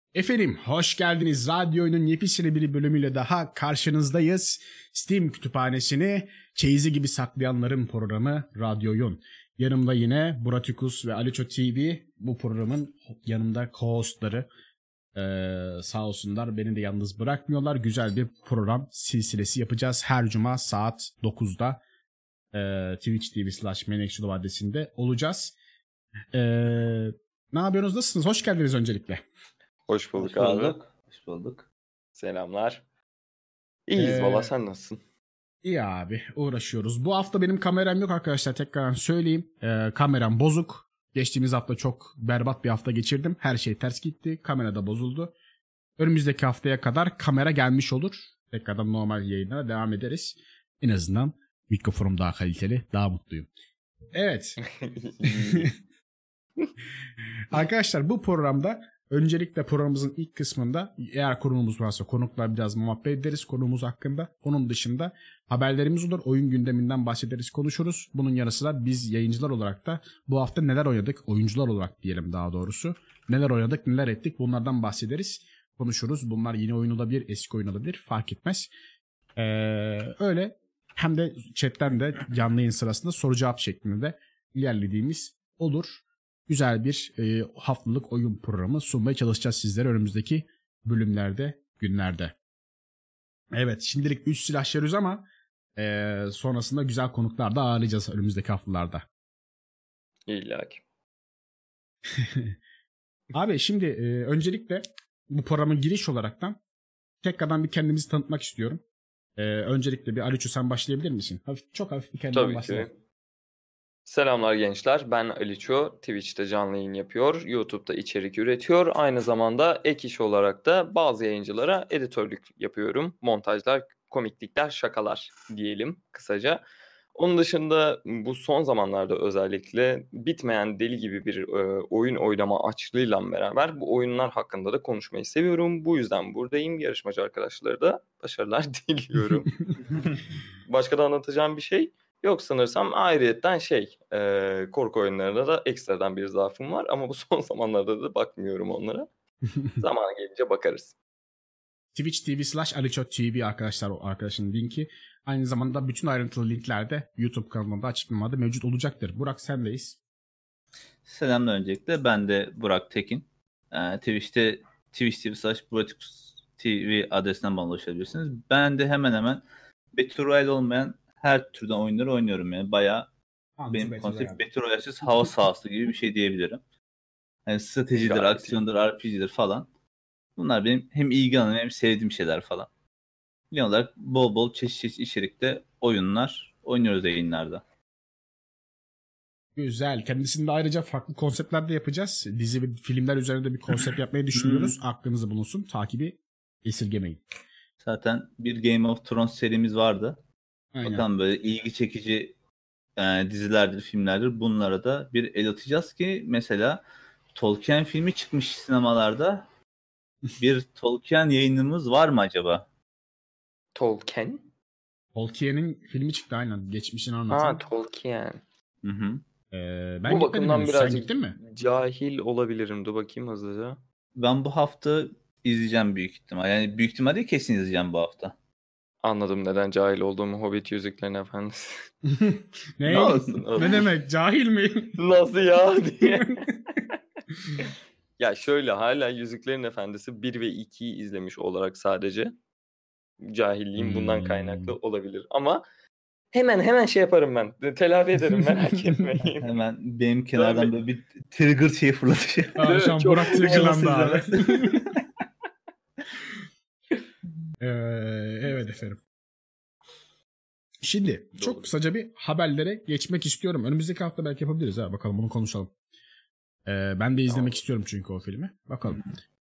Efendim hoş geldiniz. Radyo'nun yepyeni bir bölümüyle daha karşınızdayız. Steam kütüphanesini çeyizi gibi saklayanların programı Radyo'yun. Yanımda yine Buratikus ve Aliço TV, bu programın yanımda co-hostları. Sağ olsunlar, beni de yalnız bırakmıyorlar. Güzel bir program silsilesi yapacağız. Her cuma saat 9'da Twitch TV/Menekşulu adresinde olacağız. Ne yapıyorsunuz? Nasılsınız? Hoş geldiniz öncelikle. Hoş bulduk abi. Hoş bulduk. Selamlar. İyiyiz valla, sen nasılsın? İyi abi, uğraşıyoruz. Bu hafta benim kameram yok arkadaşlar, tekrar söyleyeyim. Kameram bozuk. Geçtiğimiz hafta çok berbat bir hafta geçirdim. Her şey ters gitti. Kamera da bozuldu. Önümüzdeki haftaya kadar kamera gelmiş olur. Tekrardan normal yayınlara devam ederiz. En azından mikrofonum daha kaliteli, daha mutluyum. Evet. Arkadaşlar, bu programda öncelikle programımızın ilk kısmında eğer konuğumuz varsa konuklar biraz muhabbet ederiz konumuz hakkında. Onun dışında haberlerimiz olur, oyun gündeminden bahsederiz, konuşuruz. Bunun yanı sıra biz yayıncılar olarak da bu hafta neler oynadık, oyuncular olarak diyelim daha doğrusu. Neler oynadık, neler ettik, bunlardan bahsederiz, konuşuruz. Bunlar yeni oyun olabilir, eski oyun olabilir, fark etmez. Öyle hem de chatten de canlı yayın sırasında soru cevap şeklinde de ilerlediğimiz olur. Güzel bir haftalık oyun programı sunmaya çalışacağız sizlere önümüzdeki bölümlerde, günlerde. Evet, şimdilik 3 silah şerüz ama sonrasında güzel konuklar da ağırlayacağız önümüzdeki haftalarda. İlla ki. Abi şimdi öncelikle bu programın giriş olaraktan tekrardan bir kendimizi tanıtmak istiyorum. Öncelikle bir Aliço, sen başlayabilir misin? Çok hafif bir kendinden bahsedelim. Tabii ki. Selamlar gençler, ben Aliço. Twitch'te canlı yayın yapıyor, YouTube'da içerik üretiyor. Aynı zamanda ek iş olarak da bazı yayıncılara editörlük yapıyorum. Montajlar, komiklikler, şakalar diyelim kısaca. Onun dışında bu son zamanlarda özellikle bitmeyen deli gibi bir oyun oynama açlığıyla beraber bu oyunlar hakkında da konuşmayı seviyorum. Bu yüzden buradayım. Yarışmacı arkadaşlara da başarılar diliyorum. Başka da anlatacağım bir şey yok sanırsam. Ayrıyetten korku oyunlarına da ekstradan bir zaafım var ama bu son zamanlarda da bakmıyorum onlara. Zamanı gelince bakarız. Twitch TV/Aliço TV arkadaşlar, o arkadaşın linki. Aynı zamanda bütün ayrıntılı linkler de YouTube kanalında açıklamada mevcut olacaktır. Burak, sendeyiz. Selamlar öncelikle. Ben de Burak Tekin. Twitch'te Twitch TV/Buratikus TV adresinden bana ulaşabilirsiniz. Ben de hemen hemen Battle Royale olmayan her türden oyunları oynuyorum yani. Bayağı benim konsept Battle Royale'siz hava sahası gibi bir şey diyebilirim. Yani stratejidir, aksiyondur, RPG'dir falan. Bunlar benim hem ilgi alanım hem sevdiğim şeyler falan. Genel olarak bol bol çeşit içerikte oyunlar oynuyoruz yayınlarda. Güzel. Kendisinde ayrıca farklı konseptler de yapacağız. Dizi ve filmler üzerinde bir konsept yapmayı düşünüyoruz. Aklınızda bulunsun. Takibi esirgemeyin. Zaten bir Game of Thrones serimiz vardı. Aynen. Bakalım böyle ilgi çekici dizilerdir, filmlerdir. Bunlara da bir el atacağız ki mesela Tolkien filmi çıkmış sinemalarda. Bir Tolkien yayınımız var mı acaba? Tolkien? Tolkien'in filmi çıktı aynen. Geçmişini anlatan. Tolkien. Hı. Ben bu bakımdan birazcık mi? Cahil olabilirim. Dur bakayım hızlıca. Ben bu hafta izleyeceğim büyük ihtimal. Yani büyük ihtimal değil, kesin izleyeceğim bu hafta. Anladım neden cahil olduğumu. Hobbit Yüzüklerin Efendisi. Ne? Ne demek? Cahil mi? Nasıl ya diye. Ya şöyle, hala Yüzüklerin Efendisi 1 ve 2'yi izlemiş olarak sadece. Cahilliğim bundan kaynaklı olabilir. Ama hemen şey yaparım ben. Telafi ederim, merak etmeyin. Hemen benim kenardan böyle bir trigger şeyi fırlatıyor. Şu an Burak triggerlandı abi. Evet efendim. Şimdi çok kısaca bir haberlere geçmek istiyorum. Önümüzdeki hafta belki yapabiliriz ha. Bakalım, bunu konuşalım. Ben de izlemek istiyorum çünkü o filmi. Bakalım.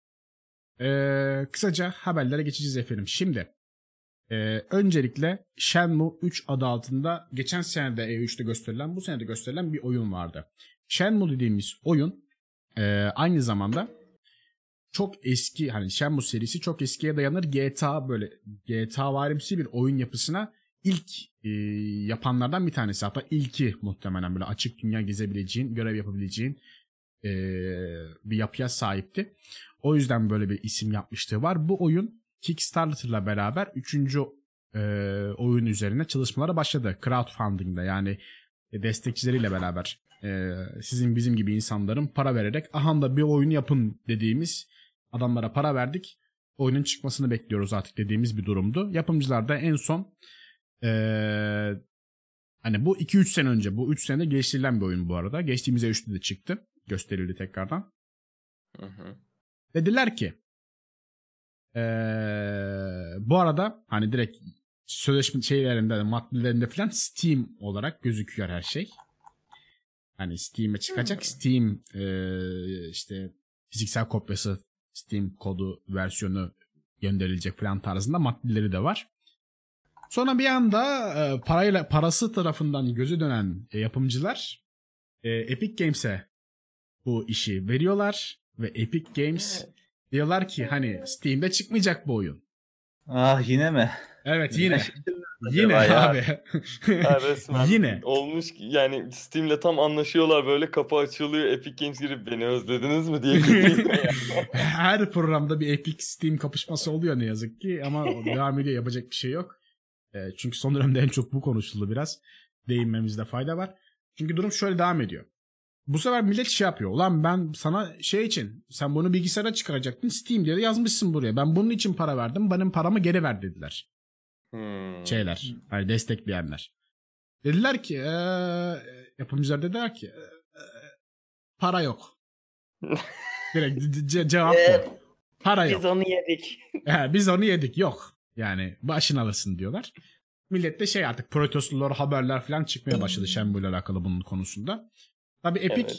Kısaca haberlere geçeceğiz efendim. Şimdi öncelikle Shenmue 3 adı altında geçen sene de E3'te gösterilen, bu sene de gösterilen bir oyun vardı. Shenmue dediğimiz oyun aynı zamanda çok eski, hani Shenmue serisi çok eskiye dayanır. GTA varimsi bir oyun yapısına ilk yapanlardan bir tanesi. Hatta ilki muhtemelen, böyle açık dünya gezebileceğin, görev yapabileceğin, bir yapıya sahipti. O yüzden böyle bir isim yapmışlığı var. Bu oyun Kickstarter'la beraber 3. oyun üzerine çalışmalara başladı. Crowdfunding'de, yani destekçileriyle beraber sizin bizim gibi insanların para vererek aha da bir oyun yapın dediğimiz adamlara para verdik. Oyunun çıkmasını bekliyoruz artık dediğimiz bir durumdu. Yapımcılar da en son hani bu 2-3 sene önce, bu 3 senede geliştirilen bir oyun bu arada. Geçtiğimiz ay 3'te de çıktı. Gösterildi tekrardan. Hı hı. Dediler ki bu arada hani direkt sözleşme şeylerinde, maddelerinde falan Steam olarak gözüküyor her şey. Hani Steam'e çıkacak. Steam işte fiziksel kopyası, Steam kodu versiyonu gönderilecek falan tarzında maddeleri de var. Sonra bir anda parası tarafından gözü dönen yapımcılar Epic Games'e bu işi veriyorlar ve Epic Games diyorlar ki hani Steam'de çıkmayacak bu oyun. Ah, yine mi? Evet, yine. Yine Acaba ya? abi. Ya resmen Yine. olmuş ki yani Steam'le tam anlaşıyorlar, böyle kapı açılıyor, Epic Games girip beni özlediniz mi diye geliyor ya. Her programda bir Epic Steam kapışması oluyor ne yazık ki, ama devam ediyor, yapacak bir şey yok. Çünkü son dönemde en çok bu konuşuldu biraz. Değinmemizde fayda var. Çünkü durum şöyle devam ediyor. Bu sefer millet şey yapıyor. Ulan ben sana şey için, sen bunu bilgisayara çıkaracaktın, Steam diye de yazmışsın buraya. Ben bunun için para verdim, benim paramı geri ver dediler. Şeyler, hani destekleyenler. Dediler ki yapımcılar dediler ki para yok. Direkt cevap bu. Para yok. Biz onu yedik. Biz onu yedik, yok. Yani başını alırsın diyorlar. Millet de şey, artık protestolar, haberler falan çıkmaya başladı Shenmue ile alakalı bunun konusunda. Tabii Epic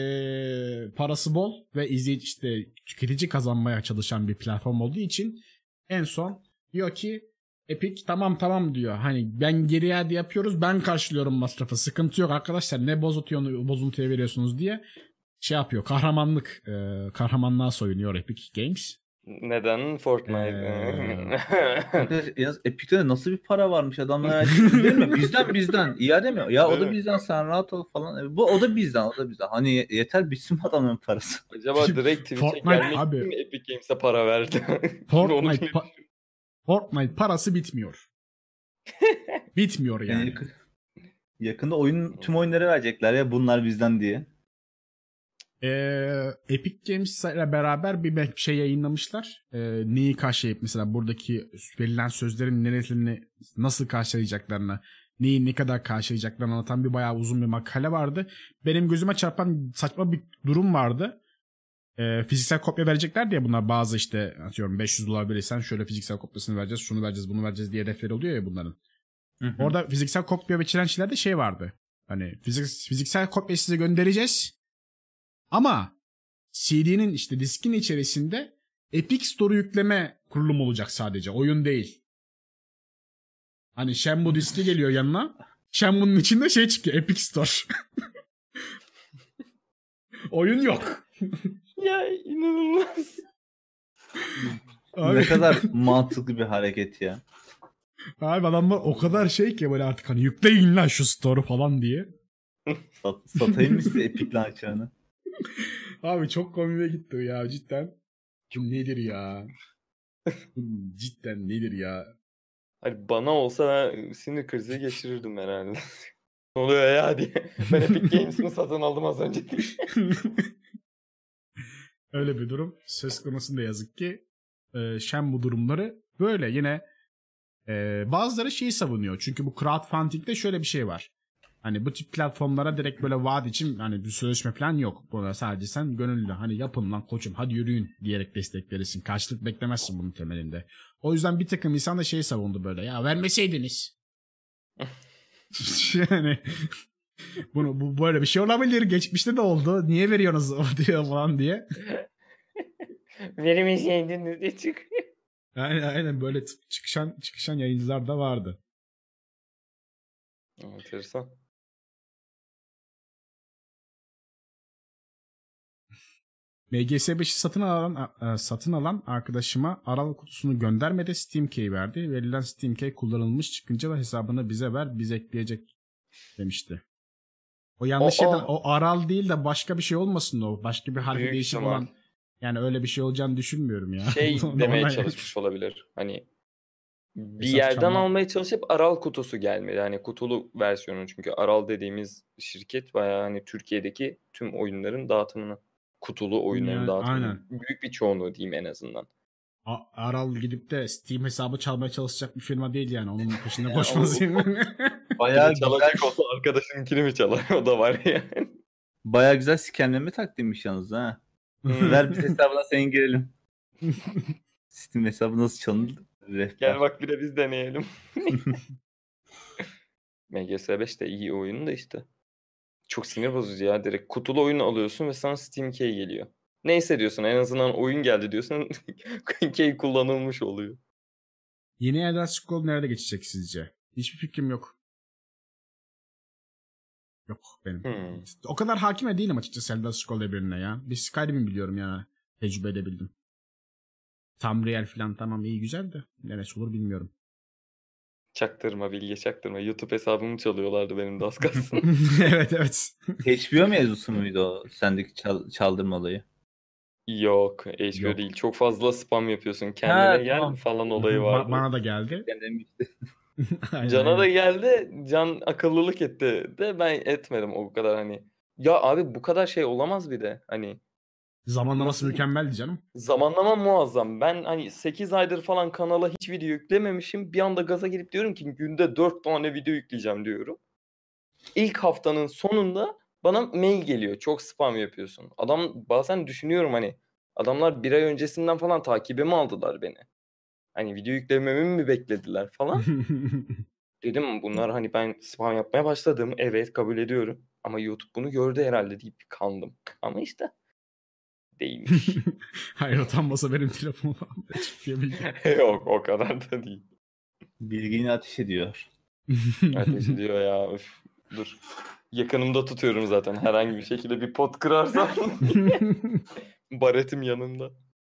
parası bol ve izleyici, işte tüketici kazanmaya çalışan bir platform olduğu için en son diyor ki Epic tamam diyor. Hani ben geri iade yapıyoruz, ben karşılıyorum masrafı, sıkıntı yok arkadaşlar, ne bozuntuya veriyorsunuz diye şey yapıyor. Kahramanlığa soyunuyor Epic Games. Neden? Fortnite. Arkadaş, yalnız Epic'te nasıl bir para varmış adamlar, değil mi? Bizden iade mi? Ya o da Evet. bizden, sen rahat ol falan. Bu o da bizden. Hani yeter bitsin adamın parası. Acaba direkt Twitch'e Fortnite gelmek abi. için mi Epic Games'e para verdi? Fortnite parası bitmiyor. Bitmiyor yani. Yakında tüm oyunları verecekler ya, bunlar bizden diye. Epic Games ile beraber bir şey yayınlamışlar. Neyi karşılayıp, mesela buradaki verilen sözlerin nerelerini nasıl karşılayacaklarını, neyi ne kadar karşılayacaklarını anlatan bir bayağı uzun bir makale vardı. Benim gözüme çarpan saçma bir durum vardı. Fiziksel kopya verecekler diye bunlar, bazı işte atıyorum $500 verirsen şöyle fiziksel kopyasını vereceğiz, şunu vereceğiz, bunu vereceğiz diye hedefleri oluyor ya bunların. Hı. Orada fiziksel kopya geçiren şeylerde şey vardı. Hani fiziksel kopya size göndereceğiz. Ama CD'nin, işte diskin içerisinde Epic Store yükleme kurulum olacak sadece. Oyun değil. Hani Shenmue diski geliyor yanına. Shenmue'nun içinde şey çıkıyor. Epic Store. Oyun yok. Ya inanılmaz. Abi, Ne kadar mantıklı bir hareket ya. abi adamlar o kadar şey ki böyle artık hani yükleyin lan şu store'u falan diye. Satayım mı size Epic Launcher'ını? Abi çok komiğime gitti ya cidden. Bu nedir ya? Bu cidden nedir ya? Hani bana olsa ben sinir krizi geçirirdim herhalde. Ne oluyor ya diye. Ben Epic Games mi satın aldım az önce diye. Öyle bir durum söz konusu, da yazık ki. Shenmue durumları böyle. Yine bazıları şeyi savunuyor. Çünkü bu crowdfunding'de şöyle bir şey var. Hani bu tip platformlara direkt böyle vaat için hani bir sözleşme falan yok. Burada sadece sen gönüllü, hani yapın lan koçum hadi yürüyün diyerek destek verirsin. Karşılık beklemezsin bunun temelinde. O yüzden bir takım insan da şeyi savundu böyle. Ya vermeseydiniz. Yani bu böyle bir şey olabilir. Geçmişte de oldu. Niye veriyorsunuz diyor falan diye. Vermeseydiniz diye çıkıyor. Aynen böyle çıkışan yayıncılar da vardı. Enteresan. MGS5'i satın alan arkadaşıma Aralık kutusunu göndermedi, Steam Key verdi. Verilen Steam Key kullanılmış çıkınca da hesabını bize ver, biz ekleyecek demişti. O yanlış O- şeyden o- o Aral değil de başka bir şey olmasın o. Başka bir harfi Büyük değişik ihtimal. olan. Yani öyle bir şey olacağını düşünmüyorum ya. Şey demeye Ona- çalışmış olabilir. Hani bir Hesap yerden çalma. almaya çalışıp Aral kutusu gelmedi. Yani kutulu versiyonu, çünkü Aral dediğimiz şirket bayağı hani Türkiye'deki tüm oyunların dağıtımını, kutulu oyunların Yani, dağıtımını, aynen. büyük bir çoğunluğu diyeyim en azından. Aral gidip de Steam hesabı çalmaya çalışacak bir firma değil yani. Onun peşinde Ya, koşması. Bayağı Bir de güzel, çalacak olsa arkadaşınkini mi çalar? O da var yani. bayağı güzel skemleme taktiğiymiş yalnız ha. Ver biz hesabına senin girelim. Steam hesabı nasıl çalınır? Rehber. Gel bak bir de biz deneyelim. MGS5 de iyi oyun da işte. Çok sinir bozucu ya. Direkt kutulu oyun alıyorsun ve sana Steam Key geliyor. Neyse diyorsun, en azından oyun geldi diyorsun. Key kullanılmış oluyor. Yeni Elder Scrolls nerede geçecek sizce? Hiçbir fikrim yok. Yok benim. O kadar hakim değilim açıkçası Elder Scrolls evrenine ya. Bir Skyrim'i biliyorum yani. Tecrübe edebildim. Tamriel falan tamam iyi güzel de. Neresi olur bilmiyorum. Çaktırma Bilge, çaktırma. YouTube hesabımı çalıyorlardı benim de az kalsın. evet. HBO mevzusu muydu o sendeki çaldırma olayı? Yok, HBO Yok. değil. Çok fazla spam yapıyorsun. Kendine gel tamam. falan olayı vardı. Bana da geldi. Ben demiştim. Aynen, Can'a da aynen. geldi. Can akıllılık etti de ben etmedim o kadar hani. Ya abi bu kadar şey olamaz bir de. Hani Zamanlaması nasıl mükemmeldi canım. zamanlama muazzam. Ben hani 8 aydır falan kanala hiç video yüklememişim. Bir anda gaza gelip diyorum ki günde 4 tane video yükleyeceğim diyorum. İlk haftanın sonunda bana mail geliyor. Çok spam yapıyorsun. Adam, bazen düşünüyorum hani adamlar bir ay öncesinden falan takibimi aldılar beni. Hani video yüklememi mi beklediler falan. Dedim bunlar hani ben spam yapmaya başladım. Evet, kabul ediyorum. Ama YouTube bunu gördü herhalde deyip kandım. Ama işte değilmiş. Hayır utanmasa benim telefonum falan da çıkmayabilir. Yok, o kadar da değil. Bilgini ateş ediyor. Ateş ediyor ya. Üf, dur. Yakınımda tutuyorum zaten. Herhangi bir şekilde bir pot kırarsam baretim yanımda.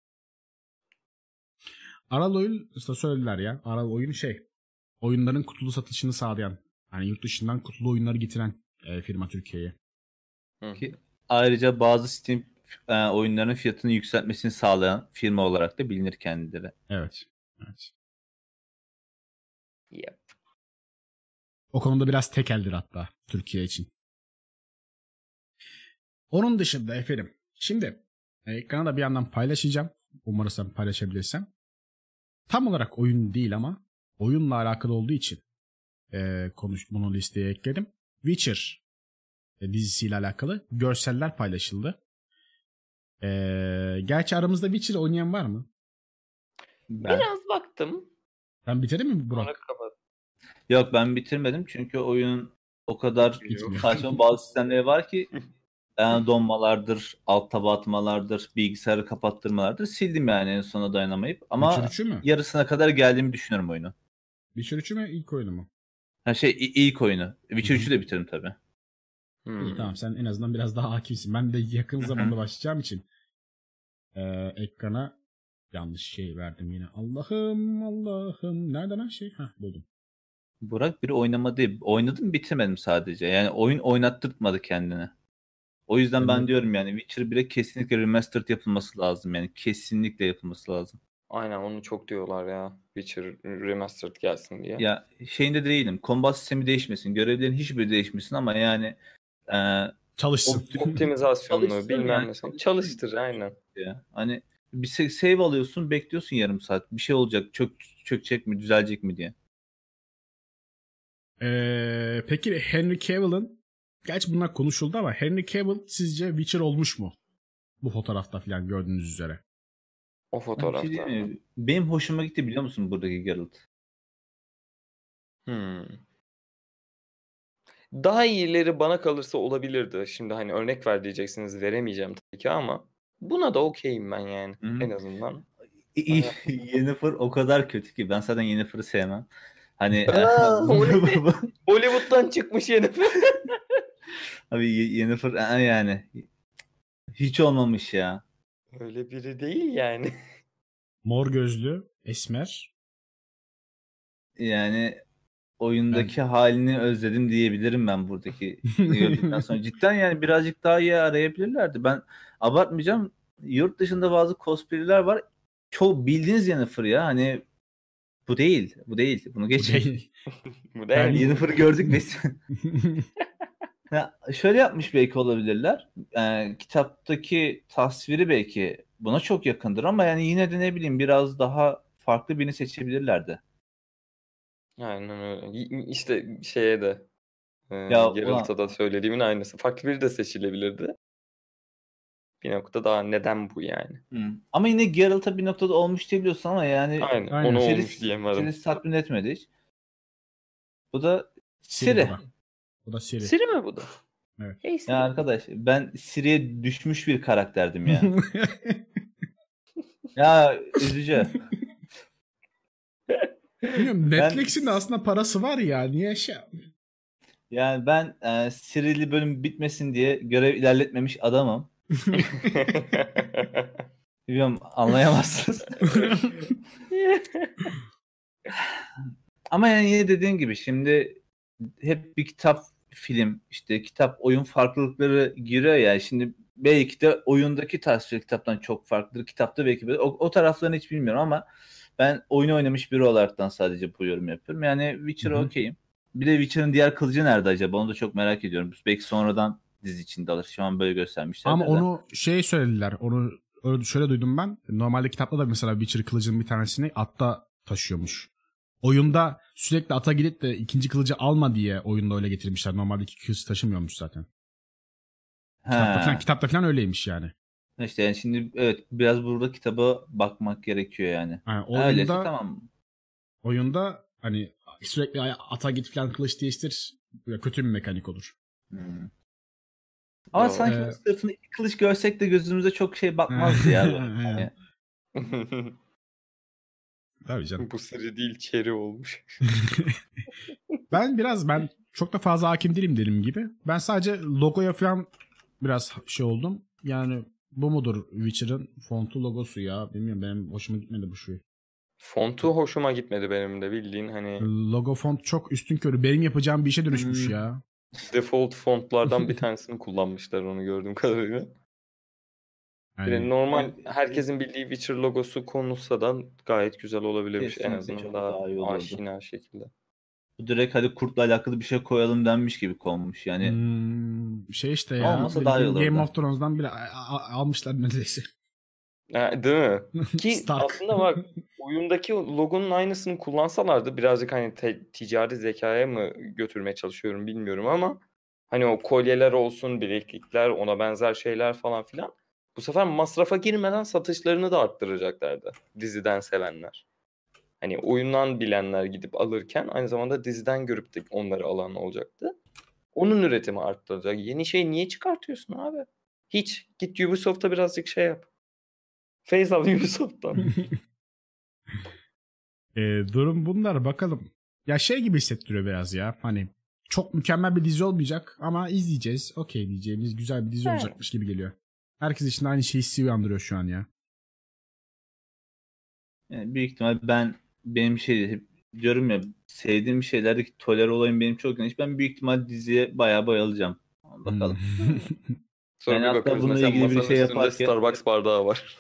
Aral oyun işte söylediler ya. Aral oyun oyunların kutulu satışını sağlayan. Hani yurt dışından kutulu oyunları getiren firma Türkiye'ye. Ki ayrıca bazı Steam oyunların fiyatını yükseltmesini sağlayan firma olarak da bilinir kendileri. Evet. Yep. O konuda biraz tekeldir hatta Türkiye için. Onun dışında efendim. Şimdi ekrana da bir yandan paylaşacağım. Umarım paylaşabilirsem. Tam olarak oyun değil ama oyunla alakalı olduğu için bunu listeye ekledim. Witcher dizisiyle alakalı görseller paylaşıldı. Gerçi aramızda Witcher oynayan var mı? Biraz baktım. Ben biterim mi Sonra Burak? kapat. Yok, ben bitirmedim çünkü oyunun o kadar Bitmiyor. saçma bazı sistemleri var ki donmalardır, alt taba atmalardır, bilgisayarı kapattırmalardır. Sildim yani en sona dayanamayıp. Ama Witcher 3'ü mü? yarısına kadar geldiğimi düşünüyorum oyunu. Witcher 3'ü mü ilk oyunu mu? İlk oyunu. Witcher Hı hı. 3'ü de bitirdim tabii. İyi tamam sen en azından biraz daha hakimsin. Ben de yakın zamanda başlayacağım için ekrana yanlış şey verdim yine. Allah'ım. Nerede lan şey? Hah buldum. Burak biri oynamadı. Oynadım, bitirmedim sadece. Yani oyun oynattırtmadı kendini. O yüzden ben diyorum yani Witcher 1'e kesinlikle remastered yapılması lazım. Yani kesinlikle yapılması lazım. Aynen, onu çok diyorlar ya. Witcher Remastered gelsin diye. Ya şeyinde değilim. Combat sistemi değişmesin. Görevlerin hiçbiri değişmesin ama yani Çalışsın. Optimizasyonunu Çalışsın bilmem yani, ne. çalışsın. Çalıştır aynen. ya. Hani bir save alıyorsun, bekliyorsun yarım saat. Bir şey olacak, çökecek mi, düzelecek mi diye. Peki Henry Cavill'ın gerçi bunlar konuşuldu ama Henry Cavill sizce Witcher olmuş mu? Bu fotoğrafta falan gördüğünüz üzere. O Ben bir şey fotoğrafta. diyeyim mi? Benim hoşuma gitti, biliyor musun buradaki Geralt? Daha iyileri bana kalırsa olabilirdi. Şimdi hani örnek ver diyeceksiniz, veremeyeceğim tabii ki ama buna da okeyim ben yani. Hı-hı. En azından. Yennefer o kadar kötü ki ben zaten Yennefer'ı sevmem. Hani Hollywood'dan çıkmış Yennefer. abi Yennefer yani hiç olmamış ya. Öyle biri değil yani. Mor gözlü, esmer. Yani oyundaki halini özledim diyebilirim ben buradaki gördükten sonra. Cidden yani birazcık daha iyi arayabilirlerdi. Ben abartmayacağım. Yurt dışında bazı cosplay'ler var. Çok bildiğiniz Yennefer ya. Hani bu değil. Bu değil. Bunu Bu geçin. değil. Bu Ben- değil. Yennefer'ı gördük biz. Ya, şöyle yapmış belki olabilirler. Kitaptaki tasviri belki buna çok yakındır ama yani yine de ne bileyim biraz daha farklı birini seçebilirlerdi. Aynen öyle. İşte şeye de Ya Geralt'a da söylediğimin aynısı. Farklı biri de seçilebilirdi. Bir nokta daha neden bu yani? Ama yine Geralt'a bir noktada olmuş diyebiliyorsun ama yani Aynen. Aynen. Onu seni, olmuş diyemedim. seni tatmin etmedi hiç. Bu da Siri Siri. bu da. Bu da Siri. Siri mi bu da? Evet. Hey Siri. Ya arkadaş ben Siri'ye düşmüş bir karakterdim ya. Ya üzücü. Bilmiyorum, Netflix'in de aslında parası var ya. Niye şey Yani ben Siri'li bölüm bitmesin diye görev ilerletmemiş adamım. Bilmiyorum anlayamazsınız. Ama yani yine dediğim gibi şimdi hep bir kitap, film, işte kitap, oyun farklılıkları giriyor ya. Şimdi belki de oyundaki tasvir kitaptan çok farklıdır. Kitapta belki o taraflarını hiç bilmiyorum ama ben oyunu oynamış biri olaraktan sadece bu yorum yapıyorum. Yani Witcher'a Hı hı. okeyim. Bir de Witcher'ın diğer kılıcı nerede acaba? Onu da çok merak ediyorum. Belki sonradan dizi içinde alır. Şu an böyle göstermişler. Ama de. onu şey söylediler. Onu öyle şöyle duydum ben. Normalde kitapta da mesela Witcher kılıcının bir tanesini atta taşıyormuş. Oyunda sürekli ata gidip de ikinci kılıcı alma diye oyunda öyle getirmişler. Normalde iki kılıç taşımıyormuş zaten. Ha. Kitapta falan öyleymiş yani. İşte yani şimdi evet biraz burada kitaba bakmak gerekiyor yani. Yani Öyleyse oyunda, tamam. oyunda hani sürekli ata git falan kılıç değiştir, kötü bir mekanik olur. Ama Ya, sanki o sırtında iki kılıç görsek de gözümüze çok şey bakmazdı ya. Hani, Tabii canım. Bu Siri değil Cherry olmuş. Ben çok da fazla hakim değilim dediğim gibi. Ben sadece logoya falan biraz şey oldum. Yani bu mudur Witcher'ın fontu logosu ya? Bilmiyorum, benim hoşuma gitmedi bu şey. Fontu hoşuma gitmedi benim de bildiğin hani Logo font çok üstünkörü. Benim yapacağım bir işe dönüşmüş ya. default fontlardan bir tanesini kullanmışlar onu gördüğüm kadarıyla. Bir de Yani, normal Yani- herkesin bildiği Witcher logosu konulsa da gayet güzel olabilirmiş en Kesinlikle azından çok daha daha iyi olurdu. aşina şekilde. bu direkt hadi kurtla alakalı bir şey koyalım denmiş gibi konmuş. Yani şey işte ya. Olmasa daha iyi bildiğin Game olurdu. of Thrones'dan bile almışlar neredeyse. Değil mi? Ki Stark. aslında bak oyundaki logonun aynısını kullansalardı birazcık hani ticari zekaya mı götürmeye çalışıyorum bilmiyorum ama hani o kolyeler olsun, bileklikler, ona benzer şeyler falan filan bu sefer masrafa girmeden satışlarını da arttıracaklardı diziden sevenler. Hani oyundan bilenler gidip alırken aynı zamanda diziden görüp de onları alan olacaktı. Onun üretimi arttıracak. Yeni şey niye çıkartıyorsun abi? Hiç. Git Ubisoft'a birazcık şey yap. Feyz al Ubisoft'tan. Durum bunlar, bakalım. Ya şey gibi hissettiriyor biraz ya. Hani çok mükemmel bir dizi olmayacak ama izleyeceğiz. Okey diyeceğimiz güzel bir dizi Evet. olacakmış gibi geliyor. Herkes için aynı şeyi hissi uyandırıyor şu an ya. Yani büyük ihtimal benim şey hep diyorum ya sevdiğim şeylerdeki tolere olayım benim çok geniş. Ben büyük ihtimal diziye bayağı bayılacağım. Bakalım. Sonra Yani bir hatta bakarız bununla mesela ilgili bir masanın şey üstünde yaparken- Starbucks bardağı var.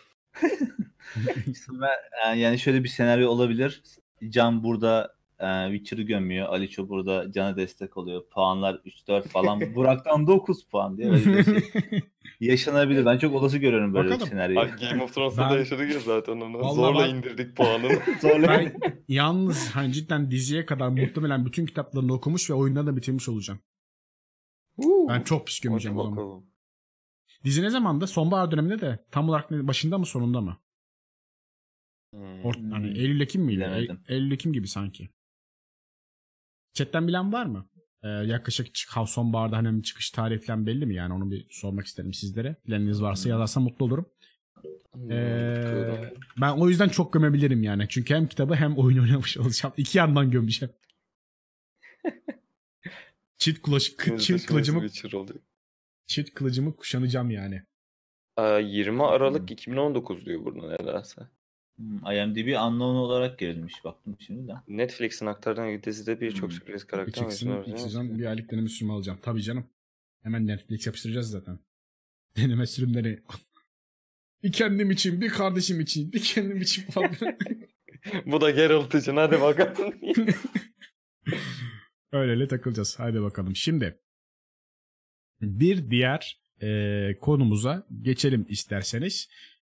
Yani şöyle bir senaryo olabilir. Can burada Witcher'ı gömüyor. Aliço burada Can'a destek oluyor. Puanlar 3-4 falan. Burak'tan 9 puan diye böyle bir şey yaşanabilir. Ben çok olası görüyorum böyle bir Bakalım. senaryoyu. Game of Thrones'ta da Ben- yaşadık ya zaten onu. Vallahi Zorla ben- indirdik puanını. Zorla. Ben yalnız hani cidden diziye kadar muhtemelen bütün kitaplarını okumuş ve oyunları da bitirmiş olacağım. Ben çok pis gömeceğim o Hadi zaman. bakalım. Dizi ne zamanda? Sonbahar döneminde de tam olarak başında mı sonunda mı? Hani Eylül-Ekim miydi? Bilemedim. Eylül-Ekim gibi sanki. Chatten bilen var mı? Yaklaşık sonbaharda hani çıkış tarihi falan belli mi? Yani onu bir sormak isterim sizlere. Bileniniz varsa yazarsa mutlu olurum. Ben o yüzden çok gömebilirim yani. Çünkü hem kitabı hem oyun oynamış olacağım. İki yandan gömeceğim. Çift kılıcımı kuşanacağım yani. 20 Aralık 2019 diyor burada nedense. IMDb unknown olarak girilmiş. Baktım şimdi de. Netflix'in aktardığı dizide birçok sürpriz Bir karakter çıksın ilk sezon bir aylık deneme sürümü alacağım. Tabii canım. Hemen Netflix yapıştıracağız zaten. Deneme sürümleri. Bir kendim için, bir kardeşim için, bir kendim için falan. Bu da Geralt için, hadi bakalım. Öyle takılacağız. Haydi bakalım. Şimdi bir diğer konumuza geçelim isterseniz.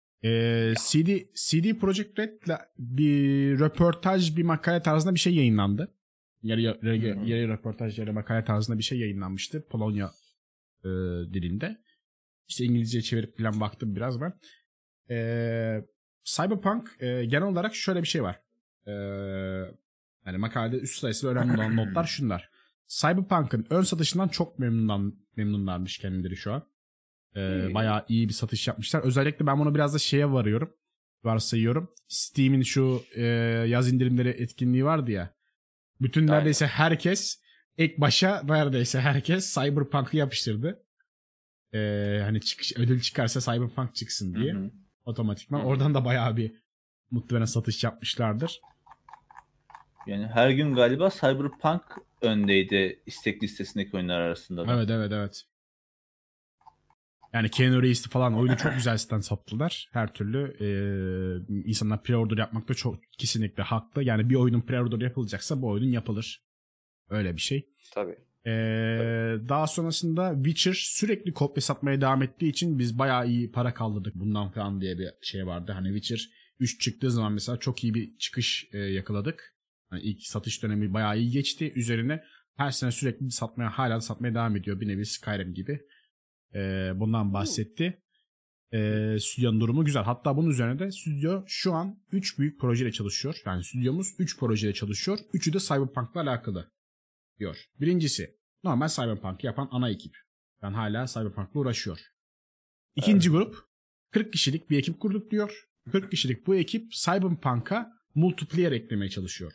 CD Projekt Red'le bir röportaj, bir makale tarzında bir şey yayınlandı. Yarı röportaj, yarı makale tarzında bir şey yayınlanmıştı. Polonya dilinde. İşte İngilizceye çevirip falan baktım biraz ben. Cyberpunk genel olarak şöyle bir şey var. Yani makalede üst sayısıyla önemli olan notlar şunlar. Cyberpunk'ın ön satışından çok memnunlarmış kendileri şu an. Bayağı iyi bir satış yapmışlar. Özellikle ben bunu biraz da şeye varsayıyorum. Steam'in şu yaz indirimleri etkinliği vardı ya. Bütün neredeyse herkes neredeyse herkes Cyberpunk'ı yapıştırdı. Hani ödül çıkarsa Cyberpunk çıksın diye. Hı-hı. Otomatikman. Oradan da bayağı bir muhtemelen satış yapmışlardır. Yani her gün galiba Cyberpunk öndeydi istek listesindeki oyunlar arasında da. Evet. Yani Keanu Reeves'ti falan oyunu çok güzel sattılar. Her türlü insanlar pre-order yapmakta çok kesinlikle haklı. Yani bir oyunun pre-order yapılacaksa bu oyunun yapılır. Öyle bir şey. Tabii. Daha sonrasında Witcher sürekli kopya satmaya devam ettiği için biz bayağı iyi para kaldırdık bundan falan diye bir şey vardı. Hani Witcher 3 çıktığı zaman mesela çok iyi bir çıkış yakaladık. Yani ilk satış dönemi bayağı iyi geçti. Üzerine her sene sürekli hala da satmaya devam ediyor. Bir nevi Skyrim gibi. Bundan bahsetti. Stüdyonun durumu güzel. Hatta bunun üzerine de stüdyo şu an 3 büyük projeyle çalışıyor. Yani stüdyomuz 3 projeyle çalışıyor. 3'ü de Cyberpunk'la alakalı diyor. Birincisi normal Cyberpunk'ı yapan ana ekip. Yani hala Cyberpunk'la uğraşıyor. İkinci grup 40 kişilik bir ekip kurduk diyor. 40 kişilik bu ekip Cyberpunk'a multiplayer eklemeye çalışıyor.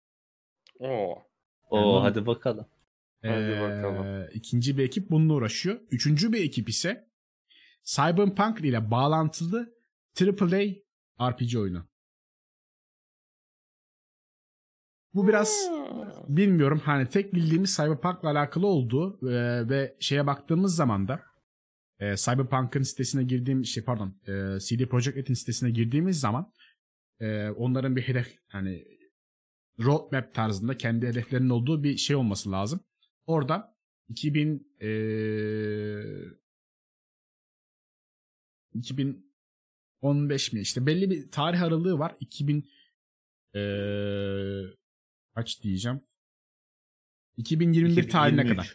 Hadi bakalım. Hadi bakalım. İkinci bir ekip bununla uğraşıyor. Üçüncü bir ekip ise Cyberpunk ile bağlantılı AAA RPG oyunu. Bu biraz bilmiyorum, hani tek bildiğimiz Cyberpunk'la alakalı olduğu ve şeye baktığımız zaman da Cyberpunk'ın sitesine CD Projekt Red'in sitesine girdiğimiz zaman onların bir hedef, hani roadmap tarzında kendi hedeflerinin olduğu bir şey olması lazım. Orada 2015 mi, işte belli bir tarih aralığı var. 2000 kaç diyeceğim? 2021 tarihine kadar.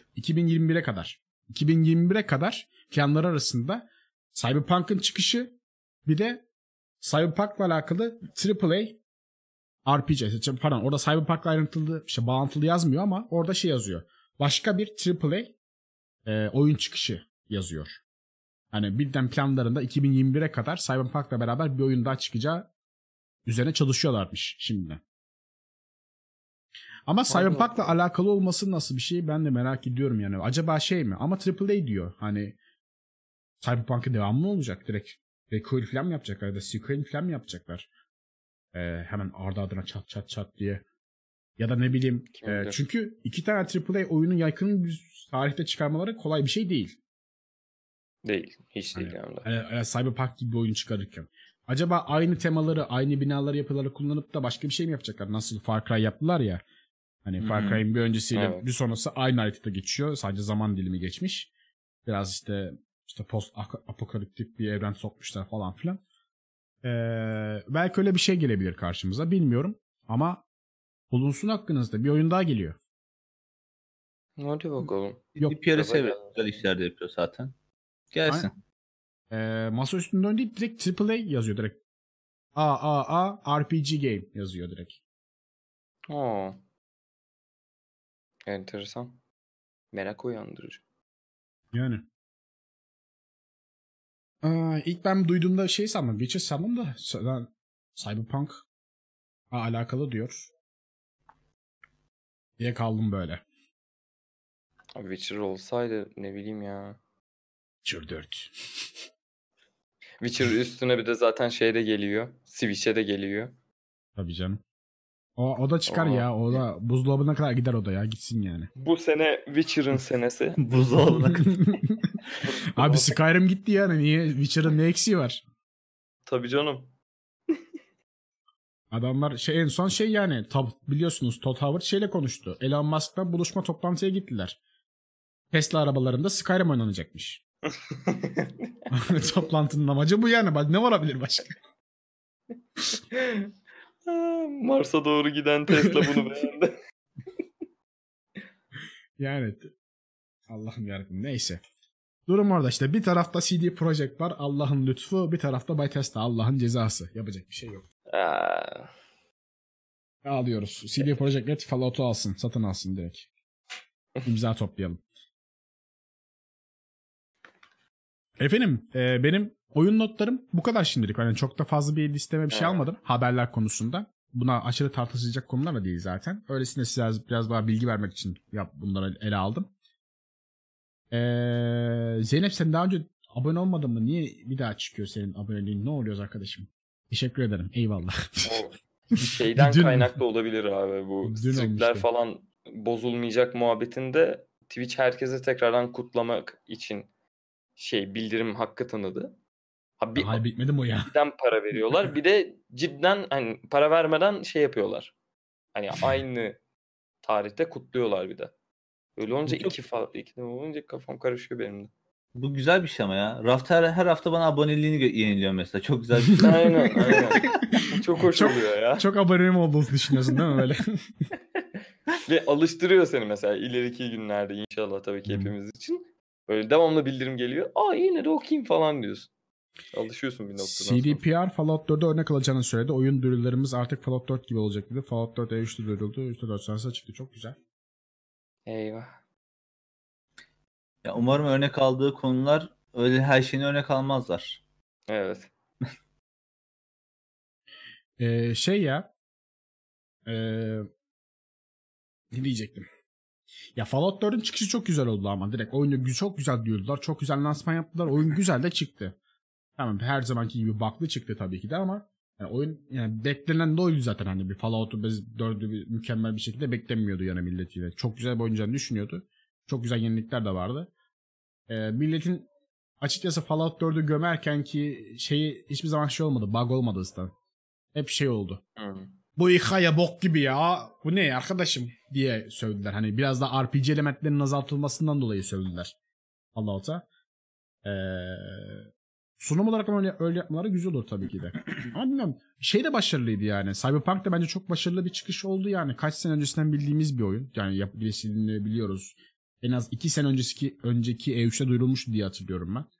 2021'e kadar planlar arasında Cyberpunk'ın çıkışı, bir de Cyberpunk'la alakalı AAA RPG. Pardon, orada Cyberpunk'la ayrıntılı, bağlantılı yazmıyor ama orada şey yazıyor. Başka bir AAA oyun çıkışı yazıyor. Hani birden planlarında 2021'e kadar Cyberpunk'la beraber bir oyun daha çıkacağı üzerine çalışıyorlarmış şimdiden. Ama Cyberpunk'la alakalı olması nasıl bir şey ben de merak ediyorum yani. Acaba şey mi? Ama AAA diyor. Hani Cyberpunk'ın devamı mı olacak? Direkt prequel falan mı yapacaklar ya da sequel falan mı yapacaklar? Hemen ardı ardına çat diye. Ya da ne bileyim. Çünkü 2 tane AAA oyunun yakın bir tarihte çıkarmaları kolay bir şey değil. Değil. Hiç değil yani. Cyberpunk gibi bir oyun çıkarırken. Acaba aynı temaları, aynı binaları, yapıları kullanıp da başka bir şey mi yapacaklar? Nasıl Far Cry yaptılar ya. Hani Far Cry'in bir öncesiyle bir sonrası aynı haritada geçiyor. Sadece zaman dilimi geçmiş. Biraz işte post apokaliptik bir evren sokmuşlar falan filan. Belki öyle bir şey gelebilir karşımıza. Bilmiyorum. Ama bulunsun hakkınızda. Bir oyun daha geliyor. Hadi bakalım. Yok. PRS güzel işler de yapıyor zaten. Gelsin. Masa üstünde değil, direkt AAA yazıyor direkt. AAA RPG game yazıyor direkt. Enteresan. Merak uyandırıcı. Yani. İlk ben duyduğumda sandım. Witcher sandım da Cyberpunk alakalı diyor. Diye kaldım böyle. Witcher olsaydı ne bileyim ya. Witcher 4. Witcher üstüne bir de zaten şey de geliyor. Switch'e de geliyor. Tabii canım. O da çıkar Aa. ya. O da buzdolabına kadar gider o da ya. Gitsin yani. Bu sene Witcher'ın senesi. Buzdolabına kadar. Abi Skyrim gitti yani. Niye? Witcher'ın ne eksiği var? Tabii canım. Adamlar en son yani biliyorsunuz Todd Howard şeyle konuştu. Elon Musk'la buluşma toplantıya gittiler. Tesla arabalarında Skyrim oynanacakmış. Toplantının amacı bu yani. Ne olabilir başka? Mars'a doğru giden Tesla bunu beğendi. Yani Allah'ım yarabbim neyse. Durum orada işte. Bir tarafta CD Projekt var. Allah'ın lütfu. Bir tarafta Bethesda. Allah'ın cezası. Yapacak bir şey yok. Ağlıyoruz. CD Projekt Red Fallout'u alsın. Satın alsın direkt. İmza toplayalım. Efendim benim oyun notlarım bu kadar şimdilik. Yani çok da fazla bir listeme bir şey almadım. Haberler konusunda. Buna aşırı tartışılacak konular da değil zaten. Öylesine size biraz daha bilgi vermek için bunları ele aldım. Zeynep sen daha önce abone olmadın mı? Niye bir daha çıkıyor senin aboneliğin? Ne oluyoruz arkadaşım? Teşekkür ederim. Eyvallah. Şeyden kaynaklı olabilir abi. Bu strikler olmuştu. falan bozulmayacak muhabbetinde Twitch herkese tekrardan kutlamak için bildirim hakkı tanıdı. Hayır bitmedi mi o ya? Cidden para veriyorlar. Bir de cidden hani para vermeden yapıyorlar. Hani aynı tarihte kutluyorlar bir de. Öyle olunca iki olunca kafam karışıyor benim de. Bu güzel bir şey ama ya. Her hafta bana aboneliğini yeniliyor mesela. Çok güzel bir şey. Aynen. Çok hoş oluyor ya. Çok abonem olduğunu düşünüyorsun değil mi böyle? Ve alıştırıyor seni mesela ileriki günlerde inşallah tabii ki hepimiz için. Böyle devamlı bildirim geliyor. Yine de okuyayım falan diyorsun. Alışıyorsun bir noktadan sonra. CDPR Fallout 4'e örnek alacağını söyledi. Oyun duyurularımız artık Fallout 4 gibi olacak dedi. Fallout 4 E3'te duyuruldu. E3'te 4 saniyesi çıktı. Çok güzel. Eyvah. Ya umarım örnek aldığı konular öyle her şeyini örnek almazlar. Evet. Ne diyecektim? Ya Fallout 4'ün çıkışı çok güzel oldu ama direkt oyunu çok güzel duyurdular. Çok güzel lansman yaptılar. Oyun güzel de çıktı. Tamam her zamanki gibi bug'lı çıktı tabii ki de ama oyun beklenen de oydu zaten hani bir Fallout'u 4'ü mükemmel bir şekilde beklemiyordu yani millet yine. Çok güzel bir oynayacağını düşünüyordu. Çok güzel yenilikler de vardı. Milletin açıkçası Fallout 4'ü gömerken ki hiçbir zaman olmadı. Bug olmadı ısıtan. Hep oldu. Bu hikaye bok gibi ya. Bu ne arkadaşım diye söylediler. Hani biraz da RPG elementlerinin azaltılmasından dolayı söylediler. Fallout'a. Sunum olarak öyle yapmaları güzel olur tabii ki de. Ama bilmiyorum. De başarılıydı yani. Cyberpunk da bence çok başarılı bir çıkış oldu yani. Kaç sene öncesinden bildiğimiz bir oyun. Yani yapılışını biliyoruz. En az 2 sene önceki E3'te duyurulmuştu diye hatırlıyorum ben.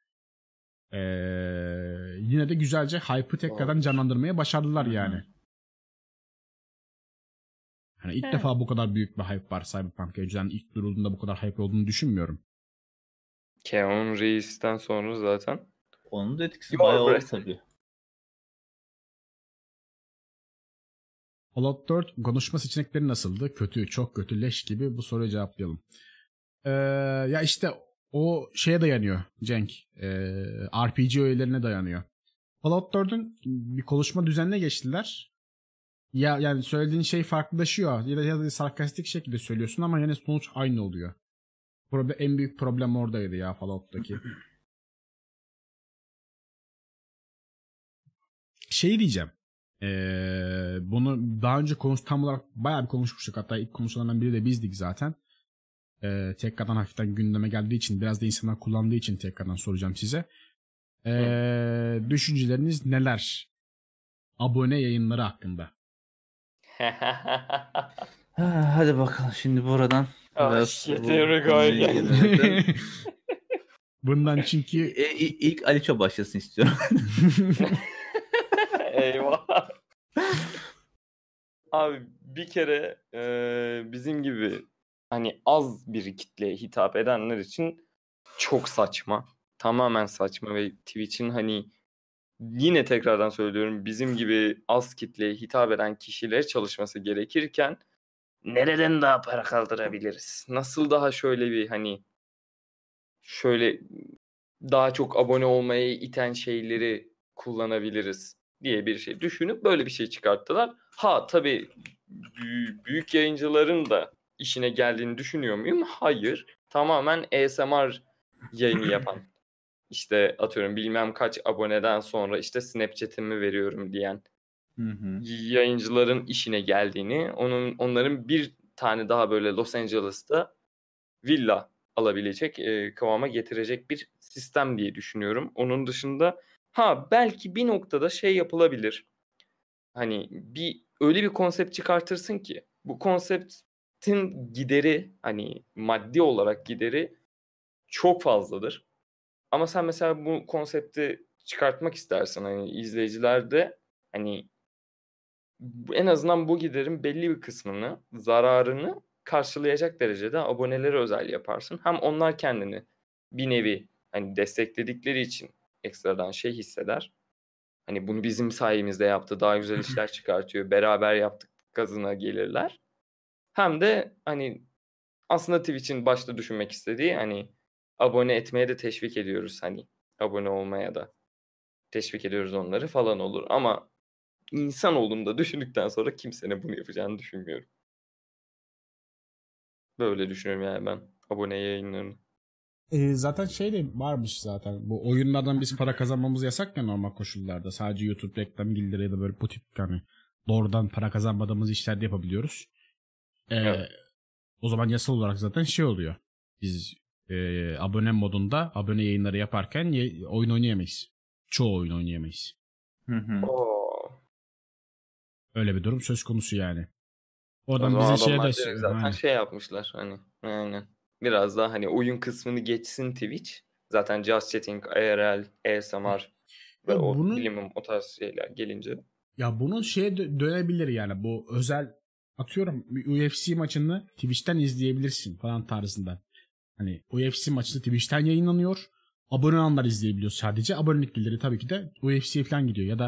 Yine de güzelce hype'ı tekrardan canlandırmaya başardılar yani. Hani ilk defa bu kadar büyük bir hype var Cyberpunk'a. Önceden ilk duyurulduğunda bu kadar hype olduğunu düşünmüyorum. Keanu Reeves'ten sonra zaten. Onun da etkisi bayağı oldu tabii. Fallout 4 konuşma seçenekleri nasıldı? Kötü, çok kötü, leş gibi bu soruyu cevaplayalım. Ya işte o dayanıyor Cenk. RPG öğelerine dayanıyor. Fallout 4'ün bir konuşma düzenine geçtiler. Ya yani söylediğin şey farklılaşıyor. Ya da sarkastik şekilde söylüyorsun ama yine sonuç aynı oluyor. En büyük problem oradaydı ya Fallout'taki. Diyeceğim. Bunu daha önce tam olarak bayağı bir konuşmuştuk. Hatta ilk konuşulanlardan biri de bizdik zaten. Tekrardan hafiften gündeme geldiği için, biraz da insanlar kullandığı için tekrardan soracağım size. Düşünceleriniz neler? Abone yayınları hakkında. Hadi bakalım şimdi buradan. Bundan çünkü ilk Aliço başlasın istiyorum. Eyvah. Abi bir kere bizim gibi hani az bir kitleye hitap edenler için çok saçma. Tamamen saçma ve Twitch'in hani yine tekrardan söylüyorum bizim gibi az kitleye hitap eden kişiler çalışması gerekirken nereden daha para kaldırabiliriz? Nasıl daha şöyle daha çok abone olmaya iten şeyleri kullanabiliriz diye bir şey düşünüp böyle bir şey çıkarttılar. Ha tabii büyük yayıncıların da işine geldiğini düşünüyor muyum? Hayır. Tamamen ASMR yayını yapan, işte atıyorum bilmem kaç aboneden sonra işte Snapchat'imi veriyorum diyen yayıncıların işine geldiğini, onların bir tane daha böyle Los Angeles'ta villa alabilecek kıvama getirecek bir sistem diye düşünüyorum. Onun dışında belki bir noktada şey yapılabilir. Hani öyle bir konsept çıkartırsın ki bu konseptin gideri, hani maddi olarak gideri çok fazladır. Ama sen mesela bu konsepti çıkartmak istersen, hani izleyiciler de hani en azından bu giderin belli bir kısmını, zararını karşılayacak derecede abonelere özel yaparsın. Hem onlar kendini bir nevi hani destekledikleri için ekstradan şey hisseder. Hani bunu bizim sayemizde yaptı, daha güzel işler çıkartıyor, beraber yaptık gazına gelirler. Hem de hani aslında Twitch'in başta düşünmek istediği, hani abone etmeye de teşvik ediyoruz, hani abone olmaya da teşvik ediyoruz onları falan olur. Ama insan olduğunda düşündükten sonra kimsenin bunu yapacağını düşünmüyorum. Böyle düşünüyorum yani ben abone yayınlarını. Zaten şey de varmış zaten. Bu oyunlardan biz para kazanmamız yasak ya normal koşullarda. Sadece YouTube reklam gildiri ya da böyle bu tip hani doğrudan para kazanmadığımız işler de yapabiliyoruz. Evet. O zaman yasal olarak zaten şey oluyor. Biz abone modunda abone yayınları yaparken oyun oynayamayız. Çoğu oyun oynayamayız. Oo. Öyle bir durum söz konusu yani. O Oradan zaman bize şeye adamlar de direkt zaten aynen. şey yapmışlar hani. Aynen. Biraz daha hani oyun kısmını geçsin Twitch. Zaten Just Chatting, IRL, ASMR ve Ya o bunun bilimum o tarz şeyler gelince. Ya bunun şeye dönebilir yani bu özel atıyorum bir UFC maçını Twitch'ten izleyebilirsin falan tarzında. Hani UFC maçı Twitch'ten yayınlanıyor. Abone olanlar izleyebiliyor sadece. Abonelik geliri tabii ki de UFC'ye falan gidiyor. Ya da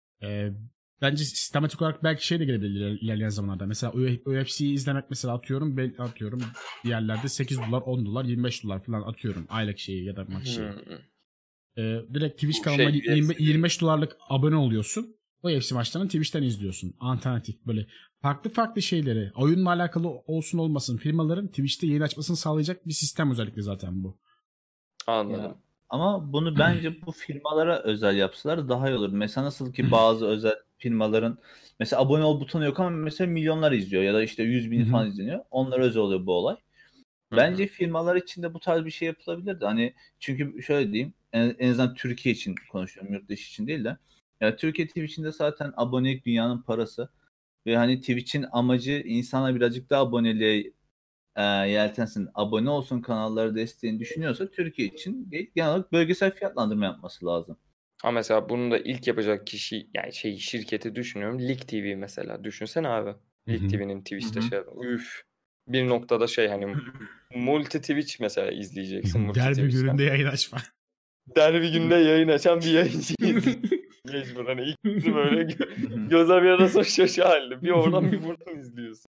bence sistematik olarak belki şey de gelebilir ilerleyen zamanlarda. Mesela UFC'yi izlemek mesela atıyorum bir yerlerde $8, $10, $25 falan atıyorum. Aylık şeyi ya da maç şeyi. Direkt Twitch Bu kanalına şey UFC değil. $25 abone oluyorsun. O UFC maçlarını Twitch'ten izliyorsun. Alternatif böyle farklı şeyleri oyunla alakalı olsun olmasın firmaların Twitch'te yayın açmasını sağlayacak bir sistem özellikle zaten bu. Anladım. Ya, ama bunu bence bu firmalara özel yapsalar daha iyi olur. Mesela nasıl ki bazı özel firmaların mesela abone ol butonu yok ama mesela milyonlar izliyor ya da işte 100 bin falan izleniyor. Onlara özel oluyor bu olay. Bence firmalar için de bu tarz bir şey yapılabilirdi. Hani çünkü şöyle diyeyim, en azından Türkiye için konuşuyorum, yurt dışı için değil de. Ya Türkiye Twitch'inde zaten abonelik dünyanın parası ve hani Twitch'in amacı insana birazcık daha aboneliğe yeltensin, abone olsun, kanalları desteğini düşünüyorsa Türkiye için genel olarak bölgesel fiyatlandırma yapması lazım. Ama mesela bunu da ilk yapacak kişi, yani şirketi düşünüyorum. Lig TV mesela. Düşünsene abi. Lig TV'nin Twitch'te bir noktada hani multi Twitch mesela izleyeceksin, multi Derbi Twitch'ten. gününde yayın açma. Derbi günde yayın açan bir yayıncı izleyeceksin. Mecbur hani ikisi böyle göze bir arası şaşı halde. Bir oradan bir buradan izliyorsun.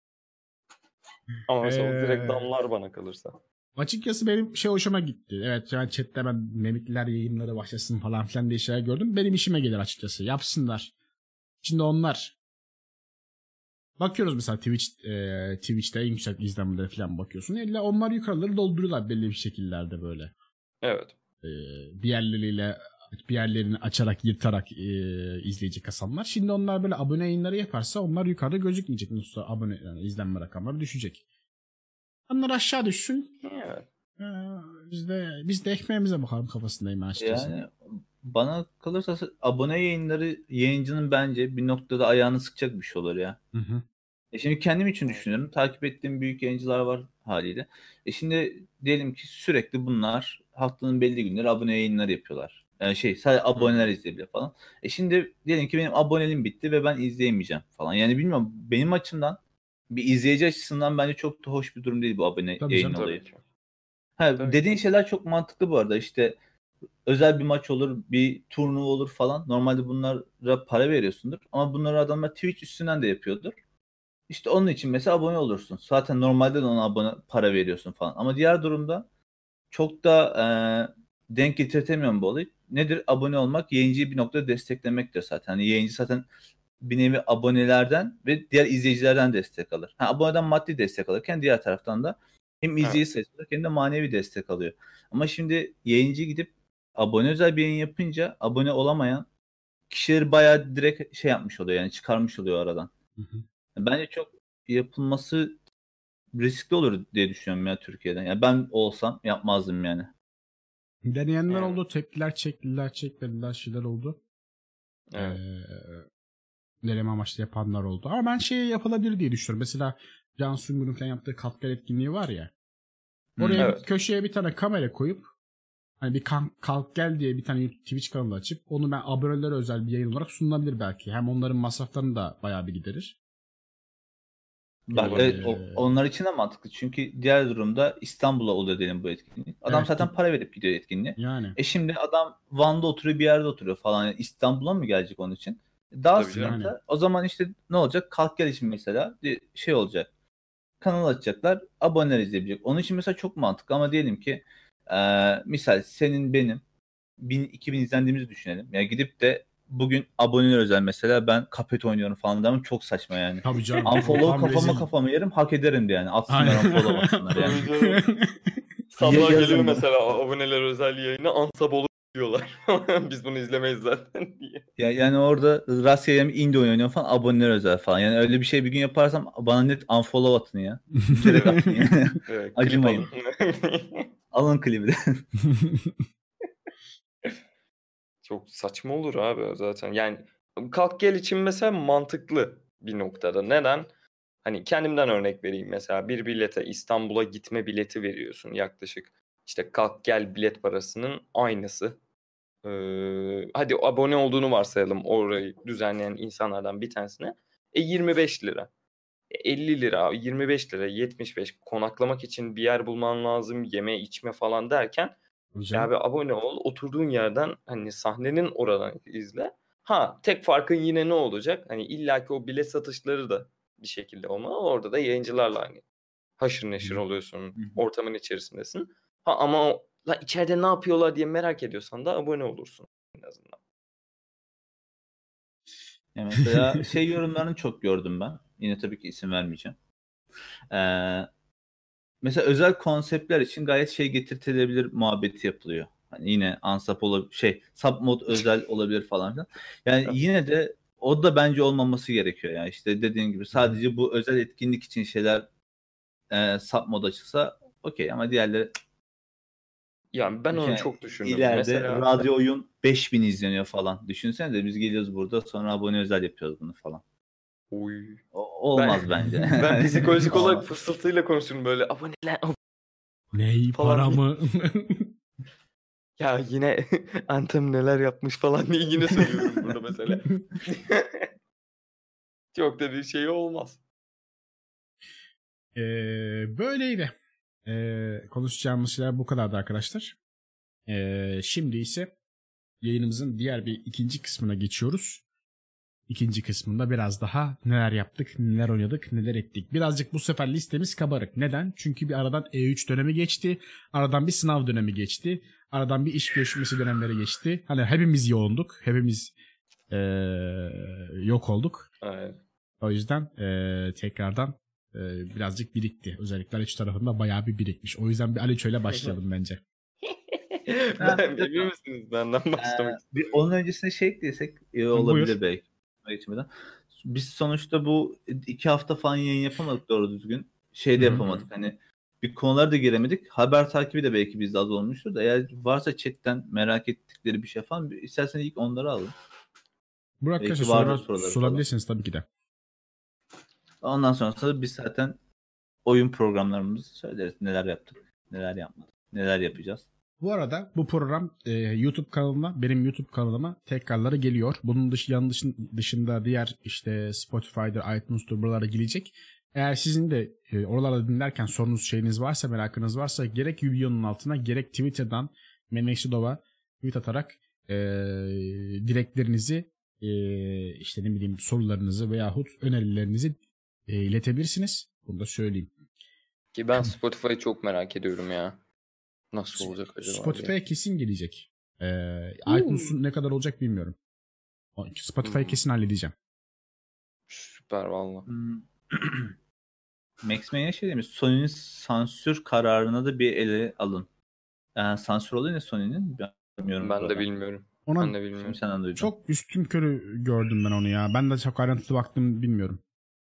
Ama mesela o direkt damlar bana kalırsa. Açıkçası benim hoşuma gitti. Evet yani chatte ben memikler yayınları başlasın falan filan diye şeyler gördüm. Benim işime gelir açıkçası. Yapsınlar. Şimdi onlar bakıyoruz mesela Twitch'te en yüksek izlenmeleri falan bakıyorsun. İlla onlar yukarıları dolduruyorlar belli bir şekillerde böyle. Evet. Bir yerlerini açarak, yırtarak izleyici kasanlar. Şimdi onlar böyle abone yayınları yaparsa onlar yukarıda gözükmeyecek. Nasılsa abone yani izlenme rakamları düşecek. Onlar aşağı düşsün. Evet. Biz de ekmeğimize bakalım kafasındayım açıkçası. Yani bana kalırsa abone yayınları yayıncının bence bir noktada ayağını sıkacak bir şey olur ya. Hı. Şimdi kendim için düşünüyorum. Takip ettiğim büyük yayıncılar var haliyle. Şimdi diyelim ki sürekli bunlar haftanın belli günleri abone yayınları yapıyorlar. Sadece aboneler izleyebilir falan. Şimdi diyelim ki benim aboneliğim bitti ve ben izleyemeyeceğim falan. Yani bilmiyorum, benim açımdan bir izleyici açısından bence çok da hoş bir durum değil bu abone Tabii yayın canım. olayı. Tabii ki. Dediğin şeyler çok mantıklı bu arada. İşte özel bir maç olur, bir turnuva olur falan. Normalde bunlara para veriyorsundur. Ama bunları adamlar Twitch üstünden de yapıyordur. İşte onun için mesela abone olursun. Zaten normalde de ona abone para veriyorsun falan. Ama diğer durumda çok da denk getirtemiyorum bu olayı. nedir? Abone olmak yayıncıyı bir noktada desteklemektir zaten. Hani yayıncı zaten bir nevi abonelerden ve diğer izleyicilerden destek alır. Aboneden maddi destek alırken diğer taraftan da hem izleyici sayısı olarak hem de manevi destek alıyor. Ama şimdi yayıncı gidip abone özel bir yayın yapınca abone olamayan kişileri bayağı direkt şey yapmış oluyor, yani çıkarmış oluyor aradan. Bence çok yapılması riskli olur diye düşünüyorum ya Türkiye'de. Yani ben olsam yapmazdım yani. Deneyenler oldu, tepkiler çekmediler, şeyler oldu. Evet. Deneme amaçlı yapanlar oldu. Ama ben şey yapılabilir diye düşünüyorum. Mesela Can Sungun'un falan yaptığı Kalk Gel etkinliği var ya. Oraya Evet. köşeye bir tane kamera koyup hani bir Kalk Gel diye bir tane Twitch kanalı açıp onu ben abonelere özel bir yayın olarak sunulabilir belki. Hem onların masraflarını da bayağı bir giderir. Bak evet, onlar için de mantıklı. Çünkü diğer durumda İstanbul'a oluyor diyelim bu etkinlik. Adam Evet, zaten para verip gidiyor etkinliğe. Yani. Şimdi adam Van'da oturuyor, bir yerde oturuyor falan. Yani İstanbul'a mı gelecek onun için? Daha Tabii canım. sıkıntı. O zaman işte ne olacak? Kalk Gel için mesela bir şey olacak. Kanal açacaklar. Aboneler izleyebilecek. Onun için mesela çok mantıklı ama diyelim ki misal senin benim 1000-2000 izlendiğimizi düşünelim. Yani gidip de bugün aboneler özel mesela ben Cuphead oynuyorum falan demem çok saçma yani. Tabii canım. Unfollow Tam rezil. kafama yerim, hak ederim de yani. Atsınlar, Aynen. unfollow atsınlar yani. Sabah Yazın geliyor bunu. mesela aboneler özel yayına ansab olur diyorlar. Biz bunu izlemeyiz zaten diye. Yani orada rastgele indie oynuyor falan, aboneler özel falan. Yani öyle bir şey bir gün yaparsam bana net unfollow atın ya. Direkt atın yani. Evet, Acımayın. klip alın. Alın klibi de. Çok saçma olur abi zaten. Yani Kalk Gel için mesela mantıklı bir noktada. Neden? Hani kendimden örnek vereyim mesela. Bir bilete İstanbul'a gitme bileti veriyorsun. Yaklaşık işte Kalk Gel bilet parasının aynısı. Hadi abone olduğunu varsayalım orayı düzenleyen insanlardan bir tanesine. 25 lira. 50 lira, 25 lira, 75 konaklamak için bir yer bulman lazım, yeme içme falan derken ya bir abone ol, oturduğun yerden hani sahnenin oradan izle. Tek farkın yine ne olacak? Hani illaki o bilet satışları da bir şekilde olmalı. Orada da yayıncılarla hani haşır neşir oluyorsun, ortamın içerisindesin. Ama içeride ne yapıyorlar diye merak ediyorsan da abone olursun en azından. Ya mesela şey yorumlarını çok gördüm ben. Yine tabii ki isim vermeyeceğim. Mesela özel konseptler için gayet şey getirtilebilir muhabbeti yapılıyor. Hani yine ansap olabilir, submod özel olabilir falan filan. Yani yine de o da bence olmaması gerekiyor. Yani işte dediğim gibi sadece bu özel etkinlik için şeyler submod açılsa okey ama diğerleri Yani ben onu yani çok düşündüm. ileride Mesela radyo oyun 5000 izleniyor falan. Düşünsene de biz geliyoruz burada sonra abone özel yapıyoruz bunu falan. Uy. Olmaz bence. Ben psikolojik olarak Olmaz. fısıltıyla konuşurum böyle aboneler Ney falan para diye. mı? Ya yine Anthem neler yapmış falan diye yine söylüyorum burada mesela. Çok da bir şey olmaz. Böyleydi. Konuşacağımız şeyler bu kadardı arkadaşlar. Şimdi ise yayınımızın diğer bir ikinci kısmına geçiyoruz. İkinci kısmında biraz daha neler yaptık, neler oynadık, neler ettik. Birazcık bu sefer listemiz kabarık. Neden? Çünkü bir aradan E3 dönemi geçti. Aradan bir sınav dönemi geçti. Aradan bir iş görüşmesi dönemleri geçti. Hani hepimiz yoğunduk. Hepimiz yok olduk. Evet. O yüzden tekrardan birazcık birikti. Özellikle Aliço tarafında bayağı bir birikmiş. O yüzden bir Aliço ile başlayalım bence. Emin misiniz benden başlamak istiyorum? Onun öncesinde şey eklesek olabilir. Buyur. Belki. Geçmeden. Biz sonuçta bu 2 hafta falan yayın yapamadık doğru düzgün. Şey de yapamadık. Hani bir konulara da giremedik. Haber takibi de belki bizde az olmuştur da eğer varsa chatten merak ettikleri bir şey falan isterseniz ilk onları alın. Burak Belki arkadaşlar vardır soruları sorabilirsiniz tabii ki de. Ondan sonra biz zaten oyun programlarımızı söyleriz. Neler yaptık, neler yapmadık, neler yapacağız. Bu arada bu program YouTube kanalına, benim YouTube kanalıma tekrarları geliyor. Bunun dışında diğer işte Spotify'dır, iTunes'tur buralara gelecek. Eğer sizin de oralarda dinlerken sorunuz şeyiniz varsa, merakınız varsa gerek videonun altına gerek Twitter'dan Menexidov'a tweet atarak dileklerinizi işte ne bileyim sorularınızı veyahut önerilerinizi iletebilirsiniz. Bunu da söyleyeyim. Ki ben Spotify'ı çok merak ediyorum ya. Nasıl olacak acaba Spotify'a diye. kesin gelecek. iTunes'un ne kadar olacak bilmiyorum. Spotify'ı kesin halledeceğim. Süper valla. Max Main'e şey demiş. Sony'nin sansür kararına da bir ele alın. Sansür oluyor ne Sony'nin? Bilmiyorum. Ben de bilmiyorum. Ona Ben de bilmiyorum. Şimdi senden duydum. çok üstün körü gördüm ben onu ya. Ben de çok ayrıntılı baktım bilmiyorum.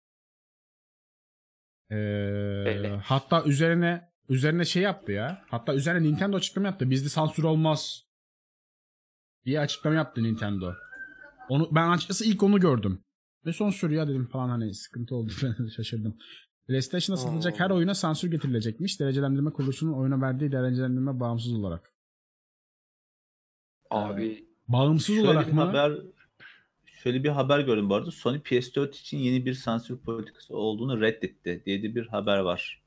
Hatta üzerine şey yaptı ya. Hatta üzerine Nintendo açıklama yaptı. Bizde sansür olmaz diye açıklama yaptı Nintendo. Ben açıkçası ilk onu gördüm. Ve son ya dedim falan hani sıkıntı oldu. Ben şaşırdım. PlayStation'da satılacak her oyuna sansür getirilecekmiş. Derecelendirme kuruluşunun oyuna verdiği derecelendirme bağımsız olarak. Abi Bağımsız olarak mı? Şöyle bir haber gördüm bu arada. Sony PS4 için yeni bir sansür politikası olduğunu reddetti diye de bir haber var.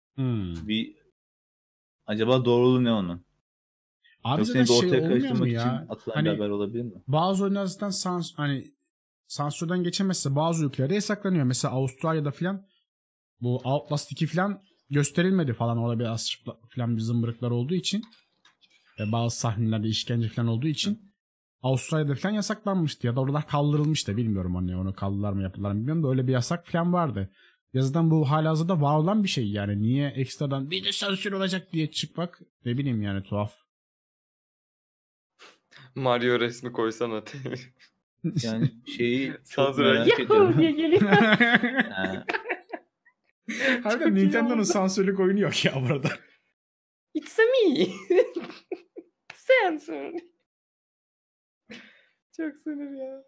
Acaba doğruluğu ne onun? Abi zaten şey olmuyor mu ya? Için atılan hani bir haber olabilir mi? Bazı oyunlar zaten sansürden geçemezse bazı ülkelerde yasaklanıyor. Mesela Avustralya'da falan bu Outlast 2 falan gösterilmedi falan. Orada biraz falan bir zımbırıklar olduğu için ve bazı sahnelerde işkence falan olduğu için Avustralya'da falan yasaklanmıştı ya da oralar kaldırılmıştı. Bilmiyorum hani onu kaldırdılar mı yaptılar mı bilmiyorum da öyle bir yasak falan vardı. Yazıdan bu halihazırda var olan bir şey yani. Niye ekstradan bir de sansür olacak diye çıkmak ne bileyim yani tuhaf. Mario resmi koysana. Yani şeyi çok Sansür merak ediyorum. diye geliyor. Harbiden Nintendo'nun sansürlük oyunu yok ya burada. It's a me. Sansür. Çok sinir ya.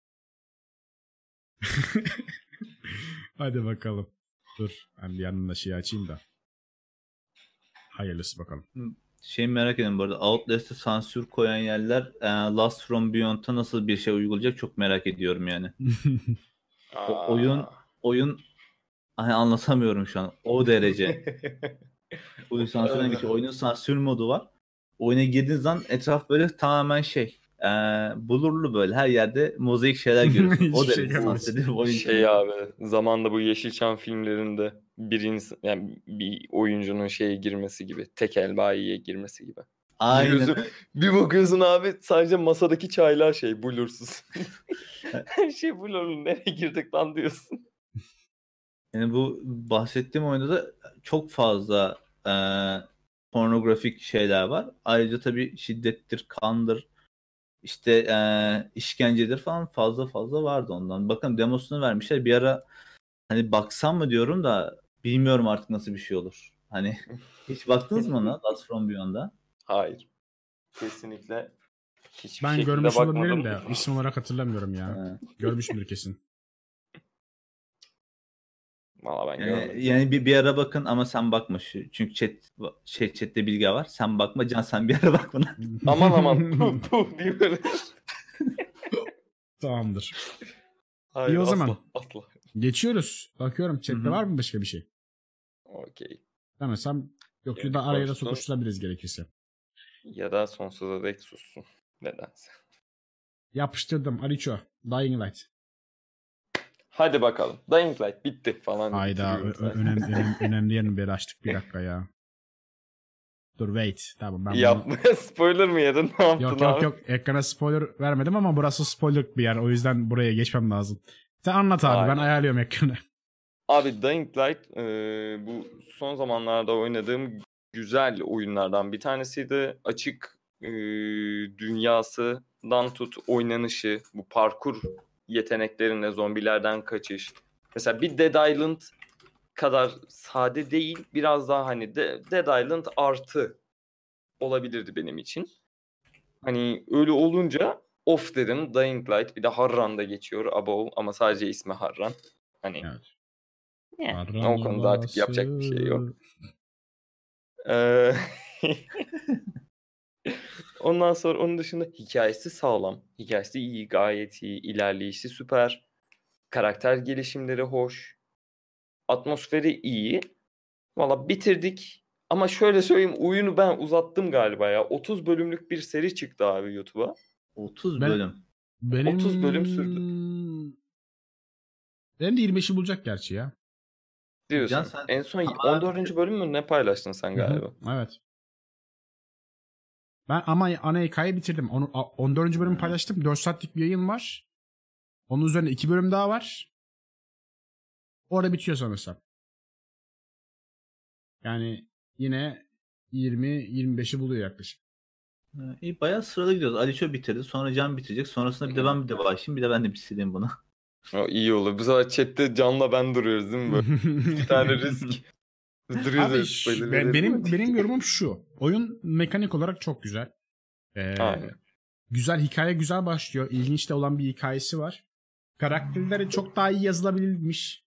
Hadi bakalım. Dur. Ben bir yanına şey açayım da. Hayırlısı bakalım. Şey merak ediyorum bu arada. Outlast'e sansür koyan yerler Last From Beyond'a nasıl bir şey uygulayacak çok merak ediyorum yani. Oyun hani anlatamıyorum şu an. O derece. Bu sansürden geçiyor. Oyunun sansür modu var. Oyuna girdiğiniz zaman etraf böyle tamamen blurlu böyle. Her yerde mozaik şeyler görüyorsun. O Hiçbir şey derece sansür bir oyun. Şey abi zamanda bu Yeşilçam filmlerinde yani bir oyuncunun şeye girmesi gibi. Tekel bayiye girmesi gibi. Aynen. Bir bakıyorsun abi sadece masadaki çaylar blursuz. Her şey blurlu. Nereye girdik lan diyorsun. Yani bu bahsettiğim oyunda da çok fazla pornografik şeyler var. Ayrıca tabii şiddettir, kandır, işte işkencedir falan fazla vardı ondan. Bakın demosunu vermişler. Bir ara hani baksam mı diyorum da bilmiyorum artık nasıl bir şey olur. Hani hiç baktınız mı ona Last From Beyond'a? Hayır. Kesinlikle hiçbir Ben şekilde görmüş bakmadım. olabilirim de isim olarak hatırlamıyorum ya. Görmüşümdür kesin. Valla ben görmedim. Yani bir ara bakın ama sen bakma. Çünkü chatte bilgi var. Sen bakma Can, sen bir ara bak buna. Aman puh diye böyle. Tamamdır. Hayır, İyi o zaman. Asla. Geçiyoruz. Bakıyorum chatte var mı başka bir şey? Okey. Demesem yoksa da araya da sokuşturabiliriz gerekirse. Ya da sonsuza dek sussun. Nedense. Yapıştırdım. Aliço. Dying Light. Hadi bakalım. Dying Light bitti falan. Hayda. Önemli yerini beri açtık. Bir dakika ya. Dur wait. Tamam ben Yapma. Spoiler mı yedin? Ne yaptın abi? Yok. Ekrana spoiler vermedim ama burası spoiler bir yer. O yüzden buraya geçmem lazım. Sen anlat abi. Aynen. Ben ayarlıyorum ekranı. Abi Dying Light bu son zamanlarda oynadığım güzel oyunlardan bir tanesiydi. Açık dünyasından tut oynanışı, bu parkur yeteneklerine zombilerden kaçış. Mesela bir Dead Island kadar sade değil. Biraz daha hani Dead Island artı olabilirdi benim için. Hani öyle olunca of dedim. Dying Light bir de Harran'da geçiyor. Abo ama sadece ismi Harran. Hani Evet. yani, o konuda artık yapacak bir şey yok. Ondan sonra onun dışında hikayesi sağlam. Hikayesi iyi, gayet iyi. İlerleyişi süper. Karakter gelişimleri hoş. Atmosferi iyi. Valla bitirdik. Ama şöyle söyleyeyim, oyunu ben uzattım galiba ya. 30 bölümlük bir seri çıktı abi YouTube'a. 30 bölüm. Benim 30 bölüm sürdü. Benim de 25'i bulacak gerçi ya. Diyorsun. Can, en son 14. bölüm mü ne paylaştın sen galiba? Evet. Ben ama ana hikayeyi bitirdim. 14. bölümü paylaştım. 4 saatlik bir yayın var. Onun üzerine 2 bölüm daha var. Orada bitiyor sanırsam. Yani yine 20-25'i buluyor yaklaşık. İyi, bayağı sırada gidiyoruz. Aliço bitirdi. Sonra Can bitirecek. Sonrasında bir de ben başlayayım. Bir de ben de bitireyim bunu. O iyi olur. Bu sefer chatte Can'la ben duruyoruz değil mi böyle? Bir tane risk. Duruyoruz. Abi benim yorumum şu. Oyun mekanik olarak çok güzel. Aynen. Güzel hikaye güzel başlıyor. İlginç de olan bir hikayesi var. Karakterleri çok daha iyi yazılabilmiş.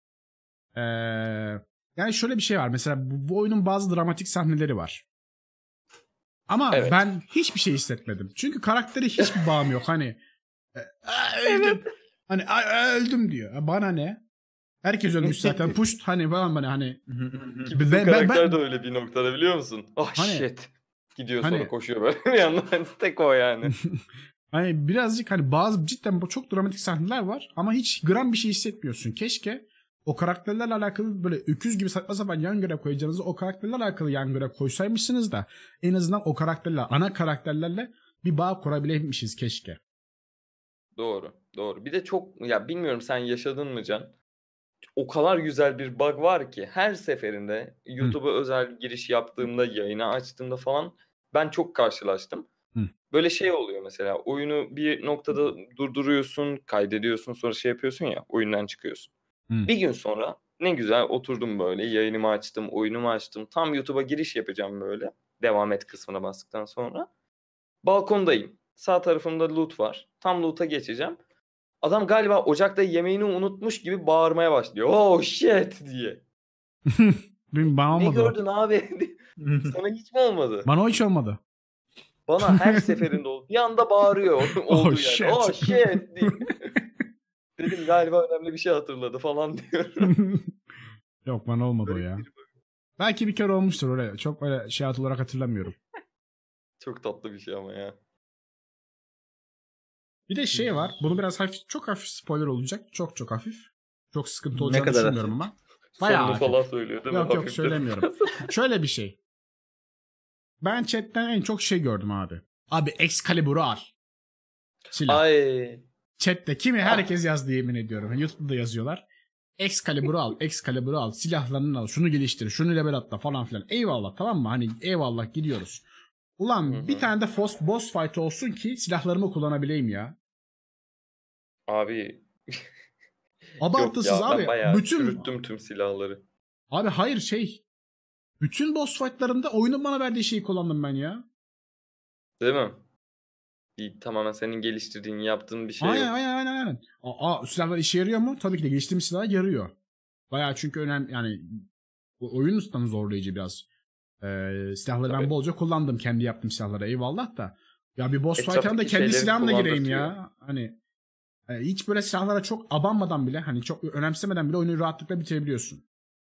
Yani şöyle bir şey var. Mesela bu oyunun bazı dramatik sahneleri var. Ama Evet. ben hiçbir şey hissetmedim. Çünkü karakteri hiçbir bağım yok. Hani öldüm. Hani öldüm diyor. Bana ne? Herkes ölmüş zaten. Puşt hani bana hani. Ki bizim karakter de öyle bir noktada biliyor musun? Oh Hani- shit. Gidiyor hani- sonra koşuyor böyle bir yandan. Tek o yani. Hani birazcık hani bazı cidden çok dramatik sahneler var ama hiç gram bir şey hissetmiyorsun. Keşke o karakterlerle alakalı böyle öküz gibi saçma sapan yan görev koyacağınızı o karakterlerle alakalı yan görev koysaymışsınız da en azından o karakterler, ana karakterlerle bir bağ kurabilmişiz keşke. Doğru. Doğru. Bir de çok ya bilmiyorum sen yaşadın mı Can? O kadar güzel bir bug var ki her seferinde YouTube'a özel giriş yaptığımda, yayını açtığımda falan ben çok karşılaştım. Hı. Böyle şey oluyor mesela oyunu bir noktada durduruyorsun, kaydediyorsun sonra şey yapıyorsun ya oyundan çıkıyorsun. Hı. Bir gün sonra ne güzel oturdum böyle yayınımı açtım, oyunumu açtım. Tam YouTube'a giriş yapacağım böyle. Devam et kısmına bastıktan sonra. Balkondayım. Sağ tarafımda loot var. Tam loot'a geçeceğim. Adam galiba ocakta yemeğini unutmuş gibi bağırmaya başlıyor. Oh shit diye. Bana Ne olmadı. gördün abi? Sana hiç mi olmadı? Bana hiç olmadı. Bana her seferinde oldu. Bir anda bağırıyor olduğu shit. yerde. Oh shit diye. Dedim galiba önemli bir şey hatırladı falan diyorum. Yok bana olmadı o ya. Belki bir kere olmuştur öyle. Çok öyle şey olarak hatırlamıyorum. Çok tatlı bir şey ama ya. Bir de şey var. Bunu biraz çok hafif spoiler olacak. Çok hafif. Çok sıkıntı olacağını kadar düşünmüyorum hafif? ama. Bayağı Sonunu hafif. falan söylüyor değil mi? Yok Hafif de. söylemiyorum. Şöyle bir şey. Ben chatten en çok şey gördüm abi. Abi Excalibur'u al. Silah. Ay. Chatte herkes yazdı yemin ediyorum. YouTube'da da yazıyorlar. Excalibur'u al. Excalibur'u al. Silahlarını al. Şunu geliştir. Şunu level atla falan filan. Eyvallah tamam mı? Hani eyvallah gidiyoruz. Ulan Hı hı. bir tane de boss fight olsun ki silahlarımı kullanabileyim ya. Abi. Abartısız Yok ya, abi. ben bayağı Bütün çürüttüm tüm silahları. abi hayır bütün boss fight'larında oyunun bana verdiği şeyi kullandım ben ya. Değil mi? Tamamen senin geliştirdiğin, yaptığın bir şey yok. Aynen. Silahlar işe yarıyor mu? Tabii ki de geliştirdiğim silah yarıyor. Bayağı çünkü önemli yani oyun zorlayıcı biraz. Silahları ben Tabii. bolca kullandım kendi yaptığım silahları eyvallah da. Ya bir boss fight'ına da Etraftaki kendi şeyleri silahımla gireyim kullandırtıyor. ya. Hani hiç böyle silahlara çok abanmadan bile hani çok önemsemeden bile oyunu rahatlıkla bitirebiliyorsun.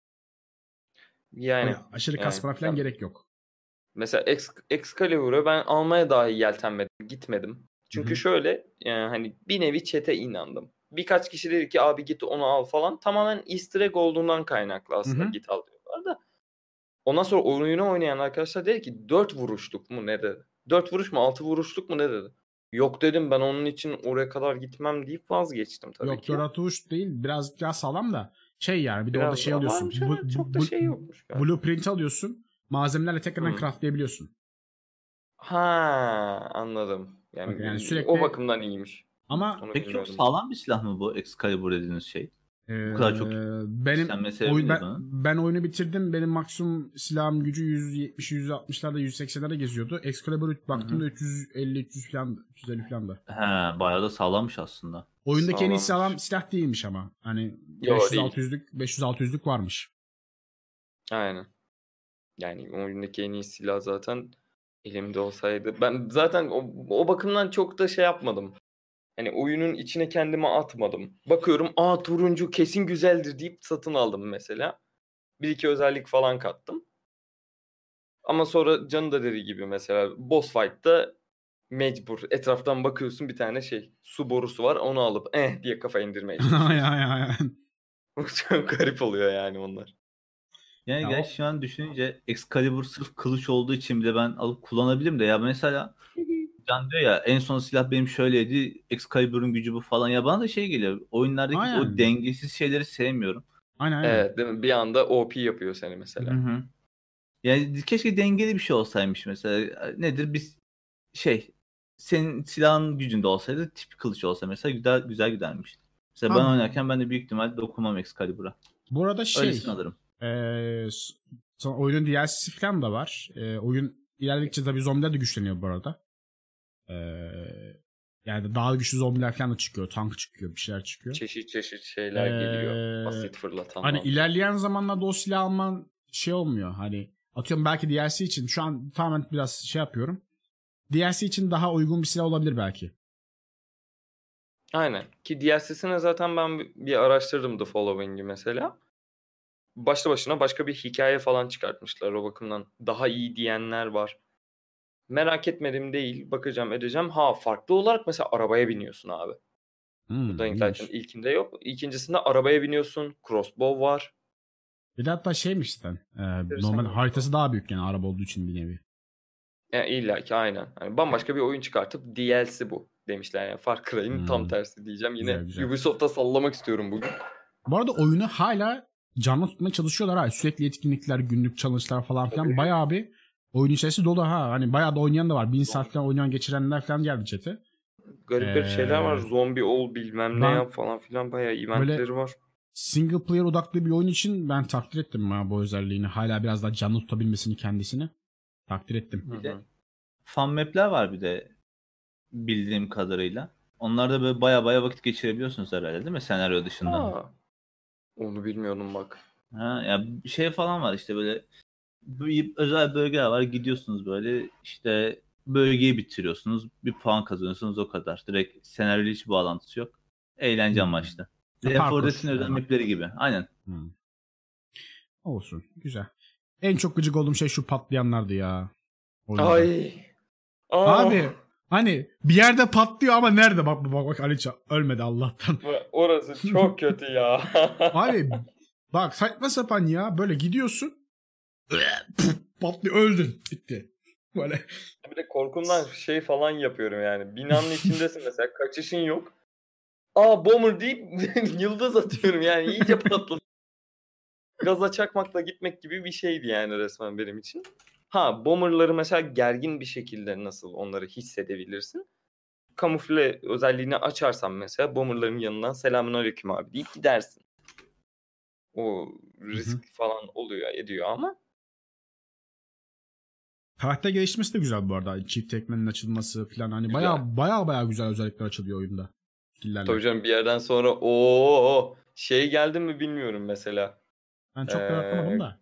Yani. Böyle aşırı kasmana falan gerek yok. Mesela Excalibur'u ben almaya dahi yeltenmedim. Gitmedim. Çünkü Hı hı. şöyle yani hani bir nevi chat'e inandım. Birkaç kişi dedi ki abi git onu al falan. Tamamen easter egg olduğundan kaynaklı aslında Hı hı. git al diyorlar da. Ondan sonra oyunu oynayan arkadaşlar dedi ki 4 vuruşluk mu ne dedi. 4 vuruş mu 6 vuruşluk mu ne dedi. Yok dedim ben onun için oraya kadar gitmem deyip vazgeçtim tabii Yok ki. 4 vuruş değil biraz daha sağlam da yani bir de orada Biraz şey daha alıyorsun. varmış ama çok da şey yokmuş galiba. Blueprint alıyorsun. Malzemelerle tekrardan craftlayabiliyorsun. Ha anladım. Yani sürekli o bakımdan iyiymiş. ama Onu Peki çok bilmiyordum. sağlam bir silah mı bu Excalibur dediğiniz şey? Bu kadar çok benim ben oyunu bitirdim. Benim maksimum silahım gücü 170-160'larda 180'lerde geziyordu. Excalibur baktığımda 350 falan 350 falan da. He, bayağı da sağlammış aslında. Oyundaki en iyi Sağlammış. sağlam silah değilmiş ama. Hani Yo, 500-600'lük varmış. Aynen. Yani oyundaki en iyi silah zaten elimde olsaydı. Ben zaten o bakımdan çok da şey yapmadım. Hani oyunun içine kendimi atmadım. Bakıyorum turuncu kesin güzeldir deyip satın aldım mesela. Bir iki özellik falan kattım. Ama sonra Can'ın da dediği gibi mesela boss fight'ta mecbur. Etraftan bakıyorsun bir tane su borusu var onu alıp diye kafa indirmeye çalışıyorsun. Aynen. Çok garip oluyor yani onlar. Yani Ya gerçi şu an düşününce Excalibur sırf kılıç olduğu için bile ben alıp kullanabilirim de ya mesela Can diyor ya en son silah benim şöyleydi Excalibur'un gücü bu falan ya bana da şey geliyor oyunlardaki o aynen. dengesiz şeyleri sevmiyorum. Aynen. Evet, değil mi? Bir anda OP yapıyor seni Hı mesela. hı. Yani keşke dengeli bir şey olsaymış mesela nedir biz şey senin silahın gücünde olsaydı tip kılıç olsa mesela güzel güzel gidermiş. Mesela ben Ha, oynarken ben de büyük ihtimalle dokunmam Excalibur'a. bu arada Öylesini alırım. sonra oyunun DLC'si falan da var. Oyun ilerledikçe tabii zombiler de güçleniyor bu arada. Yani daha güçlü zombiler falan da çıkıyor. Tank çıkıyor, bir şeyler çıkıyor. Çeşit çeşit şeyler geliyor. Ee, Asit Hani fırlatanlar. ilerleyen zamanlarda o silah alman şey olmuyor. Hani atıyorum belki DLC için şu an tamamen biraz şey yapıyorum. DLC için daha uygun bir silah olabilir belki. Aynen. Ki DLC'sine zaten ben bir araştırdım The Following'i mesela. Başlı başına başka bir hikaye falan çıkartmışlar o bakımdan. Daha iyi diyenler var. Merak etmedim değil. Bakacağım edeceğim. Ha, farklı olarak mesela arabaya biniyorsun abi. Bu Dying Light'ın İyiymiş. ilkinde yok. İkincisinde arabaya biniyorsun. Crossbow var. Bir de hatta şeymiş zaten. Enteresan Normal geldi bana. haritası daha büyük yani araba olduğu için bir nevi. Yani illa ki aynen. Yani bambaşka bir oyun çıkartıp DLC bu demişler. Yani Far Cry'in tam Hmm, tersi diyeceğim. güzel Yine güzel. Ubisoft'a sallamak istiyorum bugün. Bu arada oyunu hala canlı tutmaya çalışıyorlar ha. Sürekli etkinlikler, günlük challenge'lar falan filan. Tabii. Bayağı bir oyun içerisi dolu ha. Hani bayağı da oynayan da var. 1000 saat falan oynayan geçirenler falan geldi chat'e. Garip garip şeyler var. Ee, Zombi ol bilmem ne Ben yap falan filan bayağı böyle eventleri var. single player odaklı bir oyun için ben takdir ettim ya bu özelliğini. Hala biraz daha canlı tutabilmesini kendisini. Takdir ettim. Bir Hı de hı. fan map'ler var bir de bildiğim kadarıyla. Onlarda böyle baya baya vakit geçirebiliyorsunuz herhalde değil mi senaryo dışında? Aa, onu bilmiyordum bak. Ha, ya bir şey falan var işte böyle özel bölgeler var gidiyorsunuz böyle işte bölgeyi bitiriyorsunuz bir puan kazanıyorsunuz o kadar. Direkt senaryo hiç bağlantısı yok. Eğlence Hmm. amaçlı. Left 4 Parkur. Dead'in özel mapleri gibi. Aynen. Hmm. Olsun. Güzel. En çok gıcık olduğum şey şu patlayanlardı ya. Oyunda. Ay. Aa. Abi hani bir yerde patlıyor ama nerede? Bak Aliça ölmedi Allah'tan. Orası çok kötü ya. Abi bak saçma sapan ya. Böyle gidiyorsun. Patlıyor öldün. Bitti. Böyle. Bir de korkumdan şey falan yapıyorum yani. Binanın içindesin mesela. Kaçışın yok. Aa, bomber deyip yıldız atıyorum yani. İyice patladı. Gaza çakmakla gitmek gibi bir şeydi yani resmen benim için. Ha, bomberları mesela gergin bir şekilde nasıl onları hissedebilirsin? Kamufle özelliğini açarsan mesela bomberların yanından selamünaleyküm abi deyip gidersin. O Hı hı. risk falan oluyor ediyor ama Karakter geliştirmesi de güzel bu arada. Çift tekmenin açılması falan. Hani güzel. baya güzel özellikler açılıyor oyunda. Tabii Skill'lerle. canım, bir yerden sonra o şey geldi mi bilmiyorum mesela. Ben çok da atlamadım Ee, da.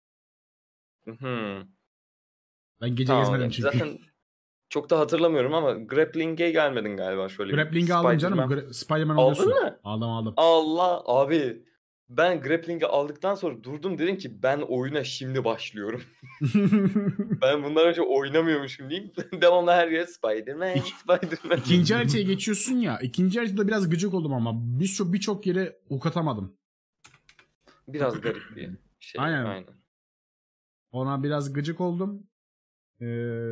hmm, Ben gece gezmedim tamam. çünkü. Zaten çok da hatırlamıyorum ama grappling'e gelmedin galiba, şöyle bir Grappling'i aldım canım. Spider-Man. Spider-Man Aldın oluyorsun. mı? Aldım. Allah abi. Ben grappling'i aldıktan sonra durdum, dedim ki ben oyuna şimdi başlıyorum. Ben bundan önce oynamıyormuşum deyip devamlı her yere Spider-Man, Spider-Man. İkinci haritaya geçiyorsun ya. İkinci haritada biraz gıcık oldum ama birçok yere ok atamadım. Biraz garip bir şey. Aynen. Aynen. Ona biraz gıcık oldum. Ee,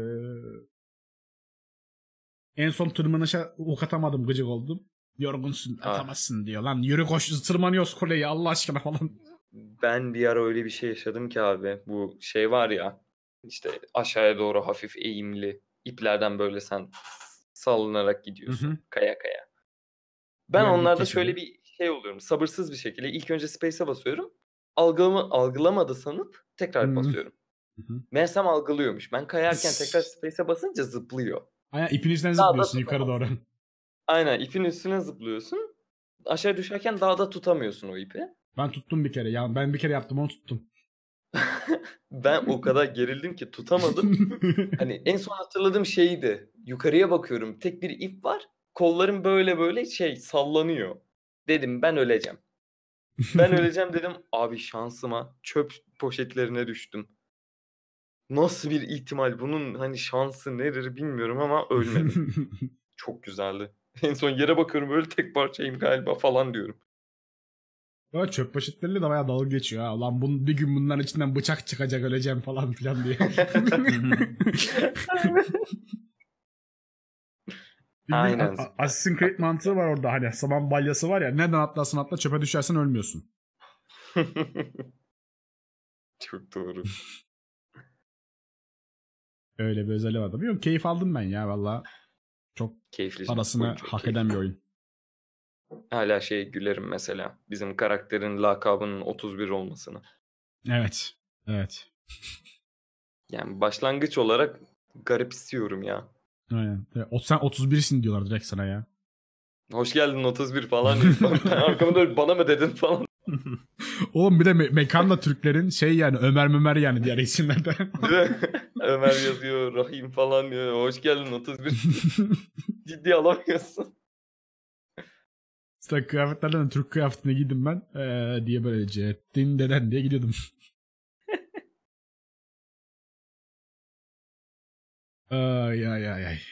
En son tırmanışa ok atamadım, gıcık oldum. Yorgunsun, Ah, atamazsın diyor. Lan yürü koş, tırmanıyoruz kuleyi Allah aşkına falan. ben bir ara öyle bir şey yaşadım ki abi. Bu şey var ya, işte aşağıya doğru hafif eğimli iplerden böyle sen salınarak Hı gidiyorsun hı. kaya kaya. Ben Güvenlik onlarda şöyle geçidi. bir şey oluyorum. Sabırsız bir şekilde ilk önce space'e basıyorum. Algılamadı sanıp Hı tekrar hı. basıyorum. Hı. Meğersem algılıyormuş. Ben kayarken tekrar space'e basınca zıplıyor. Aynen ipin üstünden Daha da zıplıyorsun yukarı doğru. tutamazsın. Aynen, ipin üstüne zıplıyorsun. Aşağı düşerken daha da tutamıyorsun o ipi. Ben tuttum bir kere. Ya ben bir kere yaptım onu tuttum. Ben o kadar gerildim ki tutamadım. Hani en son hatırladığım şeydi. Yukarıya bakıyorum. Tek bir ip var. Kollarım böyle böyle şey sallanıyor. Dedim ben öleceğim. Ben öleceğim dedim. Abi şansıma çöp poşetlerine düştüm. Nasıl bir ihtimal? Bunun hani şansı nedir bilmiyorum ama ölmedim. Çok güzeldi. En son yere bakıyorum, böyle tek parçayım galiba falan diyorum. Ama çöp poşetleriyle de bayağı dalga geçiyor ha. Ulan bir gün bunların içinden bıçak çıkacak, öleceğim falan filan diye. Aynen. Assassin's Creed mantığı var orada, hani saman balyası var ya, nereden atlasın atla, çöpe düşersen ölmüyorsun. Çok doğru. Öyle bir özelliği var da. Bilmiyorum, keyif aldım ben ya valla. Çok Keyifli. parasını Çok hak keyifli. eden bir oyun. Hala gülerim mesela. Bizim karakterin lakabının 31 olmasını. Evet. Evet. Yani başlangıç olarak garipsiyorum ya. Aynen. Sen 31'sin diyorlar direkt sana ya. Hoş geldin 31 falan diyor. Ben arkamı dönüp bana mı dedin falan. Oğlum bir de mekanda Türklerin yani Ömer yani diğer isimlerde. Değil mi? Ömer yazıyor, Rahim falan diyor. Hoş geldin 31. Ciddi alamıyorsun. İşte kıyafetlerden de Türk kıyafetine giydim ben. Diye böyle Ceddin deden diye gidiyordum. Ay ay ay ay.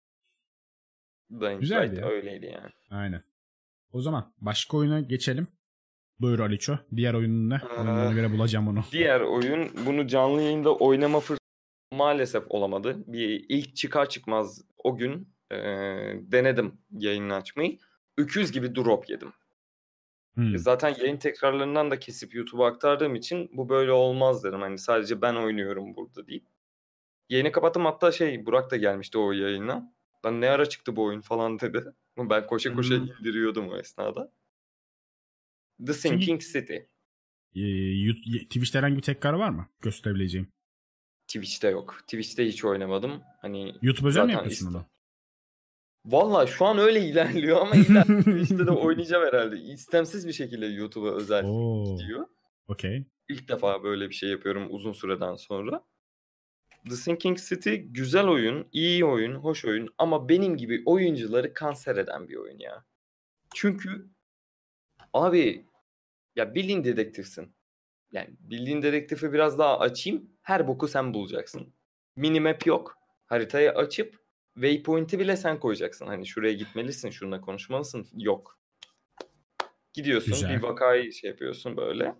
Dying Güzeldi Light ya. öyleydi yani. Aynen. O zaman başka oyuna geçelim. Buyur Aliço. Diğer oyunun ne? Ona göre bulacağım onu. Diğer oyun, bunu canlı yayında oynama fırsatı maalesef olamadı. Bir ilk çıkar çıkmaz o gün denedim yayını açmayı. Öküz gibi drop yedim. Zaten yayın tekrarlarından da kesip YouTube'a aktardığım için bu böyle olmaz dedim. Hani sadece ben oynuyorum burada deyip. Yayını kapattım, hatta Burak da gelmişti o yayına. Lan ne ara çıktı bu oyun falan dedi. Ben koşa koşa indiriyordum o esnada. The Sinking City. Twitch'te herhangi bir tekrar var mı gösterebileceğim? Twitch'te yok. Twitch'te hiç oynamadım. Hani YouTube özel mi yapıyorsun onu? Valla şu an öyle ilerliyor ama ileride Twitch'te de oynayacağım herhalde. İstemsiz bir şekilde YouTube'a özel gidiyor. Okey. İlk defa böyle bir şey yapıyorum uzun süreden sonra. The Sinking City güzel oyun, iyi oyun, hoş oyun ama benim gibi oyuncuları kanser eden bir oyun ya. Çünkü abi ya bildiğin dedektifsin. Yani bildiğin dedektifi biraz daha açayım. Her boku sen bulacaksın. Minimap yok. Haritayı açıp waypoint'i bile sen koyacaksın. Hani şuraya gitmelisin, şununla konuşmalısın. Yok. Gidiyorsun, Güzel. bir vakayı yapıyorsun böyle.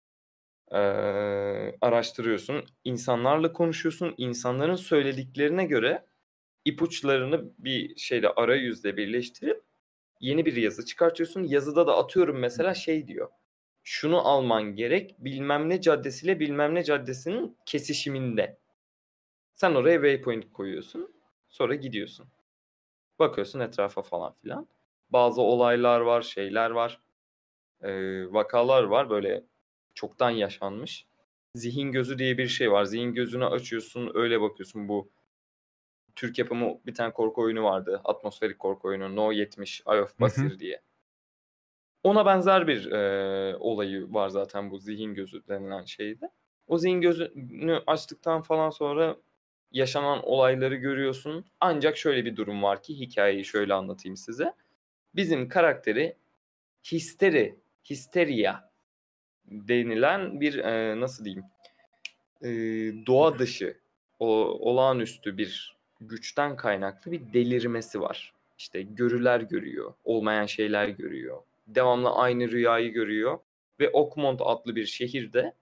Araştırıyorsun. İnsanlarla konuşuyorsun. İnsanların söylediklerine göre ipuçlarını bir arayüzle birleştirip yeni bir yazı çıkartıyorsun. Yazıda da atıyorum mesela diyor. Şunu alman gerek bilmem ne caddesiyle bilmem ne caddesinin kesişiminde. Sen oraya waypoint koyuyorsun. Sonra gidiyorsun. Bakıyorsun etrafa falan filan. Bazı olaylar var, şeyler var. Vakalar var böyle çoktan yaşanmış. Zihin gözü diye bir şey var. Zihin gözünü açıyorsun, öyle bakıyorsun. Bu Türk yapımı bir tane korku oyunu vardı. Atmosferik korku oyunu. No 70 Eye of Basir diye. Ona benzer bir olayı var zaten bu zihin gözü denilen şeyde. O zihin gözünü açtıktan falan sonra yaşanan olayları görüyorsun. Ancak şöyle bir durum var ki hikayeyi şöyle anlatayım size. Bizim karakteri histeria denilen bir nasıl diyeyim doğa dışı olağanüstü bir güçten kaynaklı bir delirmesi var. İşte görüler görüyor, olmayan şeyler görüyor. Devamlı aynı rüyayı görüyor ve Oakmont adlı bir şehirde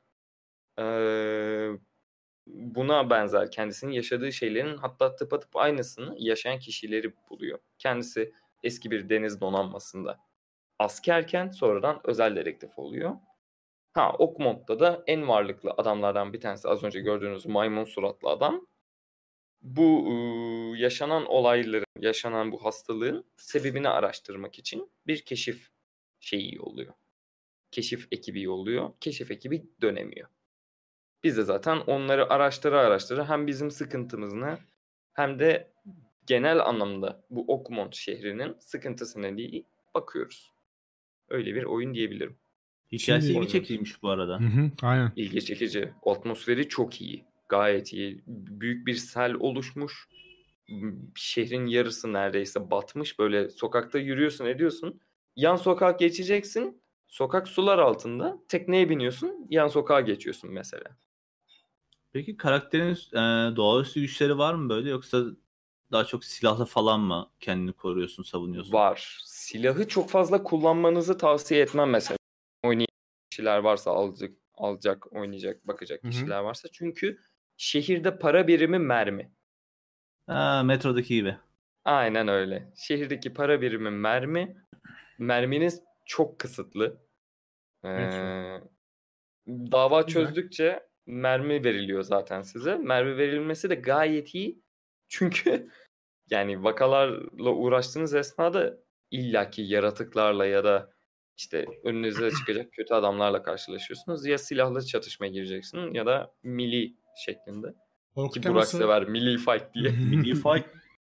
buna benzer kendisinin yaşadığı şeylerin hatta tıpatıp aynısını yaşayan kişileri buluyor. Kendisi eski bir deniz donanmasında askerken sonradan özel dedektif oluyor. Oakmont'ta da en varlıklı adamlardan bir tanesi az önce gördüğünüz maymun suratlı adam. Bu yaşanan olayların, yaşanan bu hastalığın sebebini araştırmak için bir keşif yolluyor. Keşif ekibi yolluyor. Keşif ekibi dönemiyor. Biz de zaten onları araştıra hem bizim sıkıntımızı hem de genel anlamda bu Oakmont şehrinin sıkıntısına diye bakıyoruz. Öyle bir oyun diyebilirim. Hikayesi ilgi çekiciymiş bu arada. Aynen. İlgi çekici. Atmosferi çok iyi. Gayet iyi. Büyük bir sel oluşmuş. Şehrin yarısı neredeyse batmış. Böyle sokakta yürüyorsun ediyorsun. Yan sokak geçeceksin. Sokak sular altında. Tekneye biniyorsun. Yan sokağa geçiyorsun mesela. Peki karakterin doğaüstü güçleri var mı böyle, yoksa daha çok silahla falan mı kendini koruyorsun, savunuyorsun? Var. Silahı çok fazla kullanmanızı tavsiye etmem mesela. oynayan kişiler varsa alacak, oynayacak, bakacak Hı hı. kişiler varsa. Çünkü şehirde para birimi mermi. Metrodaki gibi. Aynen öyle. Şehirdeki para birimi mermi. Merminiz çok kısıtlı. Metro. Dava Güzel. çözdükçe mermi veriliyor zaten size. Mermi verilmesi de gayet iyi. Çünkü yani vakalarla uğraştığınız esnada illaki yaratıklarla ya da işte önünüze çıkacak kötü adamlarla karşılaşıyorsunuz. Ya silahlı çatışmaya gireceksin ya da melee şeklinde. Korku Ki Burak teması sever melee fight diye. Milli fight.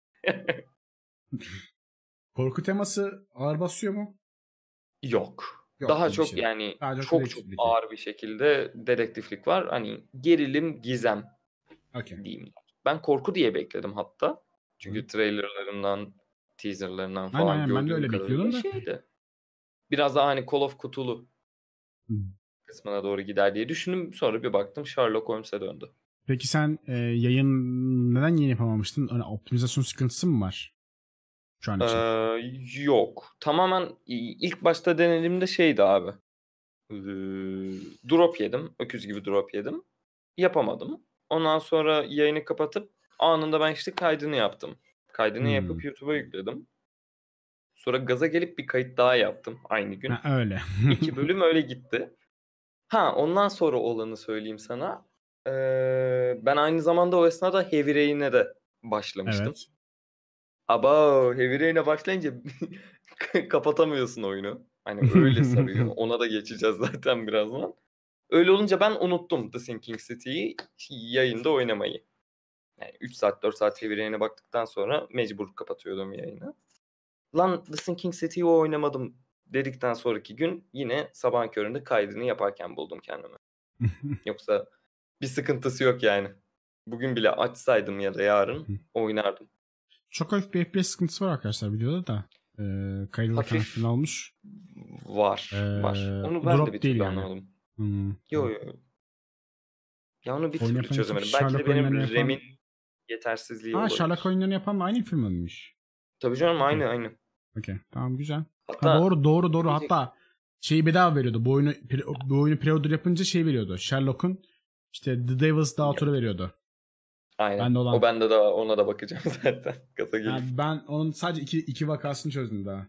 korku teması ağır basıyor mu? Yok. Yok Daha gibi bir çok şey. yani Sadece çok dedektiflik. ağır bir şekilde dedektiflik var. Hani gerilim, gizem Okey. diyeyim. Ben korku diye bekledim hatta. Çünkü trailerlarından, teaserlarından Aynen falan aynen ben de gördüğüm öyle bekliyordum kadarıyla da. şeydi. Biraz daha hani Call of Cthulhu Hı. kısmına doğru gider diye düşündüm. Sonra bir baktım Sherlock Holmes'e döndü. Peki sen yayın neden yayın yapamamıştın? Hani optimizasyon sıkıntısı mı var şu an için? Yok. Tamamen ilk başta denediğimde şeydi abi. Drop yedim. Öküz gibi drop yedim. Yapamadım. Ondan sonra yayını kapatıp anında ben işte kaydını yaptım. Kaydını yapıp YouTube'a yükledim. Sonra gaza gelip bir kayıt daha yaptım aynı gün. Ha, öyle. 2 bölüm öyle gitti. Ondan sonra olanı söyleyeyim sana. Ben aynı zamanda o esnada Heavy Rain'e de başlamıştım. Evet. Aba Heavy Rain'e başlayınca kapatamıyorsun oyunu. Hani öyle sarıyor. Ona da geçeceğiz zaten birazdan. Öyle olunca ben unuttum The Sinking City'yi yayında oynamayı. Yani 3 saat 4 saat Heavy Rain'e baktıktan sonra mecbur kapatıyordum yayını. Lan The Sinking City'yi oynamadım dedikten sonraki gün yine sabahın köründe kaydını yaparken buldum kendimi. Yoksa bir sıkıntısı yok yani. Bugün bile açsaydım ya da yarın oynardım. Çok hafif bir FPS sıkıntısı var arkadaşlar videoda da. Kaydırırken Hafif falan olmuş. var. Onu ben de Drop bir değil türlü yani. anlamadım. Hmm. Yo. Ya onu bir Oyun türlü yapan çözemedim. ekip Belki de Sherlock benim oyunlarını yapan... RAM'in yetersizliği olabilir. Sherlock oyunlarını yapan da aynı firma mıymış? Tabii canım Okey. aynı. Okey. Tamam güzel. Hatta Doğru. Hatta şeyi bedava veriyordu. Bu oyunu pre-order yapınca şey veriyordu. Sherlock'un işte The Devil's Daughter'ı veriyordu. aynen. Bende olan. O bende de ona da bakacağım zaten. Gaza gelip. Yani ben onun sadece iki vakasını çözdüm daha.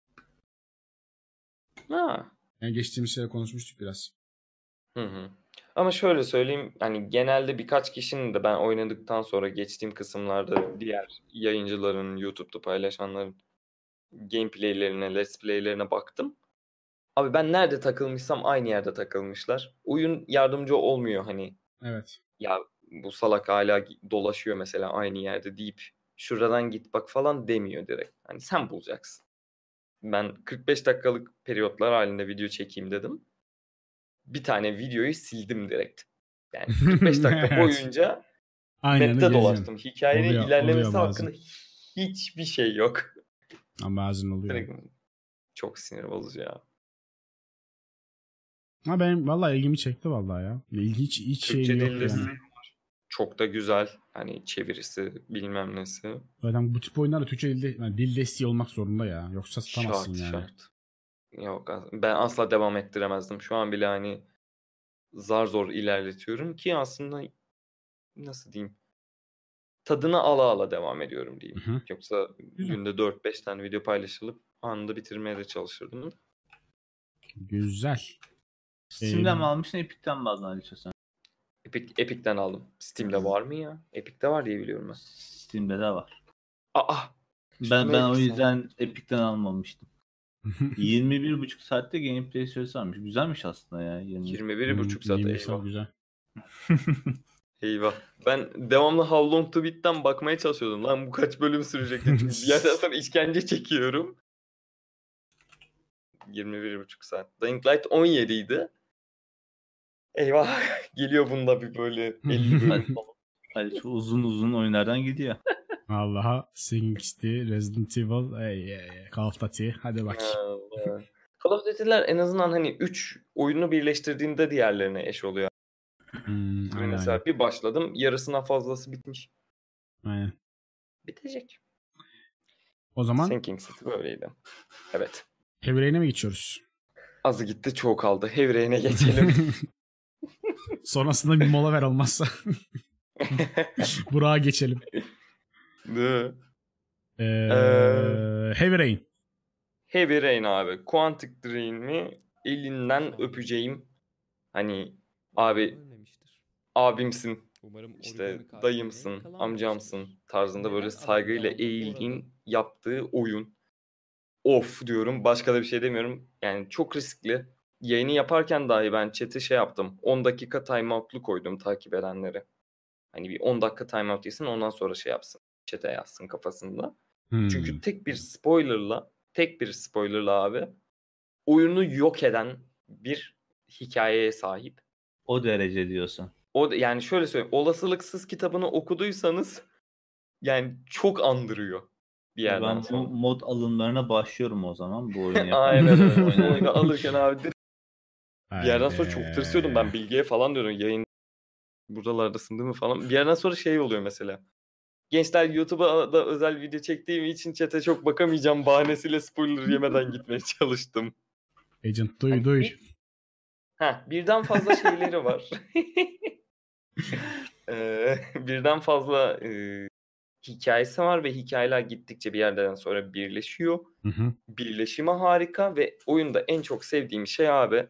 Yani geçtiğimiz şeyde konuşmuştuk biraz. Hı. Ama şöyle söyleyeyim, hani genelde birkaç kişinin de ben oynadıktan sonra geçtiğim kısımlarda diğer yayıncıların, YouTube'da paylaşanların gameplaylerine, let's playlerine baktım. Abi ben nerede takılmışsam aynı yerde takılmışlar. Oyun yardımcı olmuyor hani. Evet. Ya bu salak hala dolaşıyor mesela aynı yerde deyip şuradan git bak falan demiyor direkt. Hani sen bulacaksın. Ben 45 dakikalık periyotlar halinde video çekeyim dedim. Bir tane videoyu sildim direkt. Yani 45 dakika Evet. boyunca Aynen map'te geziyorum. dolaştım. Hikayenin Oluyor ilerlemesi bazen. hakkında hiçbir şey yok. Ama bazen oluyor. Direkt çok sinir bozucu ya. Ama benim vallahi ilgimi çekti vallahi ya. Hiç şeyim Türkçe yok dil yani. desteği var. Çok da güzel. Hani çevirisi bilmem nesi. Zaten bu tip oyunlarda Türkçe yani dil desteği olmak zorunda ya. Yoksa satamazsın yani. Şart. Yok ben asla devam ettiremezdim. Şu an bile hani zar zor ilerletiyorum ki aslında nasıl diyeyim, tadını ala ala devam ediyorum diyeyim. Hı. Yoksa Güzel. günde 4-5 tane video paylaşılıp anında bitirmeye de çalışırdım. Güzel. Steam'den mi almışsın, Epic'ten mi aldın Ali sen? Epic'ten aldım. Steam'de var mı ya? Epic'te var diye biliyorum ben. Steam'de de var. Üstüme Ben o Epic yüzden Epic'ten almamıştım. 21,5 saatte gameplay süresi varmış. Güzelmiş aslında ya. 21,5 saat 25 saat eyvah. güzel. Eyvah. Ben devamlı How Long to Beat'ten bakmaya çalışıyordum. Lan bu kaç bölüm sürecek diye. Çünkü bir yerden sonra işkence çekiyorum. 21,5 saat. Dying Light 17 idi. Eyvah. Geliyor bunda bir böyle 50 bölüm falan. Hadi şu uzun oyunlardan gidiyor. Allah'a Singing City, Resident Evil, Call of Duty. Hadi bak. Allah. Call of Duty'ler en azından hani 3 oyunu birleştirdiğinde diğerlerine eş oluyor. Aynen. Mesela bir başladım, yarısından fazlası bitmiş. Aynen. Bitecek. O zaman Sinking City böyleydi. Evet. Heavy Rain'e mi geçiyoruz? Azı gitti çoğu kaldı. Heavy Rain'e geçelim. Sonrasında bir mola ver olmazsa. Burak'a geçelim. Değil mi? Heavy Rain. Heavy Rain abi. Quantic Dream'i elinden öpeceğim. Hani abi Ölmemiştir. abimsin, Umarım işte origami katilinin dayımsın, kalan amcamsın başıdır. tarzında böyle Neden saygıyla adamı eğildiğin yaptığı oyun. Of diyorum. Başka da bir şey demiyorum. Yani çok riskli. Yayını yaparken dahi ben chat'e şey yaptım. 10 dakika timeout'lu koydum takip edenlere. Hani bir 10 dakika timeout yesin ondan sonra şey yapsın. Chat'e yazsın kafasında. Çünkü tek bir spoilerla abi oyunu yok eden bir hikayeye sahip. O derece diyorsun. O yani şöyle söyleyeyim. Olasılıksız kitabını okuduysanız yani çok andırıyor bir yerden Ben bu sonra. mod alımlarına başlıyorum o zaman. Bu oyunu Aynen yaparken. öyle. Bu oyunu alırken abi bir yerden Haydi. sonra çok tırsıyordum. Ben Bilge'ye falan diyordum. Yayın buralardasın değil mi falan. Bir yerden sonra şey oluyor mesela. Gençler YouTube'a da özel video çektiğim için chat'e çok bakamayacağım bahanesiyle spoiler yemeden gitmeye çalıştım. Agent duy. Birden fazla şeyleri var. Birden fazla hikayesi var ve hikayeler gittikçe bir yerden sonra birleşiyor. Hı. Birleşimi harika ve oyunda en çok sevdiğim şey abi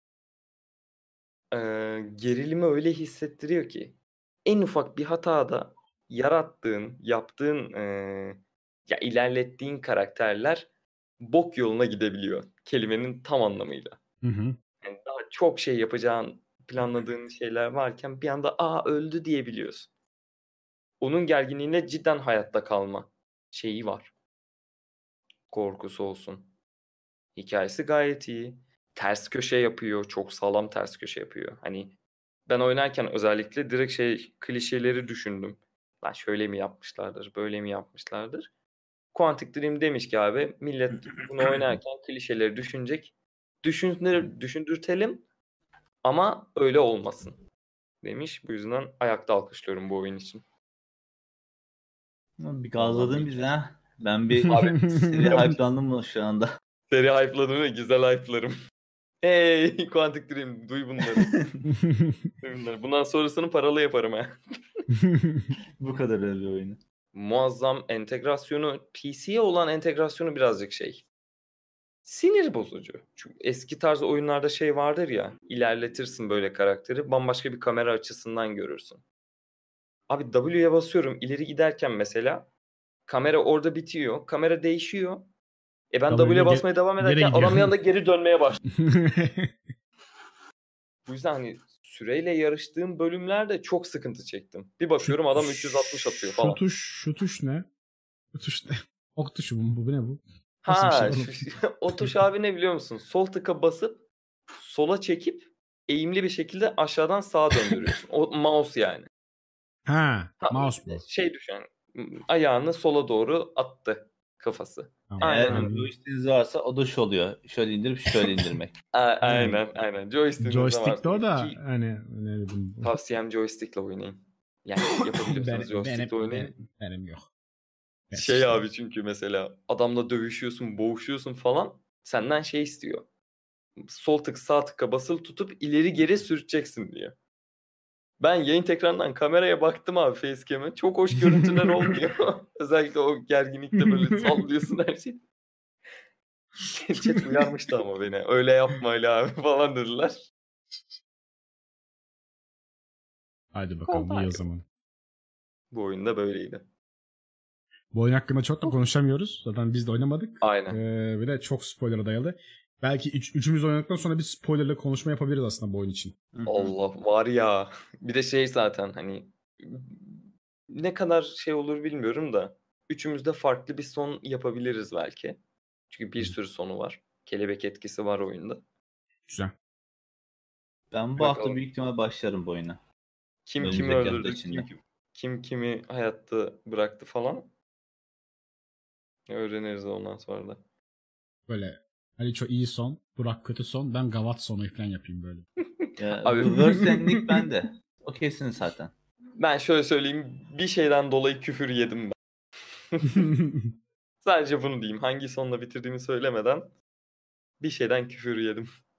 gerilimi öyle hissettiriyor ki en ufak bir hatada yaptığın ya ilerlettiğin karakterler bok yoluna gidebiliyor. Kelimenin tam anlamıyla. Hı. Yani daha çok şey yapacağın, planladığın şeyler varken bir anda öldü diyebiliyorsun. Onun gerginliğine cidden hayatta kalma şeyi var. Korkusu olsun. Hikayesi gayet iyi. Ters köşe yapıyor. Çok sağlam ters köşe yapıyor. Hani ben oynarken özellikle direkt klişeleri düşündüm. Lan şöyle mi yapmışlardır, böyle mi yapmışlardır? Quantic Dream demiş ki abi millet bunu oynarken klişeleri düşünecek. Düşündürtelim ama öyle olmasın demiş. Bu yüzden ayakta alkışlıyorum bu oyun için. Bir Vallahi gazladın iyi. bizi ha. Ben bir Abi seri hype'landım mı şu anda? seri hype'ladım ve güzel hype'larım. Hey Quantic Dream duy bunları. Duy bunları. Bundan sonrasını paralı yaparım ha. Bu kadar öyle bir oyunu. Muazzam entegrasyonu, PC'ye olan entegrasyonu birazcık sinir bozucu. Çünkü eski tarz oyunlarda şey vardır ya, ilerletirsin böyle karakteri, bambaşka bir kamera açısından görürsün. Abi W'ye basıyorum ileri giderken mesela kamera orada bitiyor, kamera değişiyor. Ben W'ye basmaya devam geri ederken gidiyor. adam yanında geri dönmeye başlıyor. Bu yüzden hani süreyle yarıştığım bölümlerde çok sıkıntı çektim. Bir bakıyorum adam 360 atıyor falan. Şu tuş ne? Bu tuş ne? Ok tuşu bu ne bu? Nasıl bir şey oğlum? O tuş abi ne biliyor musun? Sol tıka basıp sola çekip eğimli bir şekilde aşağıdan sağa döndürüyorsun. O mouse yani. Mouse bu. Düşün. Ayağını sola doğru attı kafası. Tamam, Aynen. Eğer joystick'iniz varsa o da şu oluyor. Şöyle indirip şöyle indirmek. Aynen. Joystick'te o da hani ne dedim. Tavsiyem joystick'le oynayın. Yani yapabiliyorsanız joystick'le oynayın. Benim yok. Abi çünkü mesela adamla dövüşüyorsun, boğuşuyorsun falan. Senden istiyor. Sol tık sağ tıka basılı tutup ileri geri sürteceksin diye. Ben yayın tekrarından kameraya baktım abi facecam'e. Çok hoş görüntüler olmuyor. Özellikle o gerginlikte böyle sallıyorsun her şeyi. Chat uyarmıştı ama beni. Öyle yapma Ali abi falan dediler. Hadi bakalım iyi o zaman. Bu oyunda böyleydi. Bu oyun hakkında çok da konuşamıyoruz. Zaten biz de oynamadık. Aynen. Bir de çok spoiler'a dayalı. Belki üçümüz oynadıktan sonra bir spoilerla konuşma yapabiliriz aslında bu oyun için. Allah var ya. Bir de zaten hani ne kadar olur bilmiyorum da üçümüz de farklı bir son yapabiliriz belki. Çünkü bir sürü sonu var. Kelebek etkisi var oyunda. Güzel. Ben bu Bakalım. hafta büyük ihtimal başlarım bu oyuna. Kim Önümüzdeki kimi hafta öldürdü, içinde. kim kimi hayatta bıraktı falan. Öğreniriz ondan sonra da. Böyle Ali çok iyi son, Burak kötü son, ben gavat sonu falan yapayım böyle. Ya, Abi- Worst Ending bende. O kesin zaten. Ben şöyle söyleyeyim, bir şeyden dolayı küfür yedim ben. Sadece bunu diyeyim. Hangi sonla bitirdiğimi söylemeden bir şeyden küfür yedim.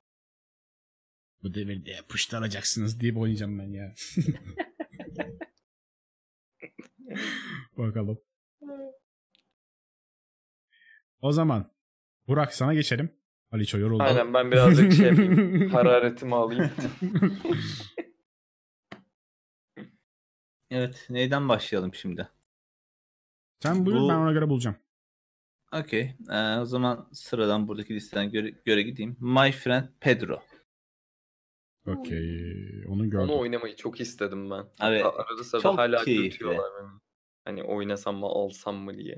Bu devirde puşlanacaksınız deyip oynayacağım ben ya. Bakalım. O zaman Burak sana geçelim. Aliço yoruldu. Aynen, ben birazcık şey yapayım. Hararetimi alayım. Evet, neyden başlayalım şimdi? Sen buyur, ben ona göre bulacağım. Okey. O zaman sıradan buradaki listeden göre gideyim. My Friend Pedro. Okey. Onu gördüm. Onu oynamayı çok istedim ben. Abi, Arada sırada çok hala keyifli. dürtüyorlar beni. Hani oynasam mı alsam mı diye.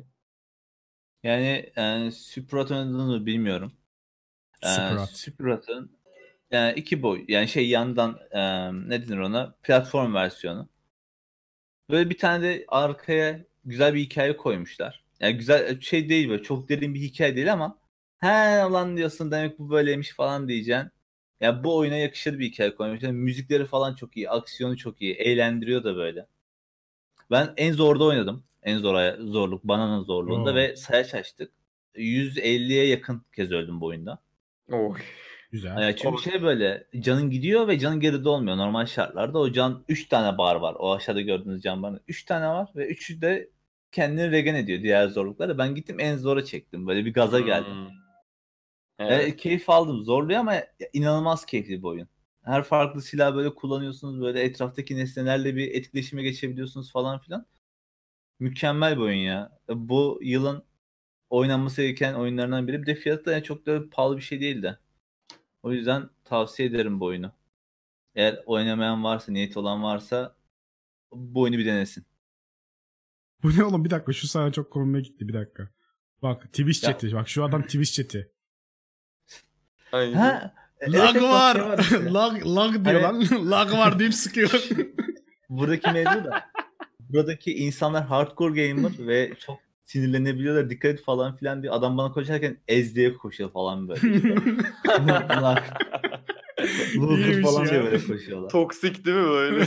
Yani Superhot oynadığını bilmiyorum. Superhot. Superhot'un iki boy, yani yandan ne denir ona, platform versiyonu. Böyle bir tane de arkaya güzel bir hikaye koymuşlar. Yani güzel şey değil, böyle çok derin bir hikaye değil ama he lan diyorsun, demek bu böyleymiş falan diyeceksin. Ya bu oyuna yakışır bir hikaye koymuşlar. Müzikleri falan çok iyi, aksiyonu çok iyi, eğlendiriyor da böyle. Ben en zorda oynadım. En zorluk banana zorluğunda ve sayaç açtık. 150'ye yakın kez öldüm bu oyunda. Oy. Güzel. Yani çünkü böyle canın gidiyor ve canın geride olmuyor. Normal şartlarda o can 3 tane bar var. O aşağıda gördüğünüz can barın 3 tane var ve 3'ü de kendini regen ediyor diğer zorluklara. Ben gittim en zora çektim. Böyle bir gaza geldim. Evet. Keyif aldım. Zorluyor ama inanılmaz keyifli bir oyun. Her farklı silah böyle kullanıyorsunuz. Böyle etraftaki nesnelerle bir etkileşime geçebiliyorsunuz falan filan. Mükemmel bir oyun ya. Bu yılın oynanması gereken oyunlarından biri. Bir de fiyatı da çok da pahalı bir şey değildi. O yüzden tavsiye ederim bu oyunu. Eğer oynamayan varsa, niyeti olan varsa bu oyunu bir denesin. Bu ne oğlum, bir dakika, şu sana çok komime gitti, bir dakika. Bak Twitch Ya. chat'i. Bak şu adam Twitch chat'i. Aynen. Ha, Lag evet, var. şey var işte. lag diyor Hani- lan. Lag var deyip sıkıyor. Buradaki mevzu da. Buradaki insanlar hardcore gamer ve çok sinirlenebiliyorlar. Dikkat et falan filan diye. Adam bana koşarken ez diye koşuyor falan böyle işte. Loser İyiymiş falan ya. diye böyle koşuyorlar. Toksik değil mi böyle?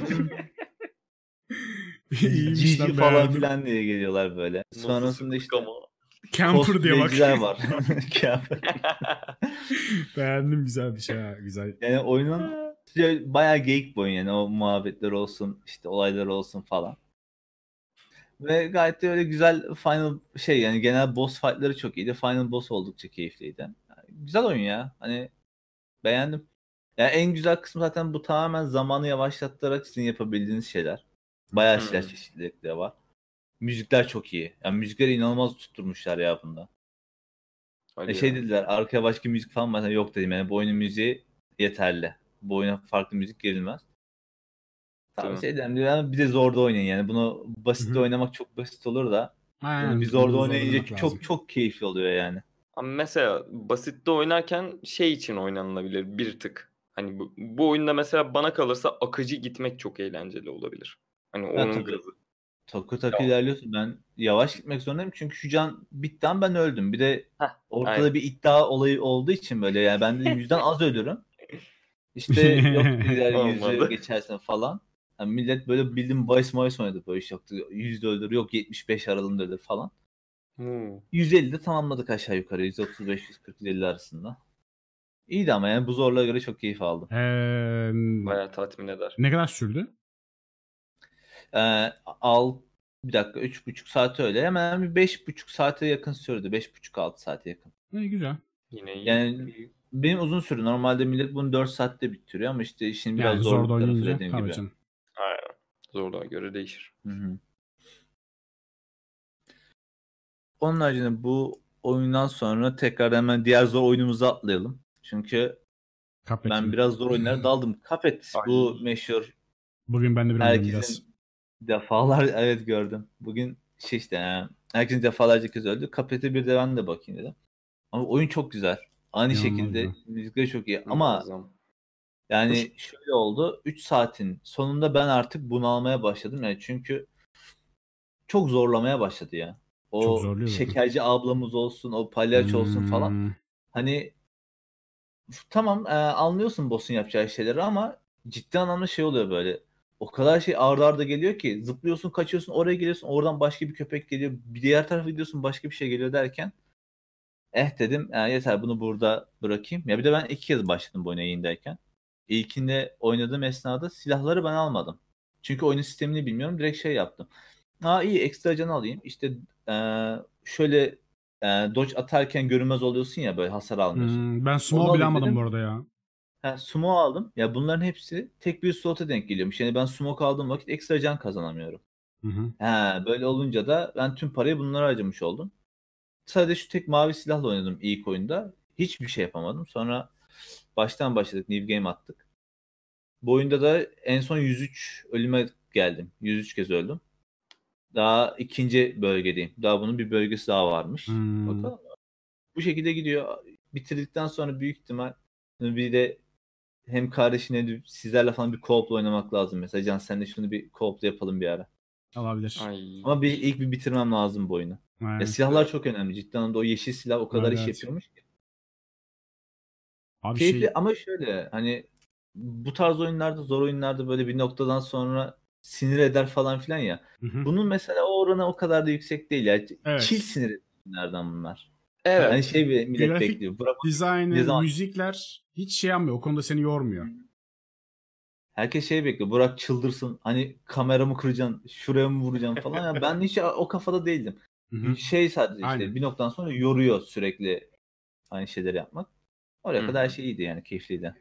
İyiymiş lan, GG falan beğendim. filan diye geliyorlar böyle. Nasıl Sonrasında sıktık işte ama. Camper diye bak. cosplayciler var. Camper. Beğendim, güzelmiş ha. Güzel. Yani oyunun bayağı geyik bir oyun, yani o muhabbetler olsun, işte olaylar olsun falan. Ve gayet de öyle güzel final yani genel boss fight'ları çok iyiydi. Final boss oldukça keyifliydi. Yani güzel oyun ya. Hani beğendim. Yani en güzel kısmı zaten bu, tamamen zamanı yavaşlatarak sizin yapabildiğiniz şeyler. Bayağı silah çeşitlilikleri var. Müzikler çok iyi. Yani müzikleri inanılmaz tutturmuşlar ya bunda. Hadi Şey ya. dediler, arkaya başka müzik falan var. Yok dedim, yani bu oyunun müziği yeterli. Bu oyuna farklı müzik girilmez. Tavsiye ederim. Yani bir de zorda oynayın yani. Bunu basitte Hı hı. oynamak çok basit olur da. Aynen, Bir zorda bunu oynayınca zorlamak lazım. çok çok keyifli oluyor yani. Ama mesela basitte oynarken şey için oynanılabilir bir tık. Hani bu oyunda mesela bana kalırsa akıcı gitmek çok eğlenceli olabilir. Hani Ha, onun tabii. gazı. Takı takı Tamam. ilerliyorsun. Ben yavaş gitmek zorundayım çünkü şu can bitti an ben öldüm. Bir de Heh, ortada aynen. bir iddia olayı olduğu için böyle, yani ben de 100'den az ölürüm. İşte yok dediler 100'ü Olmadı. geçersin falan. Yani millet böyle bildiğin bahis oynadı böyle, işte 100'de ölür, yok 75 aralığında ölür falan. 150'de tamamladık aşağı yukarı, 135 140 150 arasında. İyiydi ama yani bu zorluğa göre çok keyif aldım. Bayağı tatmin eder. Ne kadar sürdü? Bir dakika, 3,5 saat öyle. Hemen bir 5,5 saate yakın sürdü. 5,5-6 saate yakın. Güzel. Yine iyi. Yani benim uzun sürdü. Normalde millet bunu 4 saatte bitiriyor ama işte işin biraz Yani zorda zorluk tarafı oynayınca dediğim tabii gibi. canım. Aynen. Zorluğa göre değişir. Hı-hı. Onun haricinde bu oyundan sonra tekrar hemen diğer zor oyunumuza atlayalım. Çünkü Cuphead ben mi? biraz zor oyunlara daldım. Cuphead, Ay. bu meşhur, Bugün ben de biraz oynadım herkesin defalar evet gördüm. Bugün işte herkesin defalarca kez öldü. Cuphead'e bir de ben de bakayım dedim. Ama oyun çok güzel. Aynı İnanılmaz şekilde güzel. müzikleri çok iyi. Ama Muazzam. yani şöyle oldu. 3 saatin sonunda ben artık bunalmaya başladım. Yani çünkü çok zorlamaya başladı ya. Çok O zorluyor zaten. şekerci ablamız olsun, o palyaço olsun falan. Hani tamam, anlıyorsun boss'un yapacağı şeyleri ama ciddi anlamda şey oluyor böyle. O kadar şey arda arda geliyor ki, zıplıyorsun, kaçıyorsun, oraya geliyorsun, oradan başka bir köpek geliyor. Bir diğer tarafa gidiyorsun, başka bir şey geliyor derken dedim yeter, bunu burada bırakayım. Ya bir de ben 2 kez başladım bu oyuna yayındayken. İlkinde oynadığım esnada silahları ben almadım. Çünkü oyunun sistemini bilmiyorum. Direkt şey yaptım. İyi ekstra can alayım. İşte şöyle dodge atarken görünmez oluyorsun ya, böyle hasar almıyorsun. Ben Onu smoke bile alayım almadım dedim. bu arada ya. Smoke aldım. Ya bunların hepsi tek bir slota denk geliyormuş. Yani ben smoke aldığım vakit ekstra can kazanamıyorum. Hı hı. Böyle olunca da ben tüm parayı bunlara harcamış oldum. Sadece şu tek mavi silahla oynadım ilk oyunda. Hiçbir şey yapamadım. Sonra baştan başladık. New game attık. Bu oyunda da en son 103 ölüme geldim. 103 kez öldüm. Daha ikinci bölgedeyim. Daha bunun bir bölgesi daha varmış. Bakalım. Bu şekilde gidiyor. Bitirdikten sonra büyük ihtimal bir de hem kardeşine hem de sizlerle falan bir co-op'la oynamak lazım. Mesela Can, sen de şunu bir co-op'la yapalım bir ara. Olabilir. Ay. Ama ilk bir bitirmem lazım bu oyunu. Aynen. Ya silahlar çok önemli. Cidden anlamda o yeşil silah o kadar Evet, iş evet. yapıyormuş ki. Abi Keyifli ama şöyle hani bu tarz oyunlarda, zor oyunlarda böyle bir noktadan sonra sinir eder falan filan ya. Hı hı. Bunun mesela o oranı o kadar da yüksek değil ya. Evet. Chill sinir edenlerden bunlar. Evet. Hani şey bir millet Grafik bekliyor. Burak ne dizaynı, zaman? müzikler hiç şey yapmıyor. O konuda seni yormuyor. Herkes şey bekliyor. Burak çıldırsın. Hani kameramı kıracaksın, şuraya mı vuracaksın falan. Ya ben hiç o kafada değildim. Hı hı. Şey sadece işte Aynen. bir noktadan sonra yoruyor sürekli aynı şeyleri yapmak. Oraya Hı. kadar her şey iyiydi yani, keyifliydi.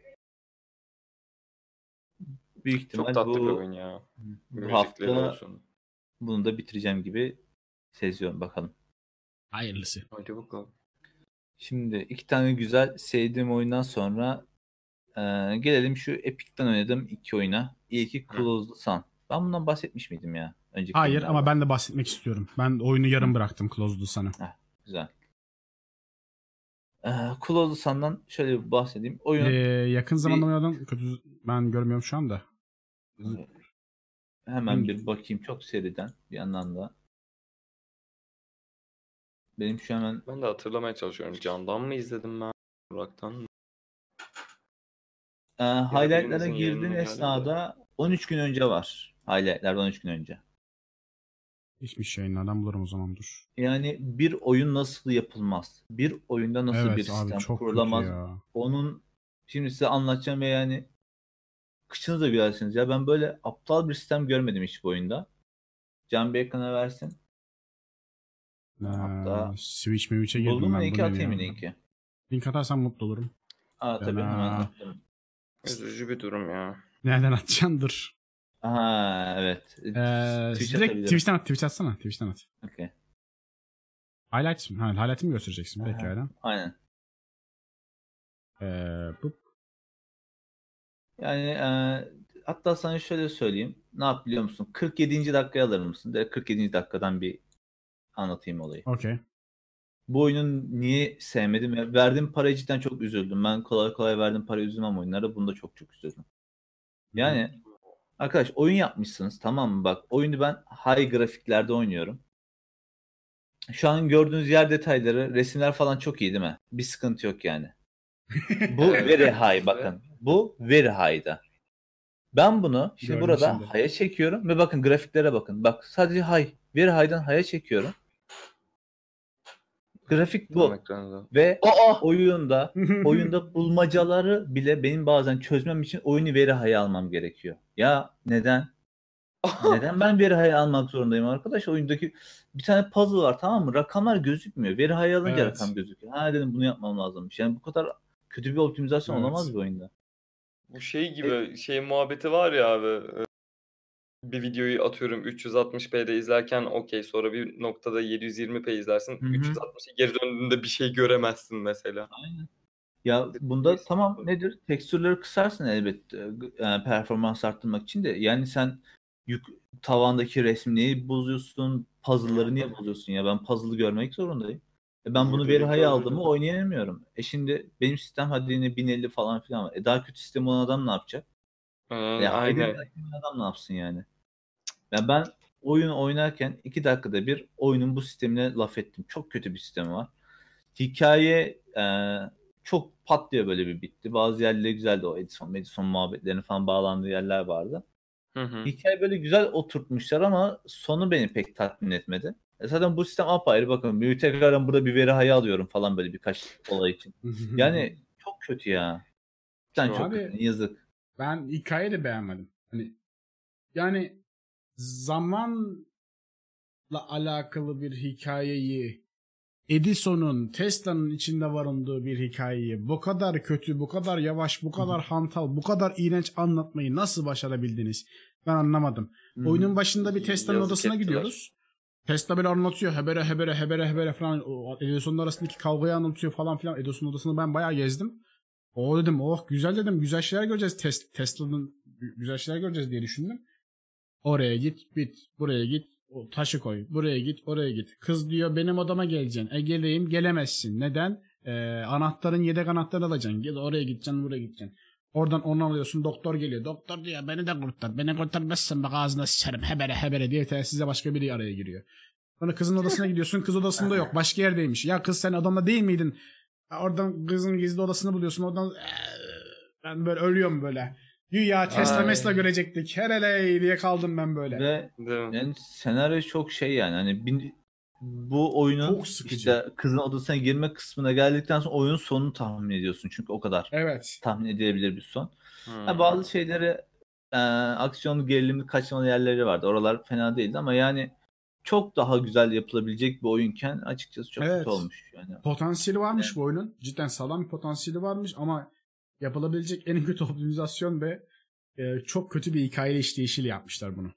Büyük Çok ihtimal tatlı bir bu oyun ya. bu Müzikleri hafta olsun. bunu da bitireceğim gibi seziyorum, bakalım. Hayırlısı. Hadi bakalım. Şimdi iki tane güzel sevdiğim oyundan sonra gelelim şu Epic'ten oynadığım iki oyuna. İlki Closed Sun. Ben bundan bahsetmiş miydim ya önceki Hayır bölümlerde? ama ben de bahsetmek istiyorum. Ben oyunu yarım bıraktım Closed'u sana. Güzel. Closed Sun'dan şöyle bir bahsedeyim. Oyun Yakın zamanda oynadın. Kötü ben görmüyorum şu anda. hemen bir bakayım çok seriden bir yandan da. Benim şu hemen Ben de hatırlamaya çalışıyorum. Can'dan mı izledim ben? Burak'tan mı? highlightlara birimizin girdiğin yayınını esnada 13 gün önce var. Highlightlardan 13 gün önce. Hiçbir yayınlardan bulurum o zaman, dur. Yani bir oyun nasıl yapılmaz? Bir oyunda nasıl bir Evet abi, sistem çok kötü kurulamaz? ya. Onun şimdi size anlatacağım ve yani kıçınıza gülersiniz. Ya ben böyle aptal bir sistem görmedim hiç bu oyunda. Can bir ekrana versin. Hatta Switch'e girdim buldum mu ben, bu linki, ne atayım ya? mı linki? Link atarsan mutlu olurum. Tabii hemen attım. Üzücü bir durum ya. Nereden atacaksın, dur. Evet. Twitch Direkt atabilirim. Twitch'ten at, Twitch'ten atsana. Twitch'ten at. Okay. Highlights mi? Ha, highlight'ı mı göstereceksin? Pekala. Aynen. Bu. Yani hatta sana şöyle söyleyeyim. Ne yap biliyor musun? 47. dakikaya alır mısın? Direkt 47. dakikadan bir anlatayım olayı. Okey. Bu oyunun niye sevmedim? Ya, verdiğim paraya cidden çok üzüldüm. Ben kolay kolay verdiğim parayı üzülmem oyunlara. Bunda çok çok üzüldüm. Yani arkadaş oyun yapmışsınız, tamam mı? Bak oyunu ben high grafiklerde oynuyorum. Şu an gördüğünüz yer detayları, resimler falan çok iyi değil mi? Bir sıkıntı yok yani. Bu Evet. very high bakın. Bu very high'da. Ben bunu şimdi Gördüm burada şimdi. high'a çekiyorum ve bakın grafiklere bakın. Bak sadece high. Very high'dan high'a çekiyorum. Grafik Tam bu. ekranda. Ve oyunda bulmacaları bile benim bazen çözmem için oyunu very high'a almam gerekiyor. Ya neden? Neden ben very high almak zorundayım arkadaş? Oyundaki bir tane puzzle var, tamam mı? Rakamlar gözükmüyor. Very high alınca Evet. rakam gözüküyor. Ha dedim, bunu yapmam lazımmış. Yani bu kadar kötü bir optimizasyon Evet. olamaz bir oyunda. Bu şey gibi muhabbeti var ya abi. Bir videoyu atıyorum 360p'de izlerken okey, sonra bir noktada 720p izlersin. 360'a geri döndüğünde bir şey göremezsin mesela. Aynen. Ya bunda tamam nedir? Tekstürleri kısarsın elbette performans arttırmak için de. Yani sen tavandaki resmi niye bozuyorsun? Puzzle'ları niye bozuyorsun ya? Ben puzzle'ı görmek zorundayım. Ben bunu very high aldığımı oynayamıyorum. Şimdi benim sistem hadi yine 1050 falan filan var. Daha kötü sistem olan adam ne yapacak? Aynen. Adam ne yapsın yani? Ya ben oyun oynarken 2 dakikada bir oyunun bu sistemine laf ettim. Çok kötü bir sistemi var. Hikaye çok patlıyor, böyle bir bitti. Bazı yerleri güzeldi, o Edison muhabbetlerine falan bağlandığı yerler vardı. Hikaye böyle güzel oturtmuşlar ama sonu beni pek tatmin etmedi. Zaten bu sistem apayrı, bakın bir tekrardan burada bir veri hayal alıyorum falan böyle birkaç olay için. Yani çok kötü ya. Cidden çok Abi, kötü, yazık. Ben hikayeyi de beğenmedim. Hani yani zamanla alakalı bir hikayeyi, Edison'un, Tesla'nın içinde barındığı bir hikayeyi bu kadar kötü, bu kadar yavaş, bu kadar hantal, bu kadar iğrenç anlatmayı nasıl başarabildiniz? Ben anlamadım. Oyunun başında bir Tesla'nın Yazık odasına ettiler. gidiyoruz. Tesla böyle anlatıyor. Hebere hebere hebere hebere falan. O Edison'un arasındaki kavgayı anlatıyor falan filan. Edison'un odasını ben bayağı gezdim. O dedim, oh güzel dedim. Güzel şeyler göreceğiz. Tesla'nın güzel şeyler göreceğiz diye düşündüm. Oraya git, bit. Buraya git. O taşı koy. Buraya git, oraya git. Kız diyor benim odama geleceksin. Geleyim, gelemezsin. Neden? Anahtarın yedek anahtarı alacaksın. Gel oraya gideceksin, buraya gideceksin. Oradan onu alıyorsun. Doktor geliyor. Doktor diyor beni de kurtar. Beni kurtarmazsan bak ağzına sıçarım. Hebere hebere diye telsize başka biri araya giriyor. Sonra kızın odasına gidiyorsun. Kız odasında yok. Başka yerdeymiş. Ya kız sen adamla değil miydin? Oradan kızın gizli odasını buluyorsun. Oradan ben böyle ölüyorum böyle. Güya Tesla Mesla görecektik. Hereley diye kaldım ben böyle. Ve yani senaryo çok şey yani hani bu oyunun Çok sıkıcı. işte kızın odasına girme kısmına geldikten sonra oyunun sonunu tahmin ediyorsun. Çünkü o kadar Evet. tahmin edilebilir bir son. Bazı şeyleri aksiyonlu gerilimli kaçmalı yerleri vardı. Oralar fena değildi ama yani çok daha güzel yapılabilecek bir oyunken açıkçası çok kötü olmuş. Yani. Potansiyeli varmış bu oyunun. Cidden sağlam bir potansiyeli varmış ama yapılabilecek en kötü optimizasyon ve çok kötü bir hikaye işleyişiyle yapmışlar bunu.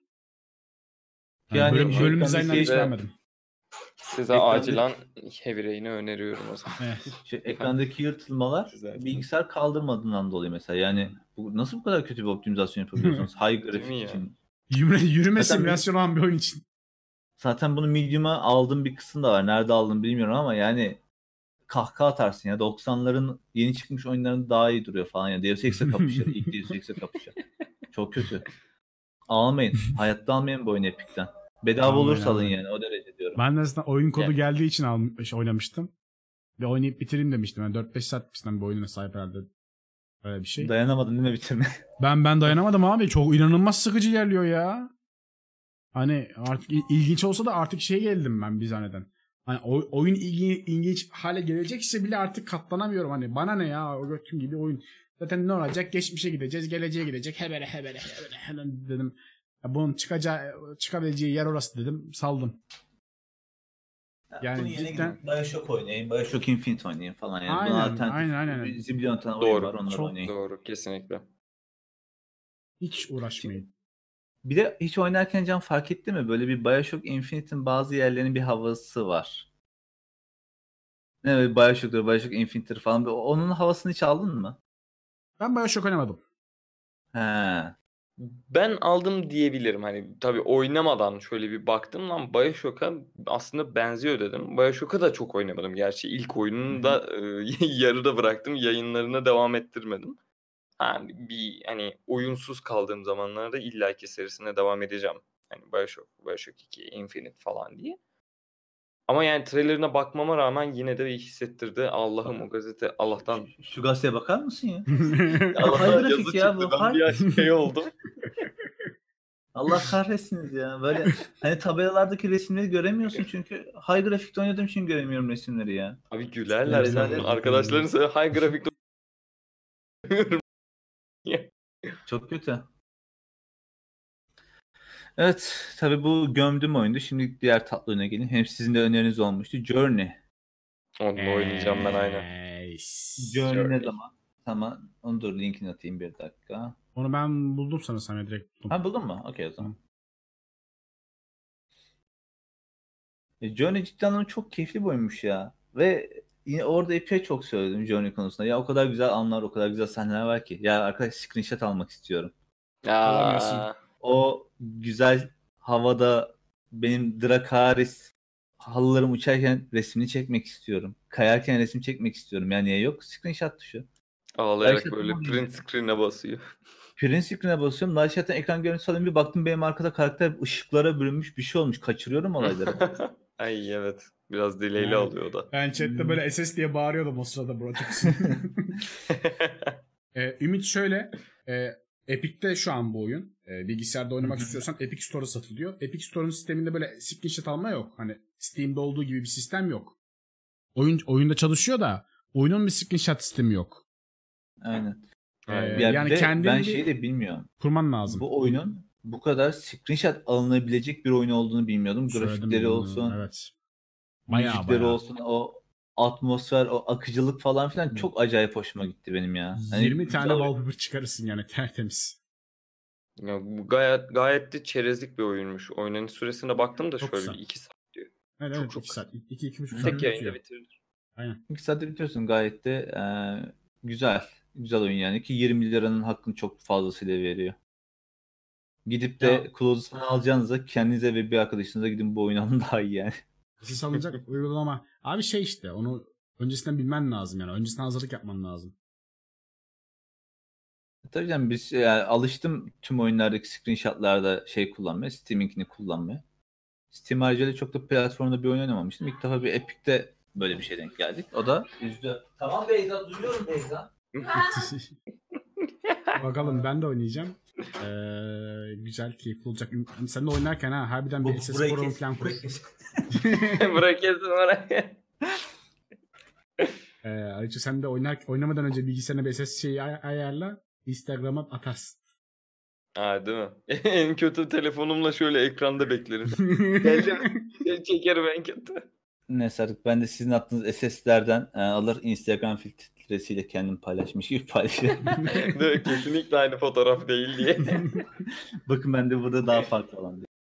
Yani bölüm dizaynlarını hiç beğenmedim. Size acilen Heavy Rain'i öneriyorum o zaman. Evet. Ekrandaki yırtılmalar bilgisayar kaldırmadığından dolayı mesela. Yani bu nasıl bu kadar kötü bir optimizasyon yapabiliyorsunuz? High grafik için. Yürüme simülasyonu olan bir oyun için. Zaten bunu Medium'a aldığım bir kısım da var. Nerede aldım bilmiyorum ama yani kahkaha atarsın ya. 90'ların yeni çıkmış oyunlarında daha iyi duruyor falan ya. Deus Ex'e kapışır. İlk Deus Ex'e kapışır. Çok kötü. Almayın. Hayatta almayın bu oyunu Epic'ten. Bedava olursa alın yani. O derece diyorum. Ben de aslında oyun kodu geldiği için oynamıştım. Ve oynayıp bitireyim demiştim. Yani 4-5 saat bir oyuna sahip herhalde. Öyle bir şey. Dayanamadın değil mi bitirme? Ben dayanamadım abi. Çok inanılmaz sıkıcı ilerliyor ya. Hani artık ilginç olsa da artık geldim ben bir zanneden. Hani oyun ilginç hale gelecekse bile artık katlanamıyorum. Hani bana ne ya o götüm gibi oyun. Zaten ne olacak? Geçmişe gideceğiz, geleceğe gidecek. Hebere dedim. Ya bunun çıkabileceği yer orası dedim. Saldım. Yani cidden BioShock oynayın, BioShock Infinite oynayın falan yani. Aynen. Zilyon tane oyun var, onları oynayın. Doğru, kesinlikle. Hiç uğraşmayın. Bir de hiç oynarken Can fark etti mi? Böyle bir BioShock Infinite'in bazı yerlerinin bir havası var. Ne böyle BioShock Infinite falan. Onun havasını hiç aldın mı? Ben BioShock oynamadım. He. Ben aldım diyebilirim. Hani tabii oynamadan şöyle bir baktım lan BioShock'a aslında benziyor dedim. BioShock'a da çok oynamadım. Gerçi ilk oyununu da yarıda bıraktım. Yayınlarına devam ettirmedim. Hani oyunsuz kaldığım zamanlarda illaki serisine devam edeceğim. Hani BioShock 2, Infinite falan diye. Ama yani trailerine bakmama rağmen yine de hissettirdi. Allah'ım o gazete Allah'tan. Şu gazeteye bakar mısın ya? Allah'tan grafik ya bu. Ben bir şey oldum. Allah kahretsin ya. Böyle hani tabelalardaki resimleri göremiyorsun çünkü high grafikte oynadığım için göremiyorum resimleri ya. Abi gülerler sen. Arkadaşların söyle high grafikte Çok kötü. Evet, tabii bu gömdüm oyundu. Şimdi diğer tatlı oyuna gelin. Hem sizin de öneriniz olmuştu. Journey. Onu oynayacağım ben aynen. Journey ne zaman? Tamam. Onu dur linkini atayım bir dakika. Onu ben buldum sanırsam ya direkt buldum. Ha buldun mu? Okey o zaman. Journey cidden çok keyifli bir oyunmuş ya. Ve yine orada epey çok söyledim Journey konusunda. Ya o kadar güzel anlar, o kadar güzel sahneler var ki. Ya arkadaş screenshot almak istiyorum. Ya. O güzel havada benim Drakaris halılarım uçarken resmini çekmek istiyorum. Kayarken resim çekmek istiyorum. Yani niye yok? Screenshot tuşu. Ağlayarak böyle print screen'e basıyor. Print screen'e basıyorum. Daha zaten ekran görüntüsü alayım bir baktım benim arkada karakter ışıklara bürünmüş bir şey olmuş. Kaçırıyorum olayları. Ay evet. Biraz delay'li alıyor o da. Ben chatte böyle SS diye bağırıyordum o sırada bro. Ümit şöyle. Epic'te şu an bu oyun. Bilgisayarda oynamak istiyorsan Epic Store'a satılıyor. Epic Store'un sisteminde böyle screenshot alma yok. Hani Steam'de olduğu gibi bir sistem yok. Oyunda çalışıyor da oyunun bir screenshot sistemi yok. Aynen. Aynen. Yani ve kendin ben bir şeyi de bilmiyorum. kurman lazım. Bu oyunun bu kadar screenshot alınabilecek bir oyun olduğunu bilmiyordum. Grafikleri olsun, Evet. müzikleri Bayağı. olsun, o atmosfer, o akıcılık falan filan çok acayip hoşuma gitti benim ya. Hani 20 güzel tane oyun. wallpaper çıkarırsın yani tertemiz. Ya, bu gayet de çerezlik bir oyunmuş. Oynanış süresine baktım da Çok şöyle kısa. 2 saat diyor. Evet, Çok evet, çok 2 kısa. saat. 2-2,5 Hı. saat Tek yayında bitiyor. bitirilir. Aynen. 2 saatte bitiyorsun gayet de güzel. Güzel oyun yani ki 20 liranın hakkını çok fazlasıyla veriyor. Gidip Ya de Close'u alacağınıza kendinize ve bir arkadaşınıza gidin bu oyunu alın daha iyi yani. siz alınacak uygulama. Abi şey işte onu öncesinden bilmen lazım yani. Öncesinden hazırlık yapman lazım. Tabii canım biz yani alıştım tüm oyunlardaki screenshotlarda şey kullanmaya, Steam'inkini kullanmaya. Steam haricinde çok da platformda bir oyun oynamamıştım. İlk defa bir Epic'te böyle bir şey denk geldik. O da üzdü. Tamam Beyza, duyuyorum Beyza. Bakalım ben de oynayacağım. Güzel, keyifli olacak. Sen de oynarken harbiden bir SS forum falan kur. Bırak kesin oraya. Ayrıca sen de oynamadan önce bilgisayarına bir SS şeyi ayarla. Instagram'a atarsın. Ha, değil mi? En kötü telefonumla şöyle ekranda beklerim. Geldi mi? Çekerim en kötü. Neyse artık ben de sizin attığınız SS'lerden alır Instagram filtresiyle kendim paylaşmış gibi paylaşıyorum. Değil mi? Kesinlikle aynı fotoğraf değil diye. Bakın ben de burada daha farklı olan diye.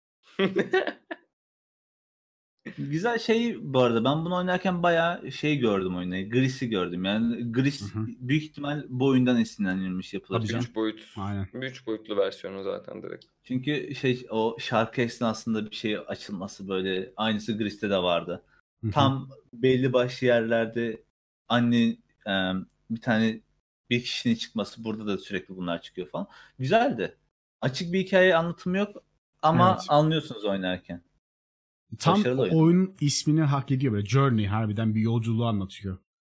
Güzel şey bu arada ben bunu oynarken bayağı şey gördüm oyunda. Gris'i gördüm. Yani Gris büyük ihtimal bu oyundan esinlenilmiş yapılır. Tabii canım. 3 boyut. Aynen. 3 boyutlu versiyonu zaten direkt. Çünkü şey o şarkı esnasında bir şey açılması böyle aynısı Gris'te de vardı. Tam belli başlı yerlerde anne bir tane bir kişinin çıkması burada da sürekli bunlar çıkıyor falan. Güzeldi. Açık bir hikaye anlatımı yok ama Evet. anlıyorsunuz oynarken. Tam Başarılı oyun. oyun ismini hak ediyor böyle. Journey harbiden bir yolculuğu anlatıyor.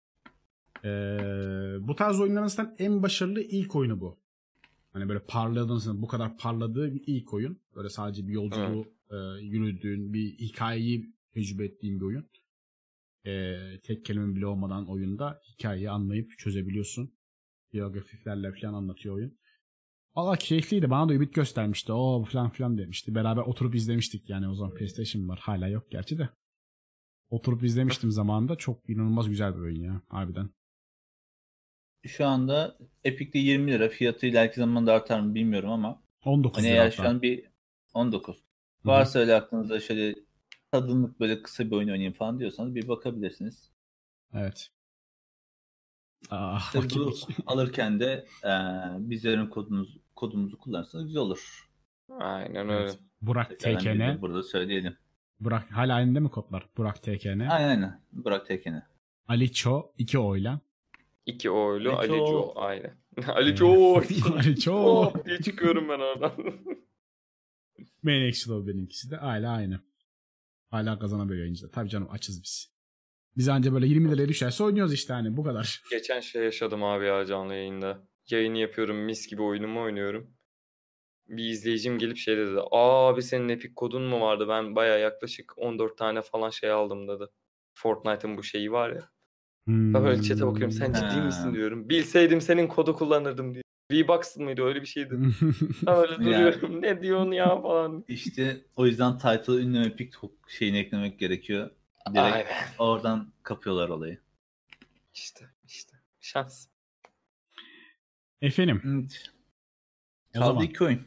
Bu tarz oyunların en başarılı ilk oyunu bu. Hani böyle parladığın, bu kadar parladığı bir ilk oyun. Böyle sadece bir yolculuğu yürüdüğün, bir hikayeyi tecrübe ettiğin bir oyun. Tek kelime bile olmadan oyunda hikayeyi anlayıp çözebiliyorsun. Biyografilerle falan anlatıyor oyun. Valla keyifliydi. Bana da ümit göstermişti. O falan filan demişti. Beraber oturup izlemiştik yani o zaman PlayStation var. Hala yok gerçi de. Oturup izlemiştim zamanında. Çok inanılmaz güzel bir oyun ya. Harbiden. Şu anda Epic'te 20 lira. Fiyatı ileriki zamanda artar mı bilmiyorum ama 19 hani lira eğer hatta. şu an bir 19. Varsa öyle aklınızda şöyle tadımlık böyle kısa bir oyun oynayayım falan diyorsanız bir bakabilirsiniz. Evet. Tabii bu alırken de bizlerin kodumuzu kullanırsanız güzel olur. Aynen öyle. Evet. Burak Tekrardan bir de TKN. burada söyleyelim. Burak hala elinde mi kodlar? Burak TKN. Aynen. Burak Tekin'i. Ali Ço 2 oyla. 2 oylu Ali Ali Ço. Ço. Aynen. Ali Ço. Ali Ço. Oh diye çıkıyorum ben oradan. Main Action benimkisi de hala aynı. Hala kazanabiliyor yayıncılar. Tabii canım açız biz. Biz anca böyle 20 liraya düşerse oynuyoruz işte hani bu kadar. Geçen şey yaşadım abi ya canlı yayında. Yayını yapıyorum, mis gibi oyunumu oynuyorum. Bir izleyicim gelip şey dedi. Abi senin Epic kodun mu vardı? Ben baya yaklaşık 14 tane falan şey aldım dedi. Fortnite'ın bu şeyi var ya. Ben böyle chat'e bakıyorum. Sen ciddi misin diyorum. Bilseydim senin kodu kullanırdım diyor. V-Bucks mıydı? Öyle bir şeydi. Ben öyle duruyorum. Ne diyorsun ya falan. İşte o yüzden title ünlü Epic şeyini eklemek gerekiyor. Direkt Aynen. oradan kapıyorlar olayı. İşte. Şans. Efendim. Evet. O Kaldı zaman. 2 oyun.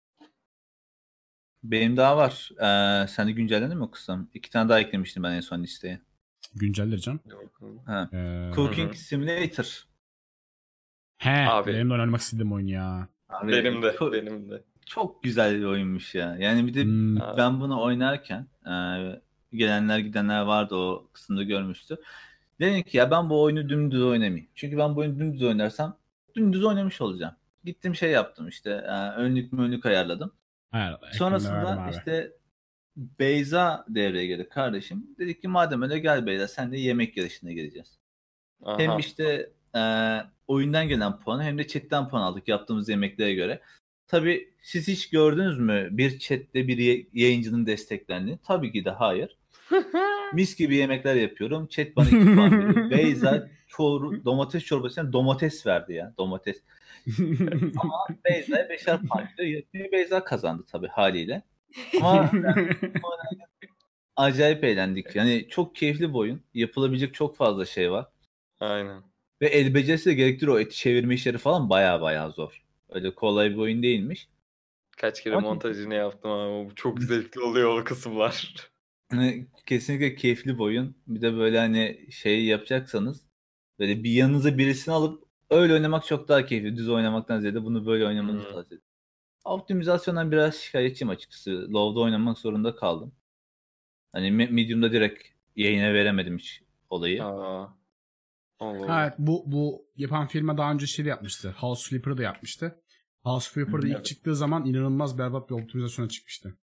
Benim daha var. Sen de güncelledin mi o kısım? 2 tane daha eklemiştim ben en son listeye. Günceldir can. Ha. Cooking Simulator. Abi. Benim de oynamak istediğim oyun ya. Abi, Benim de. Çok güzel bir oyunmuş ya. Yani bir de ben bunu oynarken gelenler gidenler vardı o kısımda görmüştü. Dedim ki ya ben bu oyunu dümdüz oynamayayım. Çünkü ben bu oyunu dümdüz oynarsam dümdüz oynamış olacağım. Gittim şey yaptım işte önlük ayarladım. Sonrasında işte Beyza devreye girdi kardeşim. Dedik ki madem öyle gel Beyza sen de yemek yarışına gireceğiz. Aha. Hem işte oyundan gelen puanı hem de chatten puan aldık yaptığımız yemeklere göre. Tabii siz hiç gördünüz mü bir chatte bir yayıncının desteklendiğini? Tabii ki de hayır. Mis gibi yemekler yapıyorum. Chat bana 2 puan veriyor. Beyza domates çorbasına domates verdi ya. Domates. Ama Beyza 5'er farklı. Beyza kazandı tabii haliyle. Ama acayip eğlendik. Yani çok keyifli bir oyun. Yapılabilecek çok fazla şey var. Aynen. Ve el becerisi de gerektiriyor. O eti çevirme işleri falan baya zor. Öyle kolay bir oyun değilmiş. Kaç kere Ama montajını yaptım ama çok zevkli oluyor o kısımlar. hani kesinlikle keyifli bir oyun. Bir de böyle hani şey yapacaksanız böyle bir yanınıza birisini alıp öyle oynamak çok daha keyifli. Düz oynamaktan ziyade bunu böyle oynamanızı tavsiye ederim. Optimizasyondan biraz şikayetçiyim açıkçası. Low'da oynamak zorunda kaldım. Hani Medium'da direkt yayına veremedim hiç olayı. Allah. Evet, bu yapan firma daha önce şey de yapmıştı. House Flipper'ı da yapmıştı. House Flipper'da ilk çıktığı zaman inanılmaz berbat bir optimizasyona çıkmıştı.